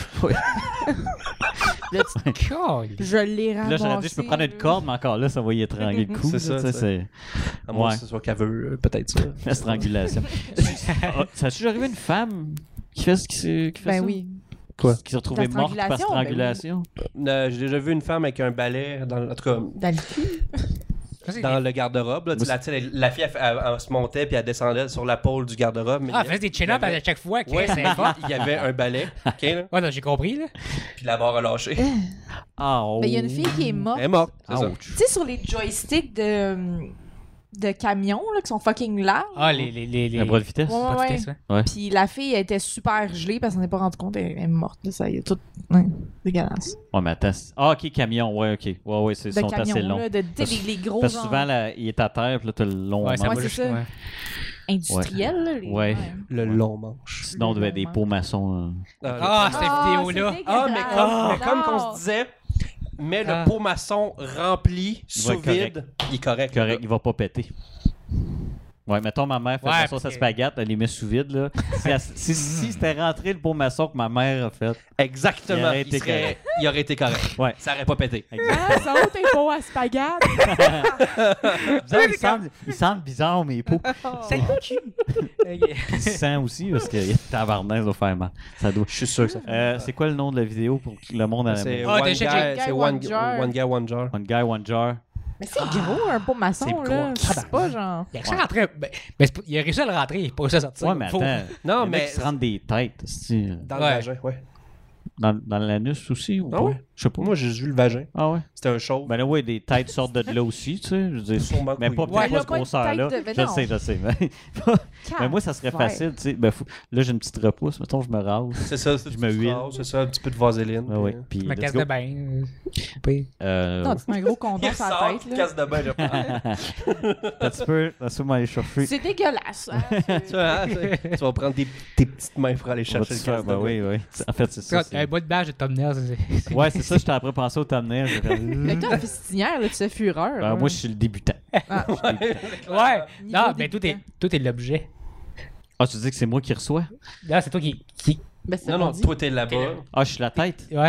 Là, tu- Cool. Je l'ai ramassé. Là, j'aurais dit, je peux prendre une là. corde, mais encore là, ça va y étrangler le cou. C'est là, ça, tu sais, c'est À moins Ouais. que ce soit qu'elle veut, euh, peut-être ça. la strangulation. Ah, ça a-tu déjà arrivé une femme qui fait, ce qui, s'est- qui fait Ben ça? oui. Quoi? Qui s'est retrouvée La morte par strangulation, ben strangulation? Euh, J'ai déjà vu une femme avec un balai, dans, en tout cas, Dans le cul. Ça, c'est dans des- le garde-robe. là, tu sais, Moi, La, tu sais, la fille, elle, elle- elle se montait puis elle descendait sur la pôle du garde-robe. mais Ah, il y elle faisait des chin-ups il y avait- à chaque fois. que Ouais, c'est fort. il y avait un balai, ok, là, Ouais, non, j'ai compris, là. puis la barre a lâché. Ah, oh. Mais il y a une fille qui est morte. Elle est morte, c'est ça. Ouch. Tu sais, sur les joysticks de, de camions là, qui sont fucking larges. Ah, les. les, les, les... La bras de vitesse? Ouais, pas de ouais. vitesse, ouais. Puis la fille elle était super gelée parce qu'on s'en est pas rendu compte. Elle elle est morte. Là, ça y est tout. Ouais, dégueulasse. Ouais, mais attends. c'est- Ah, ok, camion. Ouais, ok. Ouais, ouais, c'est De sont assez camions, longs. là, de tu sais, les, les gros Parce que genre souvent, là, il est à terre, puis là, t'as le long Ouais, ça manche. Ouais, va c'est juste. ça. Ouais. industriels. là, les- Ouais. Le long manche. Sinon, on devait être des pots maçons. euh. Ah, cette Ah, vidéo-là. c'est Ah, mais dégueulasse. comme, mais comme qu'on Non. se disait, mais Ah. le pot maçon rempli, Il va sous être correct. vide, il est correct. Correct, il va pas péter. Ouais, mettons, ma mère fait Ouais, la sauce à parce que- spaghette, elle les met sous vide, là. Si, elle- si, si c'était rentré le pot maçon que ma mère a fait. Exactement. Il Il, aurait été serait- correct. il aurait été correct. Ouais. Ça aurait pas pété. Ah, ça va, t'es pas à spaghette. Bizarre, il, semble, il semble bizarre, mes pots. C'est le cul. Il sent aussi, parce que tabarnak, ça doit faire mal. Ça doit. Je suis sûr que ça fait. Euh, c'est quoi le nom de la vidéo pour que le monde à la C'est maison? Ah, One Guy, déjà, j'ai- c'est One one, Jar. one Guy, One Jar. One guy, one jar. Mais c'est gros, un pot maçon, C'est là. gros. C'est pas genre. Il a réussi à rentrer. Ben, ben, c'est pas- il a réussi à le rentrer, il a pas réussi à sortir. Ouais, mais Faut- attends. Non, il y en a mais- qui se rendent des têtes. c'est-tu, euh, Dans Ouais. le vagin, ouais. Dans, dans l'anus aussi ou Ah pas? ouais? Je sais pas. Moi, j'ai vu le vagin. Ah ouais? C'était un chauve. Ben là, ouais, des têtes sortent de là aussi, tu sais. Je veux dire, Sûrement mais pas couillu. pour Ouais, pas là, ce pas une grosseur-là. tête de- Je non. sais, je sais. Mais, mais moi, ça serait Calvaire. facile, tu sais. Ben, faut- là, j'ai une petite repousse. Mettons, je me rase. C'est ça, c'est Je du me petit huile. rose, c'est ça, un petit peu de vaseline. Ah ouais. puis, Puis, Ma let's casse go. de bain. euh, coupé. Euh, Non, tu mets un gros condom Il sur la sort, tête, il là. casse de bain. là. un petit peu, un petit peu m'aller chercher. C'est dégueulasse. Hein? Tu vois, hein, tu tu vas prendre tes, tes petites mains pour aller On va chercher tout le faire- casse de ben bain. oui, oui. En fait, c'est ça. Un c'est- bout de badge de thumbnail. c'est- c'est- Ouais, c'est ça, j'étais après pensé au thumbnail. j'ai fait- Mais toi, la fistinière, là, tu fais fureur. Ben, là. moi, je suis le débutant. Ah, Ouais. Niveau Non, mais tout est, débutant. tout est l'objet. Ah, tu dis que c'est moi qui reçois? Là, c'est toi qui. qui... Ben, c'est Non, bon non, dit. toi, t'es là-bas. Ah, je suis la tête? Ouais.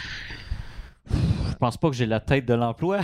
Je pense pas que j'ai la tête de l'emploi.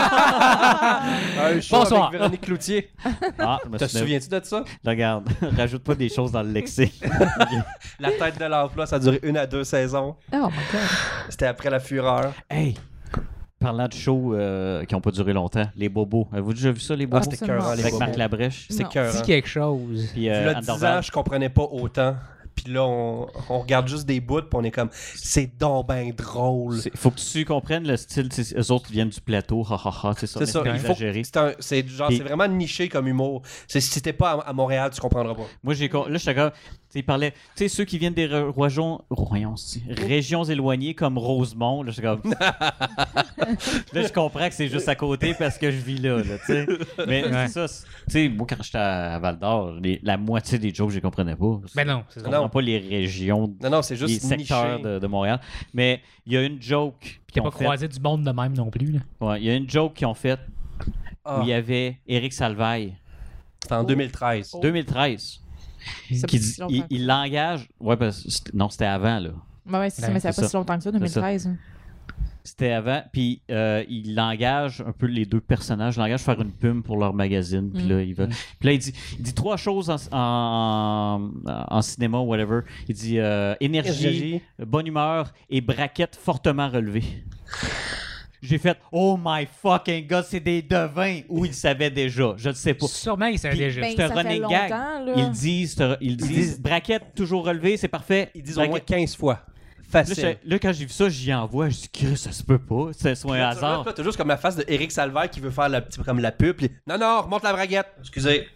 Un show Bonsoir. avec Véronique Cloutier. Ah, je me Te souviens. souviens-tu de ça? Regarde, rajoute pas des choses dans le lexique. La tête de l'emploi, ça a duré une à deux saisons. Oh my god. C'était après la fureur. Hey! Parlant de shows euh, qui ont pas duré longtemps, les bobos. Avez-vous déjà vu ça, les Ah, bobos? c'était Absolument. cœur, les Avec bobos. Marc Labrèche. C'est Non. cœur. Dis quelque chose. Puis Puis euh, là, Anne dix ans, Dorval. je comprenais pas autant. Puis là, on, on regarde juste des bouts, puis on est comme, c'est donc ben drôle. C'est- Faut que tu comprennes le style. tu sais, Eux autres viennent du plateau. Ha, ha, ha, c'est ça. C'est ça, mais il faut exagéré. c'est un- c'est genre Puis- c'est vraiment niché comme humour. C'est si t'es pas à, à Montréal, tu comprendras pas. Moi, j'ai con- là, j'étais comme. Tu sais, il parlait. Tu sais, ceux qui viennent des re- royaumes. Royaumes, c'est- régions éloignées comme Rosemont. Là, j'étais comme. Là, je comprends que c'est juste à côté parce que je vis là, là, tu sais. Mais Ouais. c'est ça. c'est- Tu sais, moi, quand j'étais à Val d'Or, les- la moitié des jokes, je les comprenais pas. Ben non, c'est Je ça. comprends Non. pas les régions, Non, non, c'est les juste secteurs niché. de, de Montréal. Mais il y a une joke. Puis qu'ils t'as ont pas fait- croisé du monde de même non plus. Là. Ouais, il y a une joke qu'ils ont faite Ah, où il y avait Éric Salvaille, c'était en deux mille treize. Oh. deux mille treize, Ça qui fait dit, si longtemps il, que il ça. l'engage. Ouais, parce que c'était- non, c'était avant, là. Ouais, ouais, c'est ça, Ouais, mais ça c'est fait pas ça. si longtemps que ça, deux mille treize. hein. C'était avant, puis euh, il engage un peu les deux personnages, il engage faire une pub pour leur magazine, puis Mm. là, il va... Puis là, il dit, il dit trois choses en, en, en cinéma, whatever. Il dit euh, énergie, Énergie. bonne humeur et braquette fortement relevée. J'ai fait « Oh my fucking god, c'est des devins! » Ou il savait déjà, je ne sais pas. Sûrement, il savait Puis- déjà. Ben, c'est un ça fait running longtemps, gag. là. Ils disent, ils disent, disent- braquette toujours relevée, c'est parfait. Ils disent au moins Braquette- quinze fois. Là, Facile. j'ai- là, quand j'ai vu ça, j'y envoie, je dis Chris, ça se peut pas, c'est soit un Là, hasard. tu vois, t'as juste comme la face de Éric Salvaire qui veut faire la, petite- comme la pub. Puis, non, non, remonte la braguette. Excusez.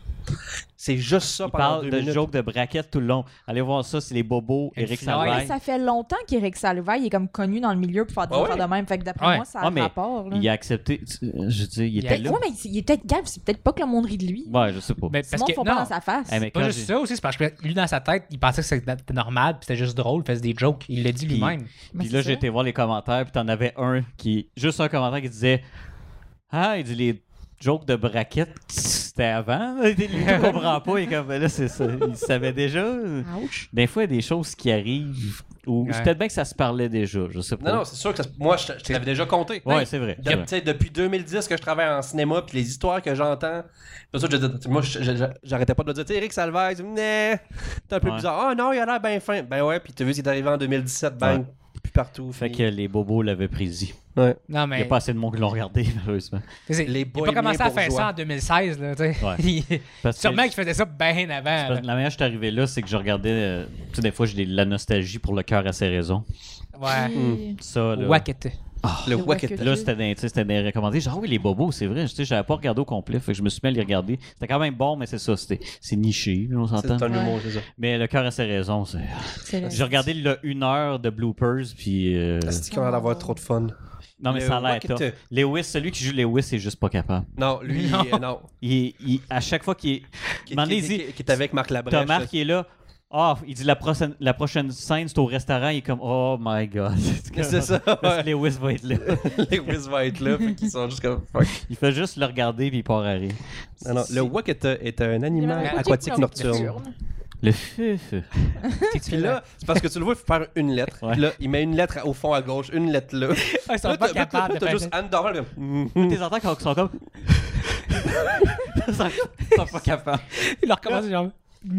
C'est juste ça Il pendant parle deux de minutes. jokes de braquettes tout le long. Allez voir ça, c'est les bobos, Et Éric puis, ouais, Ouais, Salvaille. ça fait longtemps qu'Éric Salvaille est comme connu dans le milieu pour faire des Ah affaires ouais? de même. Fait que d'après Ouais. moi, ça a Ah, un mais rapport. Là. Il a accepté. Je veux dire, il Il était a- là. Ouais, mais il est peut-être calme, c'est peut-être pas que le monde rit de lui. Ouais, je sais pas. Mais Parce parce que que font non, pas dans sa face. Eh, mais pas quand juste j'ai- ça aussi, c'est parce que lui dans sa tête, il pensait que c'était normal, puis c'était juste drôle, il faisait des jokes, il l'a dit Puis- lui-même. Mais Puis c'est là, ça. j'ai été voir les commentaires, puis t'en avais un qui. Juste un commentaire qui disait Ah, il dit les jokes de braquettes, c'était avant. Il ne comprend pas. Il est comme, ben là, c'est ça. Il savait déjà. Ouch. Des fois, il y a des choses qui arrivent. Ou Ouais. c'est peut-être bien que ça se parlait déjà. Je sais pas. Non, non, c'est sûr que ça- moi, je, je te l'avais déjà compté. Ouais, c'est vrai. De- c'est vrai. tu sais, depuis deux mille dix que je travaille en cinéma, puis les histoires que j'entends, c'est ça que je dis- moi, je- je- j'arrêtais pas de le dire. Tu sais, Éric Salvaille, né, t'es un peu Ouais. bizarre. Ah non, il a l'air bien fin. Ben ouais, puis t'as vu, il est arrivé en deux mille dix-sept, bang, Ouais. plus partout. Fait fini. que les bobos l'avaient prédit. Ouais. Non, Il n'y mais. a pas assez de monde qui l'ont regardé, malheureusement. tu sais, les il a pas bohémiens commencé à faire bourgeois. ça en deux mille seize, là, tu sais. Ouais. Il- Parce que- Sûrement qu'il faisait ça bien avant. parce là. que la manière que je suis arrivé là, c'est que je regardais. euh, tu sais, des fois, j'ai de la nostalgie pour le cœur à ses raisons. Ouais. Puis- Ça, là. Wackete. Le Le Wacket. Wacket. Là, c'était des, tu sais, c'était des recommandés. Genre, ah oui, les bobos, c'est vrai. Tu sais, j'avais pas regardé au complet. Fait que je me suis mis à les regarder. C'était quand même bon, mais c'est ça. C'était, c'est niché, là, on C'est s'entend. un humour, c'est ça. Mais le cœur a ses raisons. C'est... c'est le- J'ai regardé le une heure de bloopers, puis. euh, C'est qu'on va avoir trop de fun. Non, mais Le ça a l'air Wacket. tough. Lewis, celui qui joue Lewis, c'est juste pas capable. Non, lui, Non. euh, non. Il, il- à chaque fois qu'il est. Qui, M'en qui- est dit- qui- qui est avec Marc Labrèche. T'as Marc qui est là. Ah, il dit la prochaine, la prochaine scène, c'est au restaurant. Il est comme, oh my god. C'est ça. Parce ouais. que Lewis va être là. Lewis va être là, fait qu'ils sont juste comme fuck. Il fait juste le regarder, puis il part à rire. Non, non, le Wacket est un animal Il y avait un aquatique côté nocturne. Le feu, feu. Puis là, c'est parce que tu le vois, il faut faire une lettre. Ouais. Puis là, il met une lettre au fond à gauche, une lettre là. Ah, ils sont Là, pas t'as- capables là, de t'as faire juste ça. Anne Dorval comme. Tes entends quand ils sont comme. ils sont, ils sont pas capables. Il a recommencé genre.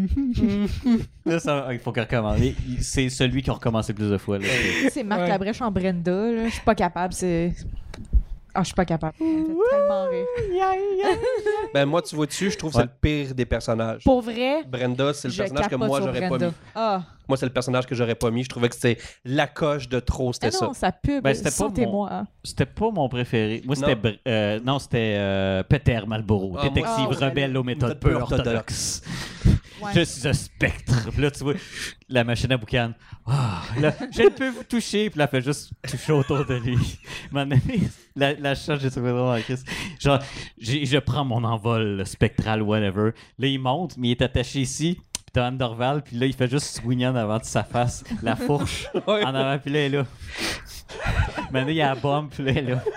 Là, ça, il faut qu'il recommence. Il- il- C'est celui qui a recommencé plus de fois. Là. C'est Marc Ouais. Labrèche en Brenda. là. Je suis pas capable. C'est. Ah, je suis pas capable. Ça me fait tellement rire. Ben, moi, tu vois dessus, je trouve que Ouais. c'est le pire des personnages. Pour vrai, Brenda, c'est le je personnage que capote moi, sur j'aurais pas Brenda. mis. Ah, Moi, c'est le personnage que j'aurais pas mis. Je trouvais que c'était la coche de trop, c'était ah ça. non, sa pub, Ben, c'était pas sentez-moi. hein. C'était pas mon préféré. Moi, c'était. Non. Br- euh, non, c'était euh, Peter Malboro, Ah, moi- détective Ah, ouais. rebelle aux méthodes Méthode peu peu orthodoxes. Ouais. Je suis un spectre. Puis là, tu vois, la machine à boucan. Ah, là, je ne peux vous toucher. Puis là, elle fait juste toucher autour de lui. À un moment donné, la, la shot, j'ai trouvé drôle en Christ. Genre, j'ai- je prends mon envol le spectral, whatever. Là, il monte, mais il est attaché ici. Puis t'as Anne Dorval. Puis là, il fait juste swinger en avant de sa face, la fourche Ouais. en avant. Puis là, elle est là. Maintenant, il y a la bombe. Puis là, elle est là.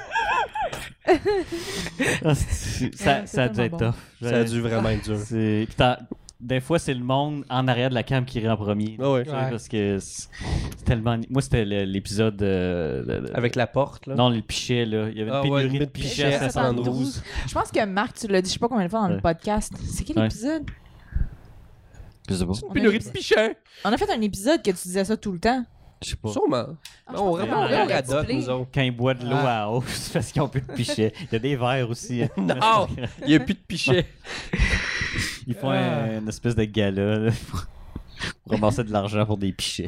Ah, c'est- ça, Ouais, c'est ça a dû tellement être bon. tough. Ça a dû vraiment être dur. C'est- Puis t'as- des fois, c'est le monde en arrière de la cam qui rit en premier. Ah ouais. Tu sais, Ouais. Parce que c'est c'est tellement. Moi, c'était le- l'épisode. euh, de- de- Avec la porte, là. Non, le pichet, là. Il y avait une Ah ouais, pénurie une de pichet pichets à à soixante douze. soixante-douze. Je pense que Marc, tu l'as dit, je sais pas combien de fois dans le Ouais. podcast. C'est quel Ouais. épisode? Je sais pas. On a, Pénurie de pichet. on a fait un épisode que tu disais ça tout le temps. Je sais pas. Sûrement. Ah, je on pense que vraiment, on on aurait radote, display. nous autres. Quand ils boivent de l'eau Ah. à eau, c'est parce qu'ils ont plus de pichets. Il y a des verres aussi. hein. Non, il n'y a plus de pichet. Ils font Ah. un- une espèce de gala là, pour, pour ramasser de l'argent pour des pichets.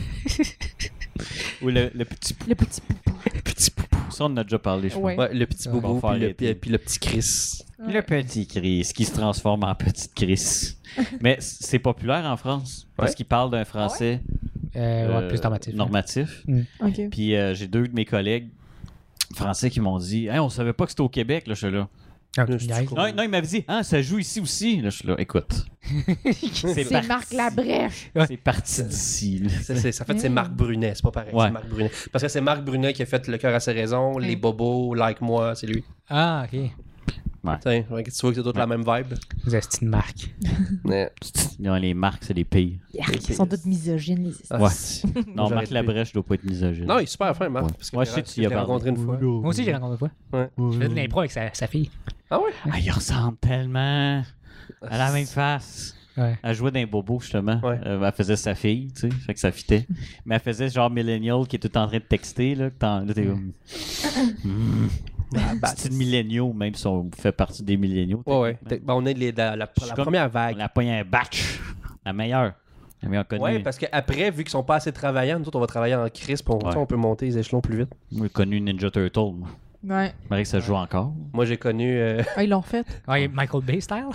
Ou le, le petit pou- Le petit poupou. Petit poupou. Ça, on en a déjà parlé, je pense. Ouais. Ouais, le petit On va boubou, faire puis le, arrêter. puis, puis le petit Chris. Le petit Chris qui se transforme en petite Chris. Mais c'est populaire en France parce Ouais. qu'il parle d'un français Euh, ouais, euh, plus normatif. normatif. Ok. Puis euh, j'ai deux de mes collègues français qui m'ont dit hey, on savait pas que c'était au Québec. Là, je suis là. Ah, Là, c'est nice. cool. Non, non, il m'avait dit ah, ça joue ici aussi. Là, je suis là. Écoute, c'est C'est Marc Labrèche. C'est parti d'ici. là. C'est, c'est, ça fait, c'est Marc Brunet, c'est pas pareil. Ouais. C'est Marc Brunet. Parce que c'est Marc Brunet qui a fait Le cœur à ses raisons, Les bobos, Like moi, c'est lui. Ah, ok. Tiens, ouais, tu vois que c'est toute la même vibe. Vous avez une marque. Ouais. Non, les marques, c'est les pires. Yark, Ils sont toutes misogynes, les Ah, Ouais. c'est- Non, J'aurais Marc pu- Labrèche doit pas être misogyne. Non, il est super fin, Marc. Ouais. Parce que Moi, j'ai- je sais que tu je y as l'ai parlé. rencontré une fois. Moi aussi, j'ai rencontré une fois. Ouais. Je faisais de l'impro avec sa, sa fille. Ah ouais? Ah, il ressemble tellement à la même face. Ouais. Elle jouait dans les bobos, justement. Ouais. Euh, elle faisait sa fille, tu sais, fait que ça fitait. Mais elle faisait genre millennial qui est tout en train de texter, là. que t'en- Là, t'es comme... Hmm. C'est une milléniaux, même si on fait partie des milléniaux. Ouais, ouais. T'es- ben, on est les- la, la- Je suis la comme- première On vague. a pogné un batch. La meilleure. La meilleure connue. Ouais, parce qu'après, vu qu'ils sont pas assez travaillants, nous autres, on va travailler en crisp, on, tu sais, Ouais. on peut monter les échelons plus vite. Moi, j'ai connu Ninja Turtle. Moi, Ouais. je que ça se joue encore. Moi, j'ai connu. euh, Ah, ils l'ont fait. Ouais, Michael Bay style.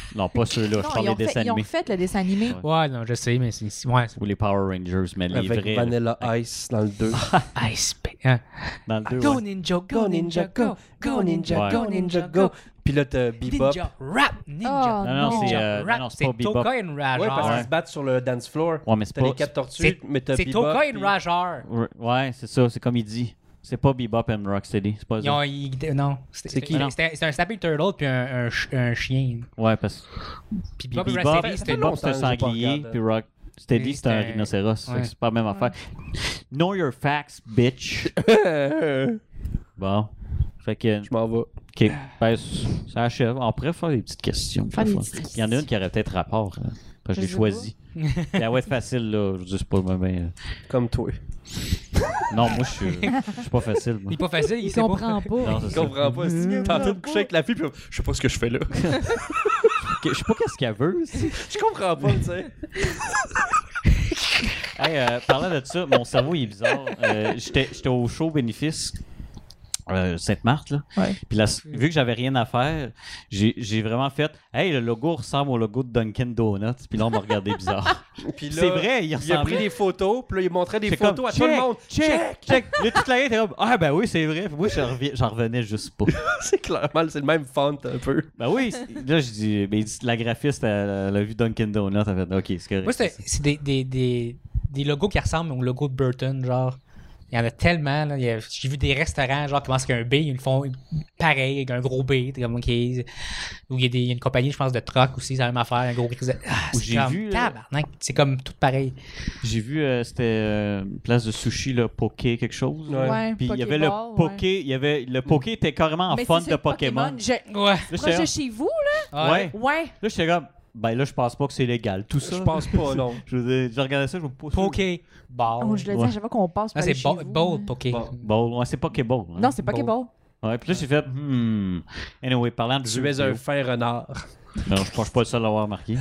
Non, pas ceux-là. Je Non, parle ils, ont des fait, dessins ils ont animés. fait le dessin animé. Ouais. Ouais, non, je sais, mais c'est. c'est- Ouais, Ou les Power Rangers, mais les Avec vrais. Vanilla Ice dans le deux. c'est- Ice Sp- hein. Dans le deux, Go ouais. Ninja, go Ninja, go! Go Ninja, Ouais. go Ninja, go! Puis là, t'as Bebop. Ninja, rap, Ninja! Oh, Non, non, c'est, Ninja, euh, rap, non, non, c'est pas Bebop. Toka and Ouais, parce Rajar. qu'ils se battent sur le dance floor. Ouais, mais c'est T'as pas. les quatre tortues, C'est- mais t'as C'est Bebop. Toka and puis- Rajar. Ouais, c'est ça, c'est comme il dit. C'est pas Bebop and Rocksteady. C'est pas Ils ça. ont, ils- non, c'était C'est qui? c'était- C'était c'était un Snapping Turtle puis un, un, ch- un chien. Ouais, parce que Puis Bebop, Bebop and Ça Rocksteady, fait c'était longtemps Bebop, c'est un que j'ai pas sanglier, regardé. puis Rocksteady, Oui, c'est un c'était- rhinocéros. Fait que ouais. c'est pas la même affaire. Know your facts, bitch. Je Bon. Fait que, m'en vais. ok, ben, ça achève. On pourrait faire des petites questions. Faire des Fun. petites Il y en a une qui aurait peut-être rapport. hein, parce que je Je l'ai sais choisie. Puis elle va être facile, là. Je dis, c'est pas même. Comme toi. Non, moi, je suis je suis pas facile. Moi. Il est pas facile, il Il sait pas. comprend pas. Non, c'est Je ça. comprends pas. Si t'es en train de coucher avec la fille, puis je sais pas ce que je fais là. Je sais pas qu'est-ce qu'elle veut. aussi. Je comprends pas, tu sais. Hey, euh, parlant de ça, mon cerveau il est bizarre. Euh, J'étais j'étais au show bénéfice euh, Sainte-Marthe, là. Ouais. Puis là, vu que j'avais rien à faire, j'ai j'ai vraiment fait hey, le logo ressemble au logo de Dunkin' Donuts. Puis là, on m'a regardé bizarre. Puis là, C'est vrai, il il a ressemblait. pris des photos, puis là, il montrait des C'est photos comme, à tout le monde. Check, check. Là, toute la gang était comme ah, ben oui, c'est vrai. Puis moi, j'en reviens- j'en revenais juste pas. C'est clairement, c'est le même font un peu. Ben oui, c'est- là, je dis, ben, il dit, la graphiste, elle, elle a vu Dunkin' Donuts, elle a fait ok, c'est correct. Moi, c'est c'est des, des, des, des logos qui ressemblent au logo de Burton, genre. Il y en a tellement, là. Il y a- J'ai vu des restaurants, genre, qui commencent avec un B, ils le font pareil, avec un gros B. T'es comme, ok. Ou il y, a des- il y a une compagnie, je pense, de truck aussi, c'est la même affaire, un gros B. Ah, Où c'est j'ai comme, vu, là. tabarnak, c'est comme tout pareil. J'ai vu, euh, c'était euh, une place de sushi, là, Poké, quelque chose. Ouais. Ouais, Puis il y avait le Pokéball, Poké, il y avait le Poké était carrément en Mais fun c'est de ça, Pokémon. Je... Ouais. Là, Proche j'étais de chez vous, ouais. là? Ouais. Là, j'étais comme, ben là, je pense pas que c'est légal, tout ça. Je pense pas, non. Je, veux dire, je regardais ça, je me pose. Poké. Ball. Oh, je le dis Ouais. à chaque fois qu'on passe. Ah, pour c'est aller chez bo- vous, Bold là. Poké. Bon. Ball, ouais, c'est Pokéball. hein. Non, c'est Pokéball. Ouais, puis là, j'ai fait, hmm. Anyway, parlant de Tu jeux es un vidéo- fin renard. Non, je pense que je suis pas le seul à l'avoir marqué.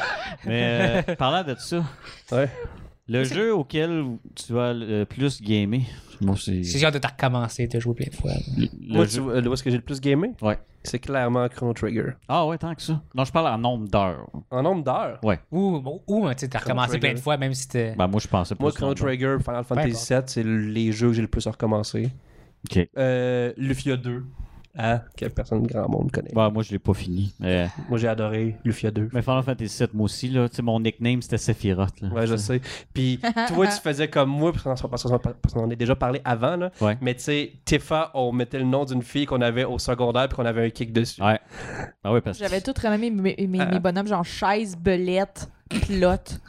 Mais euh, parlant de ça, Ouais. le jeu auquel tu as le plus gamé, moi, c'est. C'est genre de te recommencer, de jouer plein de fois. Le Moi, jeu- tu vois, où est-ce que j'ai le plus gamé? Ouais. C'est clairement Chrono Trigger. Ah ouais, tant que ça. Non, je parle en nombre d'heures. En nombre d'heures. Ou, ou tu sais, t'as Chrono recommencé plein de Trigger. fois, même si t'es. Ben, moi, je pensais plus. Moi, Chrono nombre d'heures. Trigger, Final Fantasy importe. sept, c'est les jeux que j'ai le plus recommencé. Ok. Euh, Lufia deux. Hein? Que personne de grand monde connaît. Bah, moi, je l'ai pas fini. Mais, Moi, j'ai adoré Lufia deux. mais Final Fantasy sept, moi aussi, là. Tu sais, mon nickname, c'était Sephiroth. Là. Ouais, je sais. Puis toi, tu faisais comme moi, parce qu'on parce qu'on- parce qu'on en a déjà parlé avant, là. Ouais. Mais tu sais, Tifa, on mettait le nom d'une fille qu'on avait au secondaire puis qu'on avait un kick dessus. Ouais. Ah ouais, parce que. J'avais tout renommé mes, mes, Ah. mes bonhommes, genre chaise, belette, plot.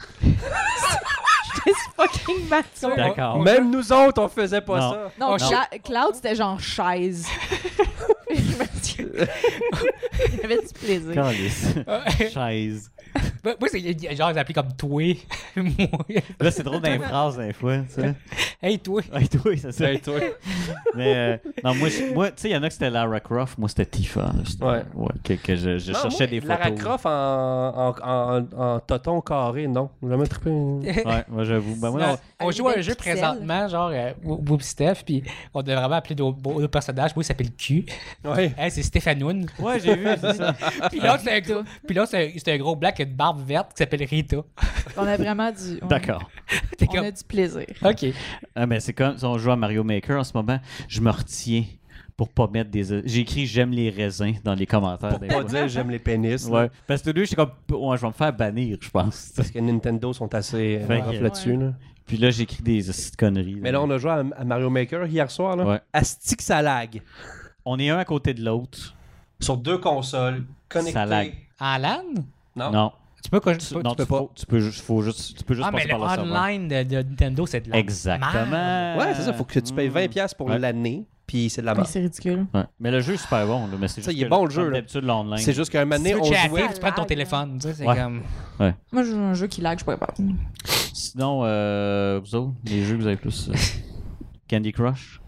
J'étais fucking mature. D'accord. Même nous autres, on faisait pas Non. ça. Non, Oh, Cla- Cloud, c'était genre chaise. Je me suis- Il y avait du plaisir. Calice. Chaise. Moi, moi, c'est genre, ils appelaient comme toi. Moi. Là, c'est drôle dans les phrases, des fois. Tu sais. Hey, toi. Ouais, toi, c'est ça. Hey, toi. Mais euh, non, moi, je- moi tu sais, il y en a que c'était Lara Croft, moi c'était Tifa. là. C'était- Ouais. que, que je, je Non, cherchais moi, des photos. Lara Croft en, en, en, en toton carré, non. J'ai jamais trippé. Ouais, moi j'avoue. Ben, moi, Non, non. on Avec joue à un des jeu pixels. présentement, genre euh, Whoop Steph, puis on devrait vraiment appeler nos, nos personnages. Moi, il s'appelle Q. Ouais. Elle, c'est Stéphanoun. Ouais, j'ai vu, c'est ça. Puis l'autre, c'est un gros, puis l'autre, c'est un, c'est un gros black avec une barbe verte qui s'appelle Rita. On a vraiment du. ouais. D'accord. T'es On comme, a du plaisir. OK. Ah, mais c'est comme si on joue à Mario Maker en ce moment, je me retiens pour pas mettre des. J'ai écrit j'aime les raisins dans les commentaires. Pour des pas fois. dire j'aime les pénis. là. Ouais. Parce que tous les deux, j'étais comme. Ouais, je vais me faire bannir, je pense. Parce que Nintendo sont assez euh, Fait rough que- là-dessus. Là. Puis là, j'écris des petites conneries. Mais là, on a joué à, à Mario Maker hier soir. Là. Ouais. Asti que ça lag. On est un à côté de l'autre. Sur deux consoles, connectées. Ça lag. En LAN? Non. Non. Tu peux, pas- Tu, tu peux- non, tu peux tu pas. faut- tu peux juste, faut juste, tu peux juste Ah, mais passer le par le serveur. online de, de Nintendo, c'est de la Exactement. merde. Ouais, c'est ça. Faut que tu payes vingt dollars pour Ouais. l'année, puis c'est de la Mais merde. c'est ridicule. Ouais. Mais le jeu est super bon, là, mais c'est Ça, juste il est que, bon, le jeu, comme là. d'habitude, l'online. C'est juste qu'un moment Tu donné, peux on chatter, jouait. puis tu prends ton lag, téléphone. Tu sais, c'est Ouais. comme... Moi, je joue à un jeu qui lag, je pourrais pas. Sinon, euh, vous autres, les jeux que vous avez plus. euh, Candy Crush.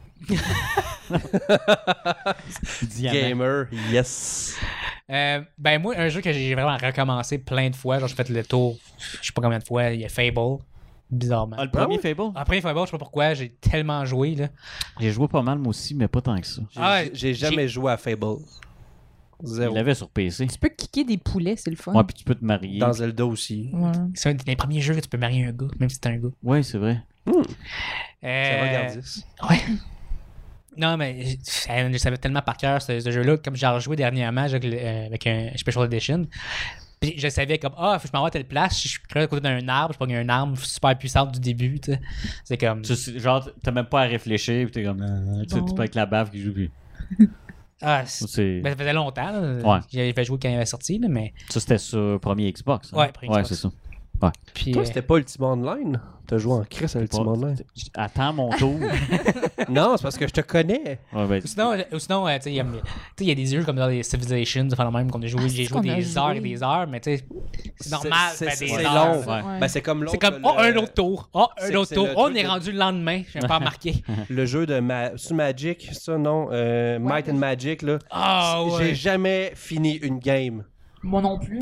Diamant. Gamer, yes. Euh, ben moi, un jeu que j'ai vraiment recommencé plein de fois, genre j'ai fait le tour, je sais pas combien de fois, il y a Fable, bizarrement. Ah, le premier Ah oui? Fable? Après Fable, je sais pas pourquoi, j'ai tellement joué, là. J'ai joué pas mal, moi aussi, mais pas tant que ça. J'ai Ah ouais, j'ai jamais joué à Fable. Zéro. Il l'avait sur P C. Tu peux kicker des poulets, c'est le fun. Ouais, puis tu peux te marier. Dans Zelda aussi. Ouais. C'est un des premiers jeux que tu peux marier un gars, même si c'est un gars. Ouais, c'est vrai. Hmm. Euh, Ça regarde dix. Ouais. Non, mais je, je savais tellement par cœur ce, ce jeu-là. Comme j'ai rejoué dernièrement avec, le- euh, avec un Special Edition. Puis je savais comme, ah, faut que je m'en vais à telle place. Je suis à côté d'un arbre, je prends une arme super puissante du début. Tu sais. C'est comme. Tu sais, genre, t'as même pas à réfléchir, puis t'es comme. euh, tu sais, Bon. tu peux avec la baffe qui joue, puis. Ah, c'est- C'est... ben, ça faisait longtemps. Là. Ouais. J'avais fait jouer quand il avait sorti, là, mais. Ça, c'était sur premier Xbox. hein? Ouais, premier Ouais, Xbox. c'est ça. Puis, Toi, euh, c'était pas Ultima Online? T'as joué en Chris à Ultima Pas- Online? Attends mon tour. Non, c'est parce que je te connais. Ouais, ben, Ou sinon, ou sinon euh, tu sais, il y a- tu sais, il y a des jeux comme dans les Civilizations, enfin, même qu'on a joué, Ah, j'ai c'est joué qu'on a des joué. heures et des heures, mais tu sais, c'est normal, C'est- ben, c'est- des c'est heures. long. Ouais. Ben, c'est comme l'autre. C'est comme, le- oh, un autre tour, oh, un C'est- autre c'est tour, le on truc est de- rendu le lendemain, je n'ai pas remarqué. Le jeu de Ma... c'est Magic, ça, non? Euh, Might and Magic, là. Ah J'ai ouais. jamais fini une game. Moi non plus.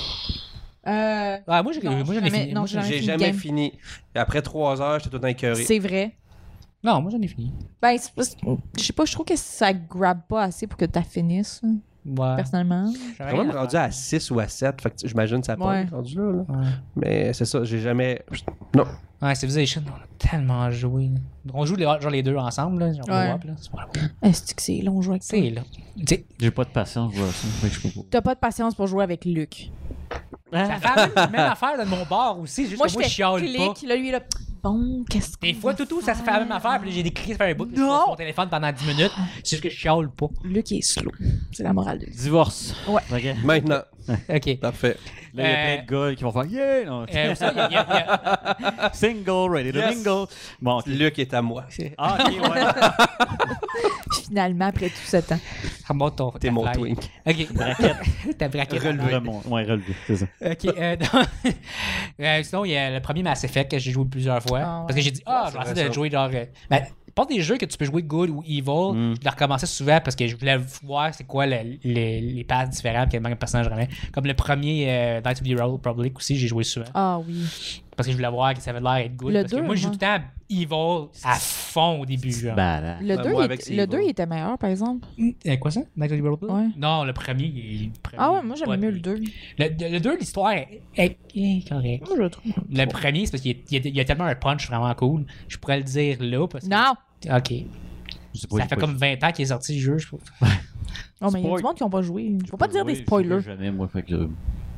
Euh, Ah, moi, j'ai- Non, moi, j'en ai jamais- fini. non, Moi, j'ai j'en ai- J'ai fini jamais game. fini. Et après trois heures, j'étais tout écœuré. c'est vrai. Non, moi, j'en ai fini. Ben, c'est parce- je sais pas, je trouve que ça grab pas assez pour que tu finisses, Ouais. personnellement. J'avais J'ai quand même rien à rendu faire. à six ou à sept. Fait que j'imagine que ça n'a Ouais. pas rendu là, là. Ouais. Mais c'est ça, j'ai jamais. Non. Ouais, Civilization, on a tellement joué. là. On joue les, genre les deux ensemble, là. Genre, Ouais. co-op, là. C'est pas cool. Est-ce que c'est long jouer avec toi? C'est là. Tu sais, j'ai pas de patience, je vois ça. Fait que je peux pas. T'as pas de patience pour jouer avec Luc. ça fait la même, même affaire de mon bar aussi, juste Moi, que je moi, je fais chiale pas. clic, là, lui, là, bon, qu'est-ce que. Des fois, Toutou, ça se fait la même affaire, puis là, j'ai des clics, ça fait un bout, puis je Non! passe mon téléphone pendant dix minutes. C'est juste que je chiale pas. Luc est slow. C'est la morale de lui. Divorce. Ouais. Ok. Maintenant. Ok. Parfait. Là, il y a Euh, plein de gars qui vont faire Yeah! Non. Euh, ça, il y a- il y a- il y a- Single, ready to Yes. mingle. Bon, ok. Luc est à moi. Ah, ok, ouais. Finalement, après tout ce temps. Remonte ton. T'es ta mon fly. twink. Ok. Braquette. Ta braquette. Relevé. Remont- Ouais, relevé, c'est ça. Ok. euh, non. Euh, sinon, il y a le premier Mass Effect que j'ai joué plusieurs fois. Ah ouais. Parce que j'ai dit, ah, Ouais, je vais c'est essayer vrai, de ça. jouer genre. euh, ben, pas des jeux que tu peux jouer good ou evil. Mm. Je les recommençais souvent parce que je voulais voir c'est quoi le- les, les passes différentes, quel même personnage j'aimais. Comme le premier euh, Knights of the Old Republic aussi, j'ai joué souvent. Ah oui. Parce que je voulais voir que ça avait l'air d'être good. Le parce que deux, moi, je joue moi. tout le temps evil à fond au début. genre. Badass. Le Ben, 2 moi, il, avec était- c'est le evil. deux, il était meilleur, par exemple. Euh, quoi ça? Knights of the Old Republic? Ouais. Non, le premier, il est. le premier, Ah ouais, moi, j'aimais pas- mieux le deux. Le, le deux, l'histoire est, est- est correcte. Moi, je le trouve. Le premier, c'est parce qu'il y a, il y a- il y a tellement un punch vraiment cool. Je pourrais le dire là. Parce que, Non! Ok. Je sais pas, Ça j'ai fait pas comme vingt ans qu'il est sorti le jeu, je trouve. Oh, mais il y a Spoil. du monde qui n'ont pas joué. Faut pas joué, dire des je spoilers. joue jamais, moi, fait que.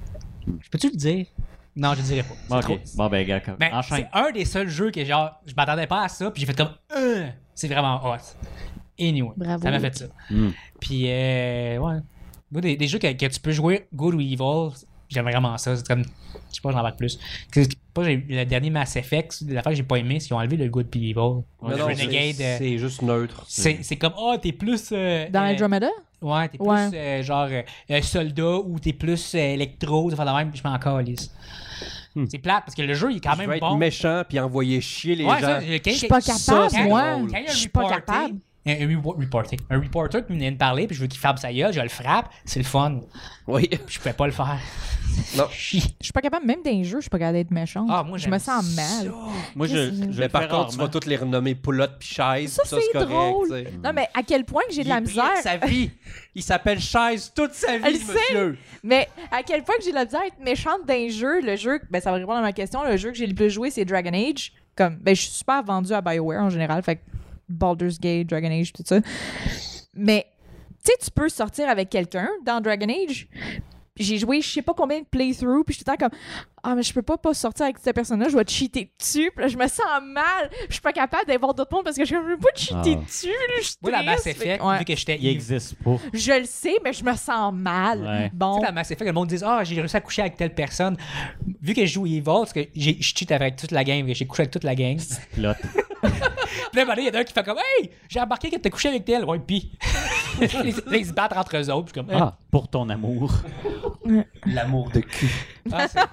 Je peux-tu le dire? Non, je le dirai pas. C'est Ok. trop- Bon, ben, gars, Ben, enchaîne. c'est un des seuls jeux que genre, je m'attendais pas à ça, puis j'ai fait comme, euh, c'est vraiment hot. Anyway, Bravo. ça m'a fait ça. Hmm. Puis, euh, ouais. Moi, des, des jeux que, que tu peux jouer good ou evil, j'aime vraiment ça. C'est comme, je sais pas, j'en parle plus. Que- Pas, j'ai- le dernier Mass Effect, l'affaire que j'ai pas aimé, c'est qu'ils ont enlevé le good puis evil. Ouais, Mais le non, Renegade, c'est euh, c'est juste neutre. c'est c'est comme, oh, t'es plus. euh, Dans euh, Andromeda? Ouais, t'es plus Ouais. euh, genre euh, euh, soldat ou t'es plus euh, électro, ça fait la même, puis je m'en calisse. Hmm. C'est plate parce que le jeu il est quand Je même veux être bon. méchant puis envoyer chier les Ouais, gens. ça, le- quand- Je suis pas quand- capable, c'est moi. drôle. quand il y a Je un suis pas reporter, capable. Un, un report- reporter. Un reporter qui vient me parler, puis je veux qu'il ferme sa gueule, je le frappe, c'est le fun. Oui. Puis je pouvais pas le faire. Non. Chi. Je suis pas capable, même dans les jeux, je suis pas capable d'être méchante. Ah, moi, je j'aime me sens ça. mal. Moi, je, Qu'est-ce que- je Mais le par fais contre, tu vas rarement. toutes les renommer poulotte puis chaise. Ça, puis ça, c'est correct, drôle. tu sais. Non, mais à quel point que j'ai de la Il est pris avec misère. sa vie. Il s'appelle chaise toute sa vie, Elle sait. monsieur. Mais à quel point que j'ai de la misère à être méchante dans les jeux. Le jeu, ben ça va répondre à ma question. Le jeu que j'ai le plus joué, c'est Dragon Age. Comme, ben je suis super vendu à BioWare en général. Fait que Baldur's Gate, Dragon Age, tout ça. Mais, tu sais, tu peux sortir avec quelqu'un dans Dragon Age. J'ai joué je sais pas combien de playthroughs, puis j'étais tout le temps comme ah mais je peux pas pas sortir avec cette personne-là, je vais te cheater dessus, puis là je me sens mal, je suis pas capable d'aller voir d'autres mondes parce que je veux pas te cheater Ah. dessus, là, je suis Moi, la Mass triste. Effect, Fait que, ouais. vu que j'étais Il existe pas. Je le sais, mais je me sens mal. Ouais. Tu Bon. sais, dans Mass Effect, le monde dit ah, j'ai réussi à coucher avec telle personne. Vu que je joue Evil, parce que j'ai- je cheat avec toute la game, j'ai couché avec toute la gang. Puis Plot. là, un moment donné, il y en a un qui fait comme hey, j'ai embarqué que t'as couché avec tel. Ouais, pis. là, ils se battent entre eux autres. Puis comme, ah, Ah, pour ton amour. L'amour de cul. ah, c'est-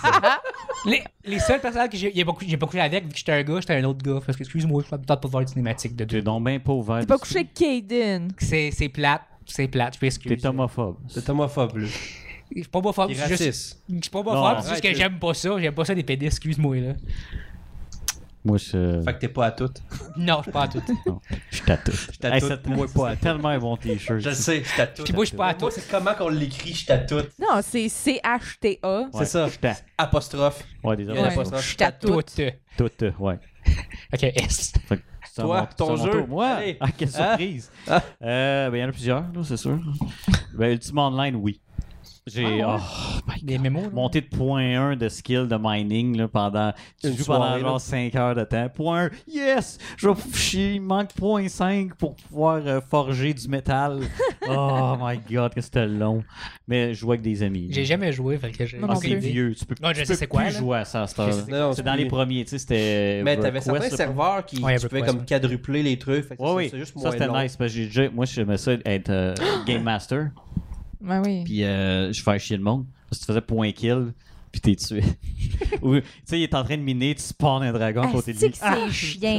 les, les seules personnes que j'ai j'ai pas, cou- j'ai pas couché avec, vu que j'étais un gars, j'étais un autre gars. Parce que, excuse-moi, je peut-être pas voir une cinématique de Tu es deux. donc bien pas ouvert. T'es pas dessus. couché avec Kaden. C'est c'est plate. C'est plate, je m'excuse. T'es homophobe. C'est homophobe, là. Je suis pas homophobe. Il Je est suis juste- raciste. je suis pas Non, homophobe, c'est juste arrête, que là. j'aime pas ça. J'aime pas ça des pédés, excuse-moi là. Moi, je. Fait que t'es pas à tout. Non, je suis pas à tout. Non, je suis à tout. Je suis à tout, c'est- moi, pas à c'est tout. tellement un bon t-shirt. Je le sais, je suis à tout. Puis moi, je suis pas à Moi, tout. c'est comment qu'on l'écrit, je suis à tout. Non, c'est C H T A. Ouais, C'est ça. Je suis à. Apostrophe. Ouais, des Il y a Ouais. l'apostrophe. Je suis à tout. Tout. euh, Tout, euh, ouais. Ok, S. Fait que c'est Toi, à mon- ton c'est à mon jeu. tour. Moi? Allez. Ah, quelle Ah. surprise. Ah. Euh, ben, il y en a plusieurs, là, c'est sûr. Ben, Ultima Online, oui. J'ai Ah ouais? oh, my God. Des mémos. là. monté de point un de skill de mining là, pendant. Tu Une joues pendant soirée, là. genre cinq heures de temps. Point un, yes! Je vais chier, il manque point cinq pour pouvoir euh, forger du métal. Oh my god, que c'était long. Mais je jouais avec des amis. J'ai jamais joué, fait que j'ai. Moi Ah, non c'est plus. vieux. Tu peux, Ouais, tu je peux sais c'est quoi, plus là. jouer à ça à cette heure-là. Non, C'est c'est dans plus- les premiers, tu sais, c'était. Mais t'avais EverQuest, certains là. serveurs qui, Ouais, qui pouvaient EverQuest, comme ouais. quadrupler les trucs. Fait que Ouais, ça, oui. c'est juste Ça, moins c'était long. nice. Parce que j'ai déjà- moi, j'aimais ça être euh, Game Master. Ben oui. Puis euh, je fais chier le monde. Parce que tu faisais point kill. Puis t'es tué. Ou, tu sais, il est en train de miner, tu spawns un dragon à Ah, côté de c'est lui. que c'est chien.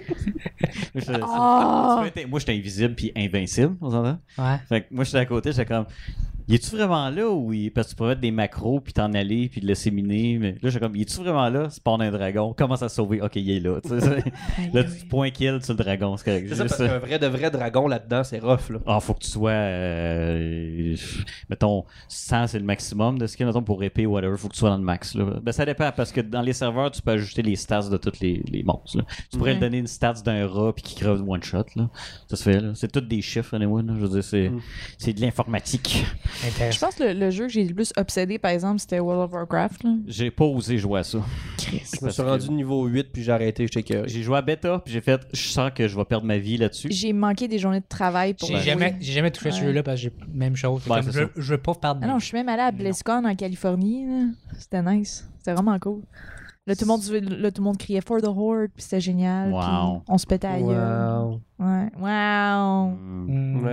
Je faisais ça. Oh! Tu peux être- Moi, j'étais invisible puis invincible, on s'entend? Ouais. Fait que moi, j'étais à côté, j'étais comme. Il est-tu vraiment là ou il... Parce que tu peux mettre des macros puis t'en aller puis le laisser miner. Mais là, j'étais comme, il est-tu vraiment là? Spawn un dragon. Commence à sauver. Ok, il est là. Tu sais, là, tu point kill sur le dragon. C'est correct. C'est ça, Juste parce qu'un vrai de vrai dragon là-dedans, c'est rough, là. Ah, faut que tu sois. Euh, mettons, cent c'est le maximum de skill. Mettons, pour épée ou whatever, faut que tu sois dans le max. Là. Ben, ça dépend parce que dans les serveurs, tu peux ajuster les stats de tous les, les monstres. Là. Tu pourrais Ouais. le donner une stats d'un rat puis qui crève one shot. Là. Ça se fait. Là. C'est tous des chiffres, anyway. Là. Je veux dire, c'est, Mm. c'est de l'informatique. Je Intéressant. pense que le, le jeu que j'ai le plus obsédé, par exemple, c'était World of Warcraft. Là. J'ai pas osé jouer à ça. Je me Parce suis que rendu niveau huit, puis j'ai arrêté, j'étais que. J'ai joué à bêta puis j'ai fait. Je sens que je vais perdre ma vie là-dessus. J'ai manqué des journées de travail pour J'ai jouer. jamais, j'ai jamais touché à ce Ouais. jeu-là parce que j'ai même chose. Ouais, Comme c'est je, ça. je veux pas perdre. Ah non, je suis même allée à BlizzCon en Californie. là. C'était nice. C'était vraiment cool. Là, tout le monde, là, tout le monde criait For the Horde, puis c'était génial. Wow. Puis on se pétait à la gueule. Wow. Ouais. Wow. Mm. Mm. Ouais.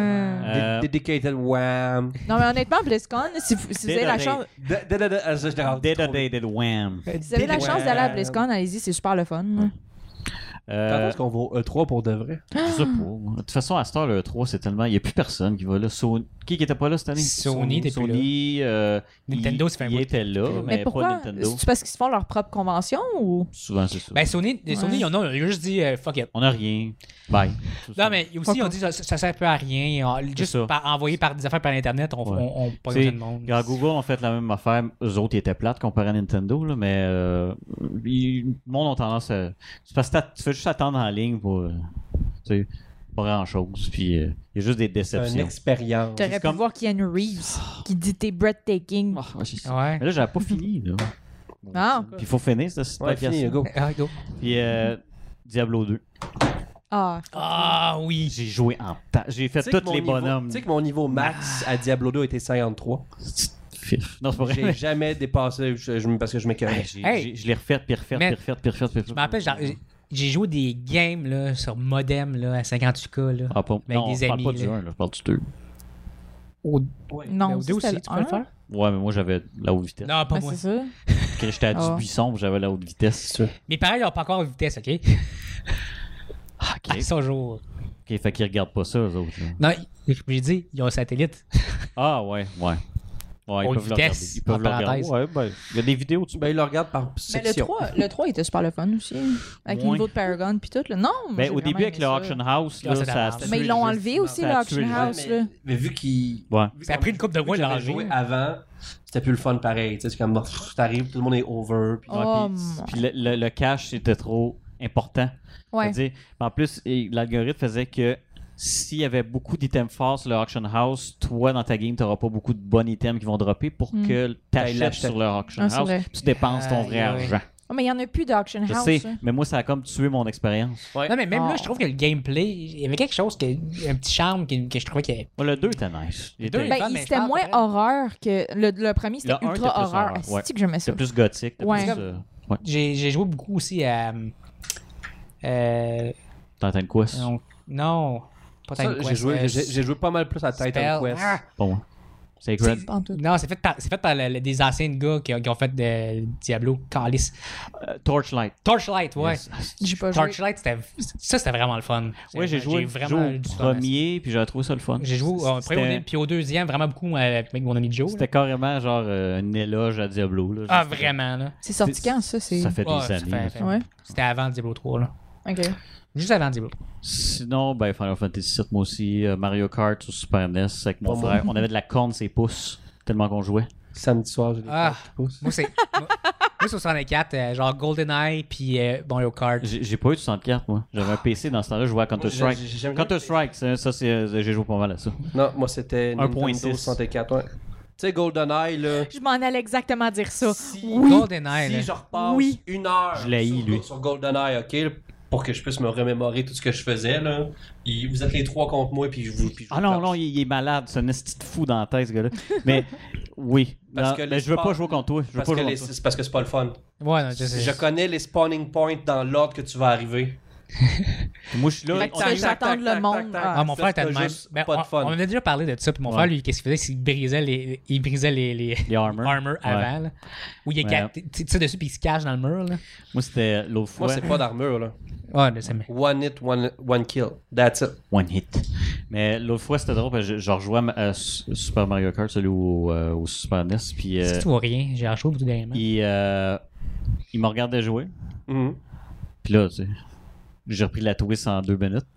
Euh, Dé- Dedicated wham. Non, mais honnêtement, BlizzCon, si vous, si vous avez la chance, Da- da- da- da- ah, ça, j'étais rendu trop vite. Dedicated wham. si vous avez la chance d'aller à BlizzCon, allez-y, c'est super le fun. là. Quand Euh, est-ce qu'on va au E trois pour de vrai? Je sais pas. De toute façon, à cette heure, le E trois, c'est tellement. Il n'y a plus personne qui va là. Sony... Qui qui était pas là cette année? Sony était plus Sony, euh, Nintendo, il, ça fait un il bout. était là, mais, Mais pourquoi? pas Nintendo. C'est parce qu'ils se font leur propre convention ou? Souvent, c'est ça. Ben, Sony, Ouais. Sony, ils en ont, ils ont juste dit euh, fuck it. On n'a rien. Bye. Non, mais aussi, ils ont dit ça, ça sert peu à rien. On- Juste ça. par, envoyer par des affaires par Internet, on, Ouais. on, on pogne C'est- plein de monde. Regarde, Google ont fait la même affaire. Eux autres, ils étaient plates comparé à Nintendo, là, mais euh, ils- le monde a tendance à. C'est parce que tu fais juste attendre en ligne pour. euh, tu sais, pas grand chose. Puis euh, il y a juste des C'est une déceptions. expérience. T'aurais pu comme- voir Keanu Reeves qui dit t'es breathtaking. Ah, ouais, c'est ça. Ouais. Mais là, j'avais pas fini. Là. Ah. Puis il faut finir, ce ce Ouais, podcast. fini, go. Ah, go. Puis euh, Diablo deux. Ah. Ah oui. J'ai joué en temps. J'ai fait Tu sais que tous mon les niveau- bonhommes. Tu sais que mon niveau max à Diablo deux était cinquante-trois. Fif. Non, c'est pas vrai. J'ai jamais dépassé je- je- parce que je m'écœurais. J'ai- Hey. j'ai- Je l'ai refait, puis refait, Mais- puis refait, puis refait, puis refait. Je me rappelle, j'ai- j'ai joué des games là, sur modem là, à cinquante-huit K. Là. Ah, pas, avec non, des je parle amis, pas du là. un, là, je parle du deux. Au, Non, ben, au ça, deux aussi, c'était tu peux le un. faire? Ouais, mais moi, j'avais la haute vitesse. Non, pas Ben, moi. c'est ça. Quand j'étais à Ah. Dubuisson, j'avais la haute vitesse. Mais pareil, ils n'ont pas encore de vitesse, OK? Ah, À ok. ce jour. Ok, fait qu'ils regardent pas ça, eux autres. là. Non, ils- j'ai dit, ils ont un satellite. Ah, ouais, ouais. Ouais, ils Haute peuvent le vitesse, regarder. Ils peuvent en le regarder. parenthèse. Ouais, ben, il y a des vidéos dessus. Ben, il le regarde par Mais le section. trois, le trois était super le fun aussi. Avec le Ouais. niveau de Paragon puis tout. Là. Non, moi, Ben, j'ai au vraiment début, avec aimé le ça. Auction House, Ah, là, c'est ça la ça merde. Mais tué ils l'ont le- enlevé aussi, ça le a Auction tué le jeu. House. mais, là. mais vu qu'il. Ouais. vu Ça a qu'on- pris une couple de vu mois que de j'avais l'enlever, joué là. avant, c'était plus le fun pareil. Tu sais, c'est comme, pff, t'arrives, tout le monde est over. puis- Ouais, Oh, puis- mon- puis le, le- le cash, c'était trop important. Ouais. C'est-à-dire, en plus, et l'algorithme faisait que s'il y avait beaucoup d'items forts sur le Auction House, toi, dans ta game, tu n'auras pas beaucoup de bons items qui vont dropper pour Mm. que tu T'ailles achètes l'acheter. sur le Auction Ah, c'est House. vrai. puis tu dépenses ton vrai Aïe, aïe. argent. Oh, mais il n'y en a plus d'Auction Je House. sais, hein. mais moi, ça a comme tué mon expérience. Ouais. Non, mais même Oh. là, je trouve que le gameplay, il y avait quelque chose, que, un petit charme que, que je trouvais qu'il y avait. Moi, le deux était nice. Il Le deux, était- il- Ben, mais c'était je pense moins après- horreur que. Le, le premier, c'était Le un était ultra plus horreur. horreur, Ah, ouais. c'est que j'aimais ça. C'était plus gothique. c'était Ouais. plus, euh, ouais. J'ai j'ai joué beaucoup aussi à. Euh, Titan Quest. non, non, pas Ça, Titan j'ai Quest, joué, euh, j'ai j'ai joué pas mal plus à Titan Spell. Quest. Ah! Pas moi. Sacred. Pas en tout. Non, c'est fait par, c'est fait par le- le- des anciens gars qui, ont- qui ont fait de Diablo. Calice. Euh, Torchlight. Torchlight, ouais. Yes. J'ai pas joué. Torchlight, c'était, ça, c'était vraiment le fun. Ouais, j'ai joué, vraiment joué eu au du fun à ça. premier, puis j'avais trouvé ça le fun. J'ai joué au C'était- premier, puis au deuxième, vraiment beaucoup euh, avec mon ami Joe. là. C'était carrément genre euh, un éloge à Diablo. Là. Ah, Juste- vraiment, là. C'est sorti quand, ça? C'est... Ça fait des Ouais, ça années. fait- là. fait- Ouais. C'était avant Diablo trois, là. OK. Juste avant Diablo. Sinon, ben, Final Fantasy sept, moi aussi. euh, Mario Kart sur Super N E S avec mon Pas moi. frère. On avait de la corne ses pouces, tellement qu'on jouait. Samedi soir, j'ai des Ah. cartes qui poussent. Moi, c'est. moi, moi, sur soixante-quatre, euh, genre GoldenEye puis euh, Mario Kart. J'ai j'ai pas eu de soixante-quatre, moi. J'avais un P C dans ce temps-là, je jouais à Counter-Strike. J'ai- j'ai- j'aime- Counter-Strike, ça, ça, c'est, euh, j'ai joué pas mal à ça. Non, moi, c'était un point Nintendo six. soixante-quatre, ouais. Tu sais, GoldenEye, là. Je m'en allais exactement dire ça. Si, Oui. GoldenEye, si là. je repasse Oui. une heure Je l'ai sur, eu, lui. sur GoldenEye, OK, là, pour que je puisse me remémorer tout ce que je faisais, là. Il- vous êtes les trois contre moi, puis je vous. puis je Ah vous non, torche. non, il, il est malade, c'est un esti de fou dans la tête, ce gars-là. Mais oui, Parce Non, que mais les je veux pas sports- jouer contre toi. Je veux Parce pas que, jouer les- contre toi. c'est parce que c'est pas le fun. Ouais, non, je sais. Je connais les spawning points dans l'ordre que tu vas arriver. Moi, je suis là. Fait que on tu est- fais j'attendre le monde. Ah, mon frère était de T'as même. juste Ben, pas de on, fun. on en a déjà parlé de ça. Puis mon Ouais. frère, lui, qu'est-ce qu'il faisait? C'est qu'il brisait les, il brisait les, les Les armor. armor Ouais. avant. Là, où il est Ouais. ca- tu tu tires dessus puis il se cache dans le mur. Là. Moi, c'était l'autre Moi, fois. c'est pas d'armure, là. Ouais, je sais, mais. One hit, one, one kill. That's it. One hit. Mais l'autre fois, c'était drôle, parce que je, je rejouais à, à Super Mario Kart, celui au, euh, au Super N E S. Puis euh, C'est tout ou rien. J'ai acheté au bout dernièrement. il, euh, il me regardait jouer. Mhm. Puis là, tu sais, j'ai repris la twist en deux minutes.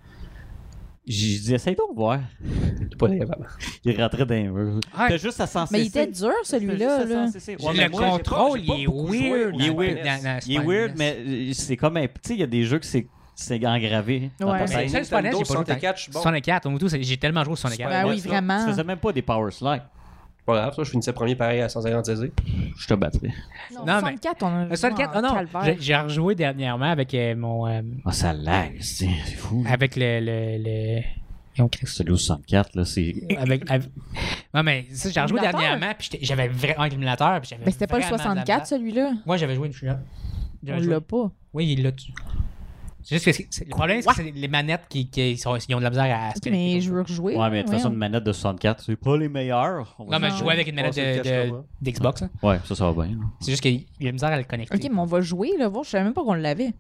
J'ai dit, essaye donc de voir. C'est pas capable. Il rentrait dans les murs. Ah, T'as juste à s'en Mais il cesser. était dur, T'as celui-là. juste à Là. s'en cesser. Ouais, le mais moi, j'ai pas- contrôle, j'ai pas il est beaucoup joué weird. Il est dans- weird. dans- dans Il est Super weird, N E S. mais euh, c'est comme un. Tu sais, il y a des jeux que c'est, c'est engravé. dans Ouais. ta Mais tête. ça, le Super N E S, j'ai pas joué soixante-quatre, je suis bon. soixante-quatre, au tout, j'ai tellement joué au soixante-quatre. Ben Ouais, oui, ça, vraiment. Tu faisais même pas des power slides. Pas grave, ça, je finissais premier pareil à cent cinquante C Z. Je te battrais. Non, Non, mais- soixante-quatre, on a Le soixante-quatre, joué oh en non, calvaire. j'ai- j'ai rejoué dernièrement avec euh, mon. euh, Ah, ça lag, c'est c'est fou. avec le. le, le... Voyons, Christ. Celui au soixante-quatre, là, c'est. avec, avec... Ouais, mais ça, j'ai rejoué Émulateur? dernièrement, puis j'étais- j'avais vraiment l'émulateur. puis j'avais Mais c'était pas le vraiment de la soixante-quatre, misère. celui-là. Moi, j'avais joué une fois. On J'avais joué. l'a pas. Oui, il l'a tué. C'est juste que c'est- c'est- le problème, c'est que c'est les manettes qui, qui sont, ils ont de la misère à se Ok, connecter. mais je veux rejouer. Ouais, mais de toute façon, Voyons. une manette de soixante-quatre, c'est pas les meilleurs. On va Non, mais dire. je jouais avec une manette Ouais, c'est de- le de- cache-là, d'Xbox. hein. Ouais, ça, ça va bien. là. C'est juste qu'il y a de la misère à le connecter. Ok, mais on va jouer, là. Voir, je savais même pas qu'on l'avait.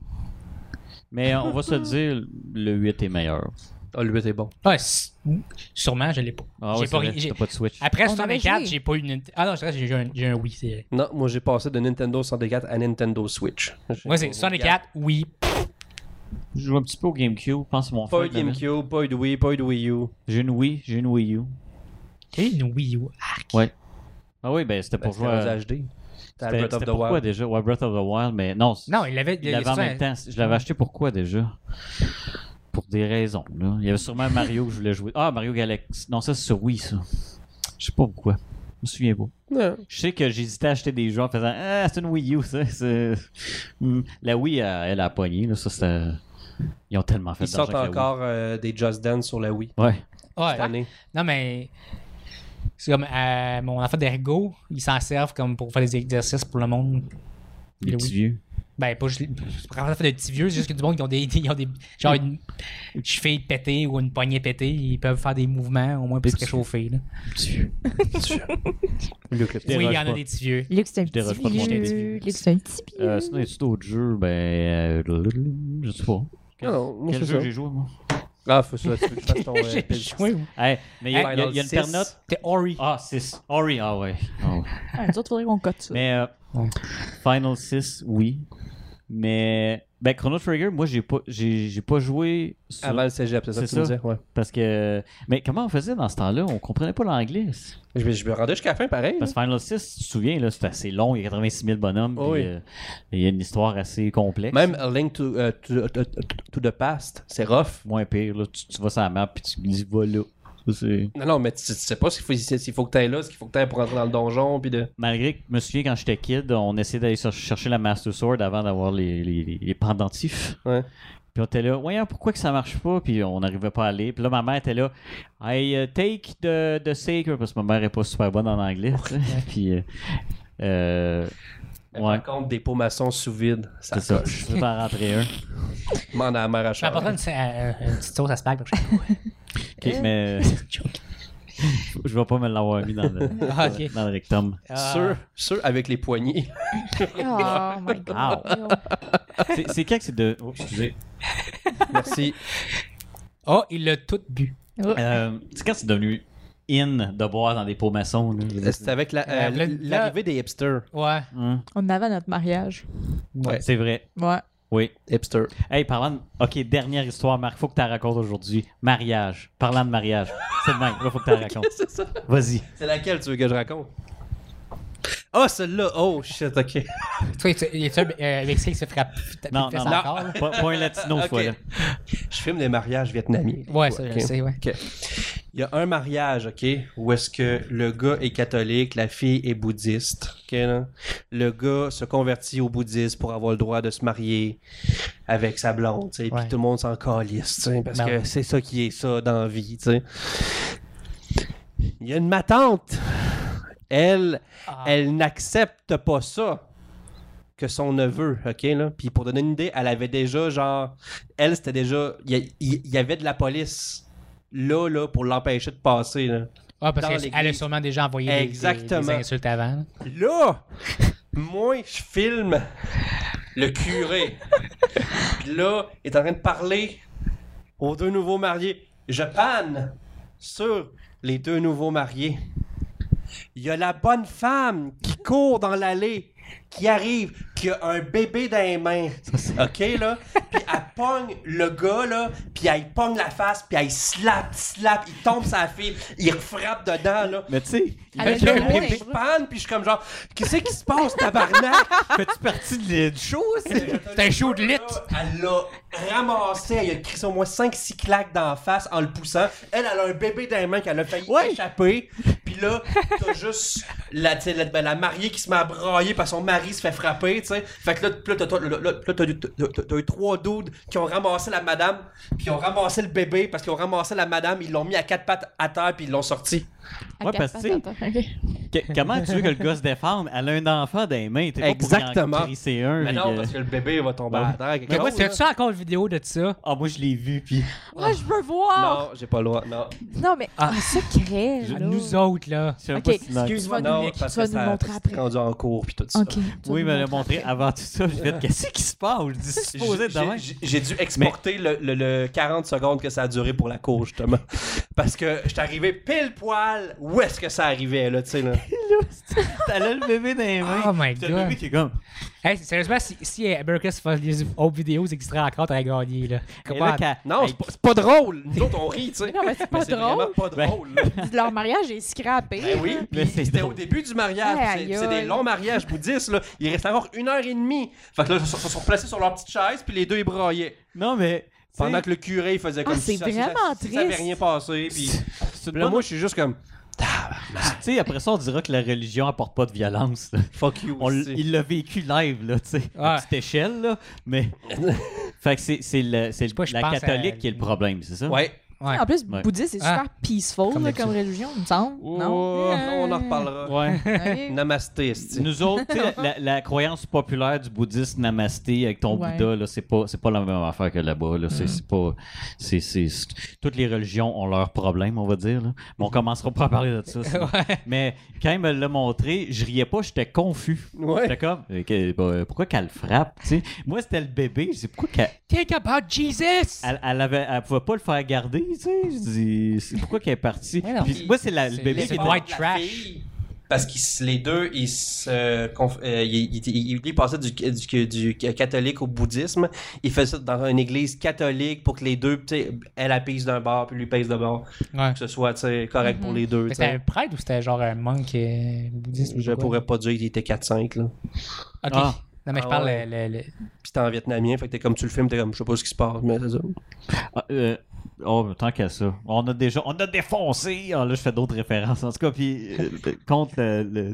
Mais euh, on va se le dire, le huit est meilleur. Ah, le huit est bon. Ouais, c- sûrement, je l'ai pas. Ah J'ai ouais, pas c'est vrai, ri- j'ai- t'as pas de Switch. Après On avait soixante-quatre, joué. j'ai pas eu une. Ah non, c'est vrai, j'ai eu un, j'ai un Wii. c'est- Non, moi, j'ai passé de Nintendo soixante-quatre à Nintendo Switch. Ouais, c'est soixante-quatre, Wii. Je joue un petit peu au GameCube, je pense que mon Pas frère. eu de l'avait. GameCube, pas eu de Wii, pas eu de Wii U. J'ai une Wii, j'ai une Wii U. J'ai eu une Wii U. Ouais. Ah oui, ben c'était Ben, pour c'était jouer. à- rendu H D. T'as C'était Breath of c'était the pourquoi Wild. déjà? Ouais, Breath of the Wild, mais non. c'est- Non, il l'avait. Il l'avait en même temps. Je l'avais acheté pourquoi déjà? Pour des raisons. Là. Il y avait sûrement Mario que je voulais jouer. Ah, Mario Galaxy. Non, ça c'est sur Wii, ça. Je sais pas pourquoi. Je me souviens pas. Non. Je sais que j'hésitais à acheter des jeux en faisant Ah, c'est une Wii U, ça. c'est- Hmm. La Wii, elle, elle a pogné. Là. Ça, c'était. Ils ont tellement fait Ils sortent d'argent avec la encore euh, des Just Dance sur la Wii Wii. Ouais. Ouais. cette année. Non, mais. C'est comme euh, mon enfant d'ergo, ils s'en servent comme pour faire des exercices pour le monde. Les Le petits Wii. vieux. Ben, pas juste. C'est pas vraiment fait de petits vieux, c'est juste que du monde qui ont des. Ils ont des genre une, une cheville pétée ou une poignée pétée, ils peuvent faire des mouvements au moins pour se Petits réchauffer. Là. Petits vieux. Luc, le petit. Oui, il y déroge en a pas. des petits vieux. Luc, c'est un déroge petit pas de mon vieux. petit Luc, c'est un petit vieux. Euh, sinon, y a-tu d'autres jeux? Ben. euh, Je sais pas. Non, non, moi, Quel c'est jeu ça. j'ai joué, moi? Ah, faut ça, tu veux que je fasse ton. euh, J'ai pitch. joué. Hey, mais il y, a- il y a- Final il y a une six. pernote. C'était Ori. Ah, six. Ori, ah ouais. Ah ouais. Ah, nous autres, faudrait qu'on cote ça. Mais euh, Ouais. Final six, oui. Mais ben Chrono Trigger, moi j'ai pas j'ai j'ai pas joué sur- Avant le cégep, c'est ça que C'est tu me ça. disais? Ouais. parce que mais comment on faisait dans ce temps-là? On comprenait pas l'anglais. Je me, je me rendais jusqu'à la fin, pareil. Parce que Final six, tu te souviens là, c'était assez long, il y a quatre-vingt-six mille bonhommes, Oh puis, oui. euh, il y a une histoire assez complexe. Même A Link to, euh, to, to- to- to the Past, c'est rough. moins pire là, tu, tu vas sur la map puis tu dis va là. Ça, c'est- Non, non, mais tu, tu sais pas s'il faut, s'il faut que t'ailles là, ce qu'il faut que t'ailles pour entrer dans le donjon, puis de... Malgré que je me souviens quand j'étais kid, on essayait d'aller cher- chercher la Master Sword avant d'avoir les, les, les- les pendentifs. Ouais. Puis on était là, voyons pourquoi que ça marche pas, puis on n'arrivait pas à aller. Puis là, ma mère était là, I uh, take the, the sacred, parce que ma mère est pas super bonne en anglais. tu sais. Puis, euh, euh, Mais ouais, Par contre, des pots maçons sous vide, ça c'est ça. coche. Je peux en rentrer un. Demande à la mère à Je vais Charles. apporter une, euh, une petite sauce à spag. Ok, mais Je vais pas me l'avoir mis dans le, Ah, ok. dans le rectum. Ah. Ceux, ceux avec les poignets. Oh my god. C'est, c'est quand que c'est de... Oh, excusez. Merci. Oh, il l'a tout bu. Euh, c'est quand c'est devenu in de boire dans des pots maçons. Là, je veux dire. C'est avec la- Euh, euh, là- l'arrivée des hipsters. Ouais. Hum, On avait notre mariage. Ouais. C'est vrai. Ouais. Oui. Hipster. Hey, parlant de... OK, dernière histoire, Marc. Faut que tu la racontes aujourd'hui. Mariage. Parlant de mariage. C'est le même. Là, faut que tu la racontes. C'est ça. Vas-y. C'est laquelle tu veux que je raconte? Ah, oh, celle-là! Oh, shit, ok. Toi, il y a un euh, Mexicain qui se frappe. Non, non, non. Encore, là? Pas, pas un latino, Ok. cette fois-là. Je filme des mariages vietnamiens. Ouais, ça, je Ok. le sais, ouais. Ok. Il y a un mariage, OK, où est-ce que le gars est catholique, la fille est bouddhiste. OK, là? Le gars se convertit au bouddhisme pour avoir le droit de se marier avec sa blonde, tu sais, Ouais. puis tout le monde s'en calisse, tu sais, parce Ben que ouais. c'est ça qui est ça dans la vie, tu sais. Il y a une ma tante. Elle, Ah. elle n'accepte pas ça que son neveu, OK, là. Puis pour donner une idée, elle avait déjà, genre... Elle, c'était déjà... Il y, il y avait de la police là, là, pour l'empêcher de passer, là. Ah, parce dans qu'elle l'église. a sûrement déjà envoyé des- des, Exactement. des insultes avant. Là, moi, je filme le curé. Puis là, il est en train de parler aux deux nouveaux mariés. Je panne sur les deux nouveaux mariés. Il y a la bonne femme qui court dans l'allée, qui arrive, qui a un bébé dans les mains. OK, là? Puis elle pogne le gars, là, puis elle pogne la face, puis elle slap, slap, il tombe sa fille, il frappe dedans, là. Mais tu sais, il Elle Fait a que le là, loin. le bébé panne, puis je suis comme genre, qu'est-ce qui se passe, tabarnak? fais-tu partie de- du show? c'est- C'est un show de lit. Elle l'a ramassé, elle a crissé au moins cinq six claques d'en face en le poussant. Elle, elle a un bébé dans les mains qu'elle a failli Ouais. échapper. Puis là, t'as juste la, tu sais, la, ben, la mariée qui se met à brailler parce que son mari se fait frapper, tu sais. Fait que là, puis là, t'as, t'as- là, là, là, t'as, eu- t'as- t'as- t'as eu trois dudes qui ont ramassé la madame, puis ils ont ramassé le bébé parce qu'ils ont ramassé la madame, ils l'ont mis à quatre pattes à terre, puis ils l'ont sorti. À Ouais, quatre parce que, tu sais, pattes, attends, ok. Que- comment tu veux que le gars se défende? Elle a un enfant dans les mains. T'es pas Exactement. pour en crisser un. Mais puis non, que- parce que le bébé va tomber Ouais. à terre. quelque Mais moi, chose, là. tu as encore une vidéo de ça? Ah, moi, je l'ai vu, puis... Ouais, je veux voir. Non, j'ai pas le droit, non. Non, mais Ah. ah, secret. là. Nous autres, là. Je sais même Ok, pas si dans- excuse-moi. Tu vas Non, nous- parce tu vas que nous ça montrer après. c'est rendu en cours, puis tout ça. Ok. tu vas Oui, nous mais le montrer montrer après. avant tout ça, j'ai fait qu'est-ce qui se passe? Je dis, c'est supposé être de J'ai- même. j'ai- J'ai dû exporter le, le- le quarante secondes que ça a duré pour la cour, justement. Parce que j'étais arrivé pile poil où est-ce que ça arrivait, là, tu sais, là. Elle a le bébé dans les mains. Oh my Puis t'as le God. bébé qui est comme... Hey, sérieusement, si, si euh, America's Funniest Home Videos existerait encore, t'aurais gagné, là. Et Comment? là, qu'elle- Non, elle- c'est pas, c'est pas drôle. Nous autres, on rit, tu sais. Non, mais c'est pas Mais c'est drôle. vraiment pas Ben- drôle, là. Leur mariage est scrappé. Ben oui, Mais puis c'est c'était drôle. au début du mariage. Aïe, puis c'est- c'est aïe. des longs mariages bouddhistes, là. Il reste encore une heure et demie. Fait que là, ils se sont, sont placés sur leur petite chaise, puis les deux, ils braillaient. Non, mais... Pendant tu que le curé, il faisait comme Ah, si c'est Ah, ça, si ça- vraiment si ça avait triste. rien passé, puis... sais, c'est une Puis là, bonne- moi, je suis juste comme... Tu sais, après ça, on dira que la religion apporte pas de violence. là. Fuck you, On l- aussi. il l'a vécu live, là, tu sais, à Ouais. petite échelle, là, mais... fait que c'est, c'est, le, c'est sais pas, je la pense à- catholique qui est le problème, c'est ça? Ouais. Ouais. En plus, Ouais. bouddhiste, c'est Ah. super peaceful Comme là, d'habitude. comme religion, il me semble. Oh, Non? on en reparlera. Ouais. Ok. Namasté, esti. Nous autres, tu sais, la, la- la croyance populaire du bouddhisme namasté avec ton Ouais. Bouddha, là, c'est pas, c'est pas la même affaire que là-bas. Là. C'est, c'est pas, c'est, c'est, c'est- toutes les religions ont leurs problèmes, on va dire. Là. Mais on commencera pas à parler de ça. sinon. Ouais. Mais quand il me l'a montré, je riais pas, j'étais confus. Ouais. J'étais comme, euh, que- bah, pourquoi qu'elle le frappe? tu sais? Moi, c'était le bébé. Je dis, pourquoi qu'elle Think about Jesus! elle, elle avait, elle pouvait pas le faire garder? tu sais? Je dis, c'est pourquoi qu'elle est partie? Ouais, non. Puis moi, c'est la, le C'est- bébé c'est qui le était... white La trash. fille, Parce que les deux, ils se conf- euh, ils, ils- ils- ils passaient du, du, du catholique au bouddhisme. Ils faisaient ça dans une église catholique pour que les deux, tu sais, elle apise d'un bord puis lui pèse de bord. Ouais. Que ce soit, tu sais, correct pour les deux. Mais tu c'était sais. un prêtre ou c'était genre un monk euh, bouddhiste? ou Je quoi? pourrais pas dire qu'il était quatre cinq, là. Ok. Ah. Non, mais je Ah parle ouais. le, le- le- Puis c'était en vietnamien, fait que t'es comme tu le filmes, t'es comme, je sais pas ce qui se passe, mais c'est ça. Ah, euh, oh, tant qu'à ça. On a déjà... On a défoncé! Ah, là, je fais d'autres références. En tout cas, puis euh, contre le... le...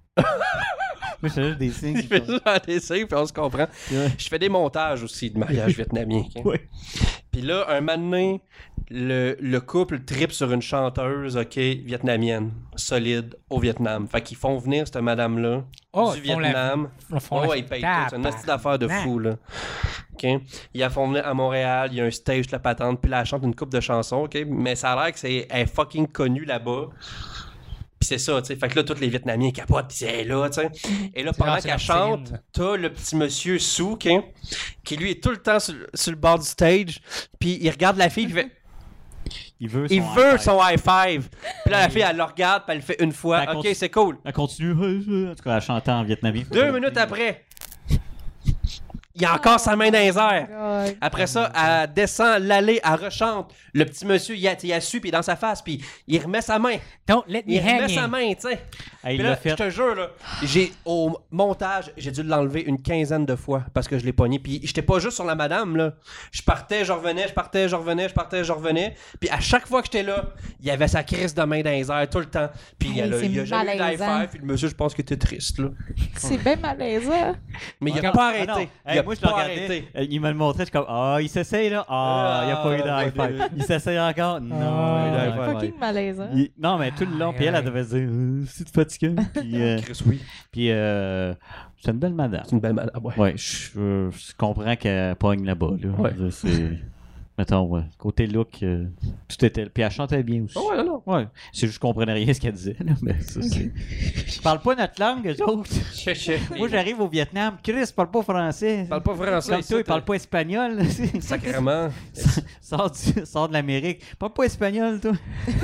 Moi, je fais juste des signes. Je fais ça à dessin, puis on se comprend. Ouais. Je fais des montages aussi de mariage vietnamien. ok? Ouais. Puis là, un moment donné, le, le couple tripe sur une chanteuse, OK, vietnamienne, solide, au Vietnam. Fait qu'ils font venir cette madame-là Oh, du ils font la- Vietnam. ils font Oh, la- ouais, ils payent tout. C'est une petite affaire de fou, là. OK? Ils la font venir à Montréal, il y a un stage de la patente, puis là, elle chante une couple de chansons, OK? Mais ça a l'air que c'est elle est fucking connue là-bas. Puis c'est ça, tu sais. Fait que là, tous les Vietnamiens capotent, puis c'est là, tu sais. Et là, C'est pendant genre, c'est qu'elle leur chante, scène. t'as le petit monsieur Souk, hein, qui lui est tout le temps sur, sur le bord du stage, puis il regarde la fille, puis il fait... Il veut son Il veut high-five. son high five. Puis là, la fille, elle le regarde, puis elle le fait une fois. Elle OK, continue. c'est cool. Elle continue. En tout cas, elle chantait en vietnamien. Deux minutes après, il a encore sa main dans les airs. God. Après ça, elle descend l'allée, elle rechante. Le petit monsieur, il a, il a su, puis il est dans sa face, puis il remet sa main. Don't let me Il remet hang sa in. main, tu sais. Hey, il Puis l'a là, fait. je te jure, là, j'ai, au montage, j'ai dû l'enlever une quinzaine de fois parce que je l'ai pogné. Puis j'étais pas juste sur la madame, là. Je partais, je revenais, je partais, je revenais, je partais, je revenais. Puis à chaque fois que j'étais là, il y avait sa crise de main dans les airs tout le temps. Puis Hey, il, a, c'est il a jamais eu malaisant. d'high five. Puis le monsieur, je pense qu'il était triste, là. C'est bien malaisant. Mais il a Quand- pas Ah non. arrêté. Hey, il a moi, je le pas regardais. arrêté. euh, Il me le montrait. Je suis comme, ah, il s'essaye là. Ah, il n'y a pas eu de Ah, high five. Il s'essaye encore. Non. Ah, il y a high pas eu de high five. Fucking malaisant. Il- Non, mais tout le long. Puis elle, elle devait se dire, euh, c'est fatigant. Puis, euh, Chris, oui. puis euh, c'est une belle madame. C'est une belle madame. Ouais. Ouais, je, je- je comprends qu'elle pogne là-bas. Là. Ouais. Je veux dire, C'est. Mettons, ouais. Côté look, euh, tout était. Puis elle chantait bien aussi. Oh, ouais, non. Ouais. C'est juste que je comprenais rien ce qu'elle disait. Là, mais ça, c'est. Ils parlent pas notre langue, eux autres. Je- je- Moi, j'arrive au Vietnam. Chris parle pas français. Il parle pas français. Comme ici, toi, il parle pas espagnol. Sacrément. sort, du, sort de l'Amérique. Parle pas espagnol, toi.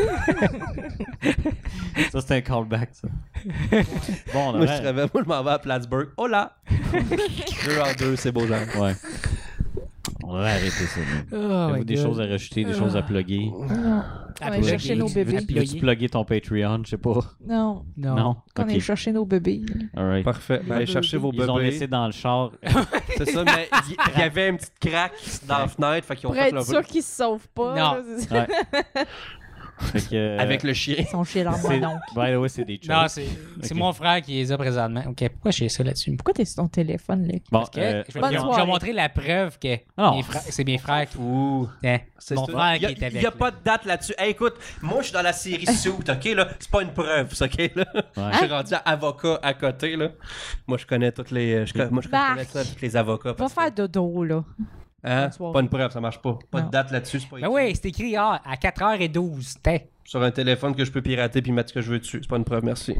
Ça, c'est un callback, ça. Bon, on Moi, je aurait- travaille, moi, je m'en vais à Plattsburgh. Hola! deux en deux, c'est beau, genre. Ouais. On devrait arrêter ça. là. Oh Avez-vous my des God. choses à rajouter, des choses à plugger? On À va plugger. chercher nos bébés. À Veux-tu plugger. plugger ton Patreon? Je sais pas. Non. Non. Non? On Ok. est chercher nos bébés. All right. Parfait. Ben, allez chercher vos Ils ont bébés. laissé dans le char. C'est ça, mais il il y avait une petite craque dans la fenêtre, fait qu'ils ont Pour fait être leur sûr qu'ils se sauvent pas. Non. là, c'est- Ouais. Fait que, euh, avec le chien. Ils sont chez leur c'est- mon oncle. By the way, c'est des Non, jokes. c'est c'est Ok. mon frère qui les a présentement. Ok, pourquoi j'ai ça là-dessus? Pourquoi t'es sur ton téléphone, là? Bon, Parce que euh, je, vais, bonne je vais soirée. montrer la preuve que Non. mes frères- c'est mes frères qui. Ouh. Hein, C'est mon ça. frère Il y a, qui est avec. il y a là. pas de date là-dessus. Hey, écoute, moi, je suis dans la série Suit, OK, là? C'est pas une preuve, ça, OK, là? Ouais. Je suis rendu avocat à côté, là. Moi, je connais toutes les... Je, connais- moi, je connais Bark. ça, tous les avocats. Va parce que- faire dodo, là. Hein? Bonne soirée. Pas une preuve, ça marche pas. Pas Non. de date là-dessus, c'est pas Ben écrit. oui, c'est écrit ah, à quatre heures douze. T'es. Sur un téléphone que je peux pirater puis mettre ce que je veux dessus. C'est pas une preuve, merci.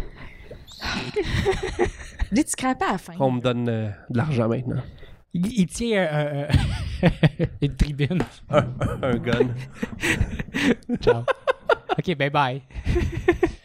Dis, tu scrapes à la fin. On me donne euh, de l'argent maintenant. Il, il tient un- un- un- une tribune. Un, un gun. Ciao. Ok, bye bye.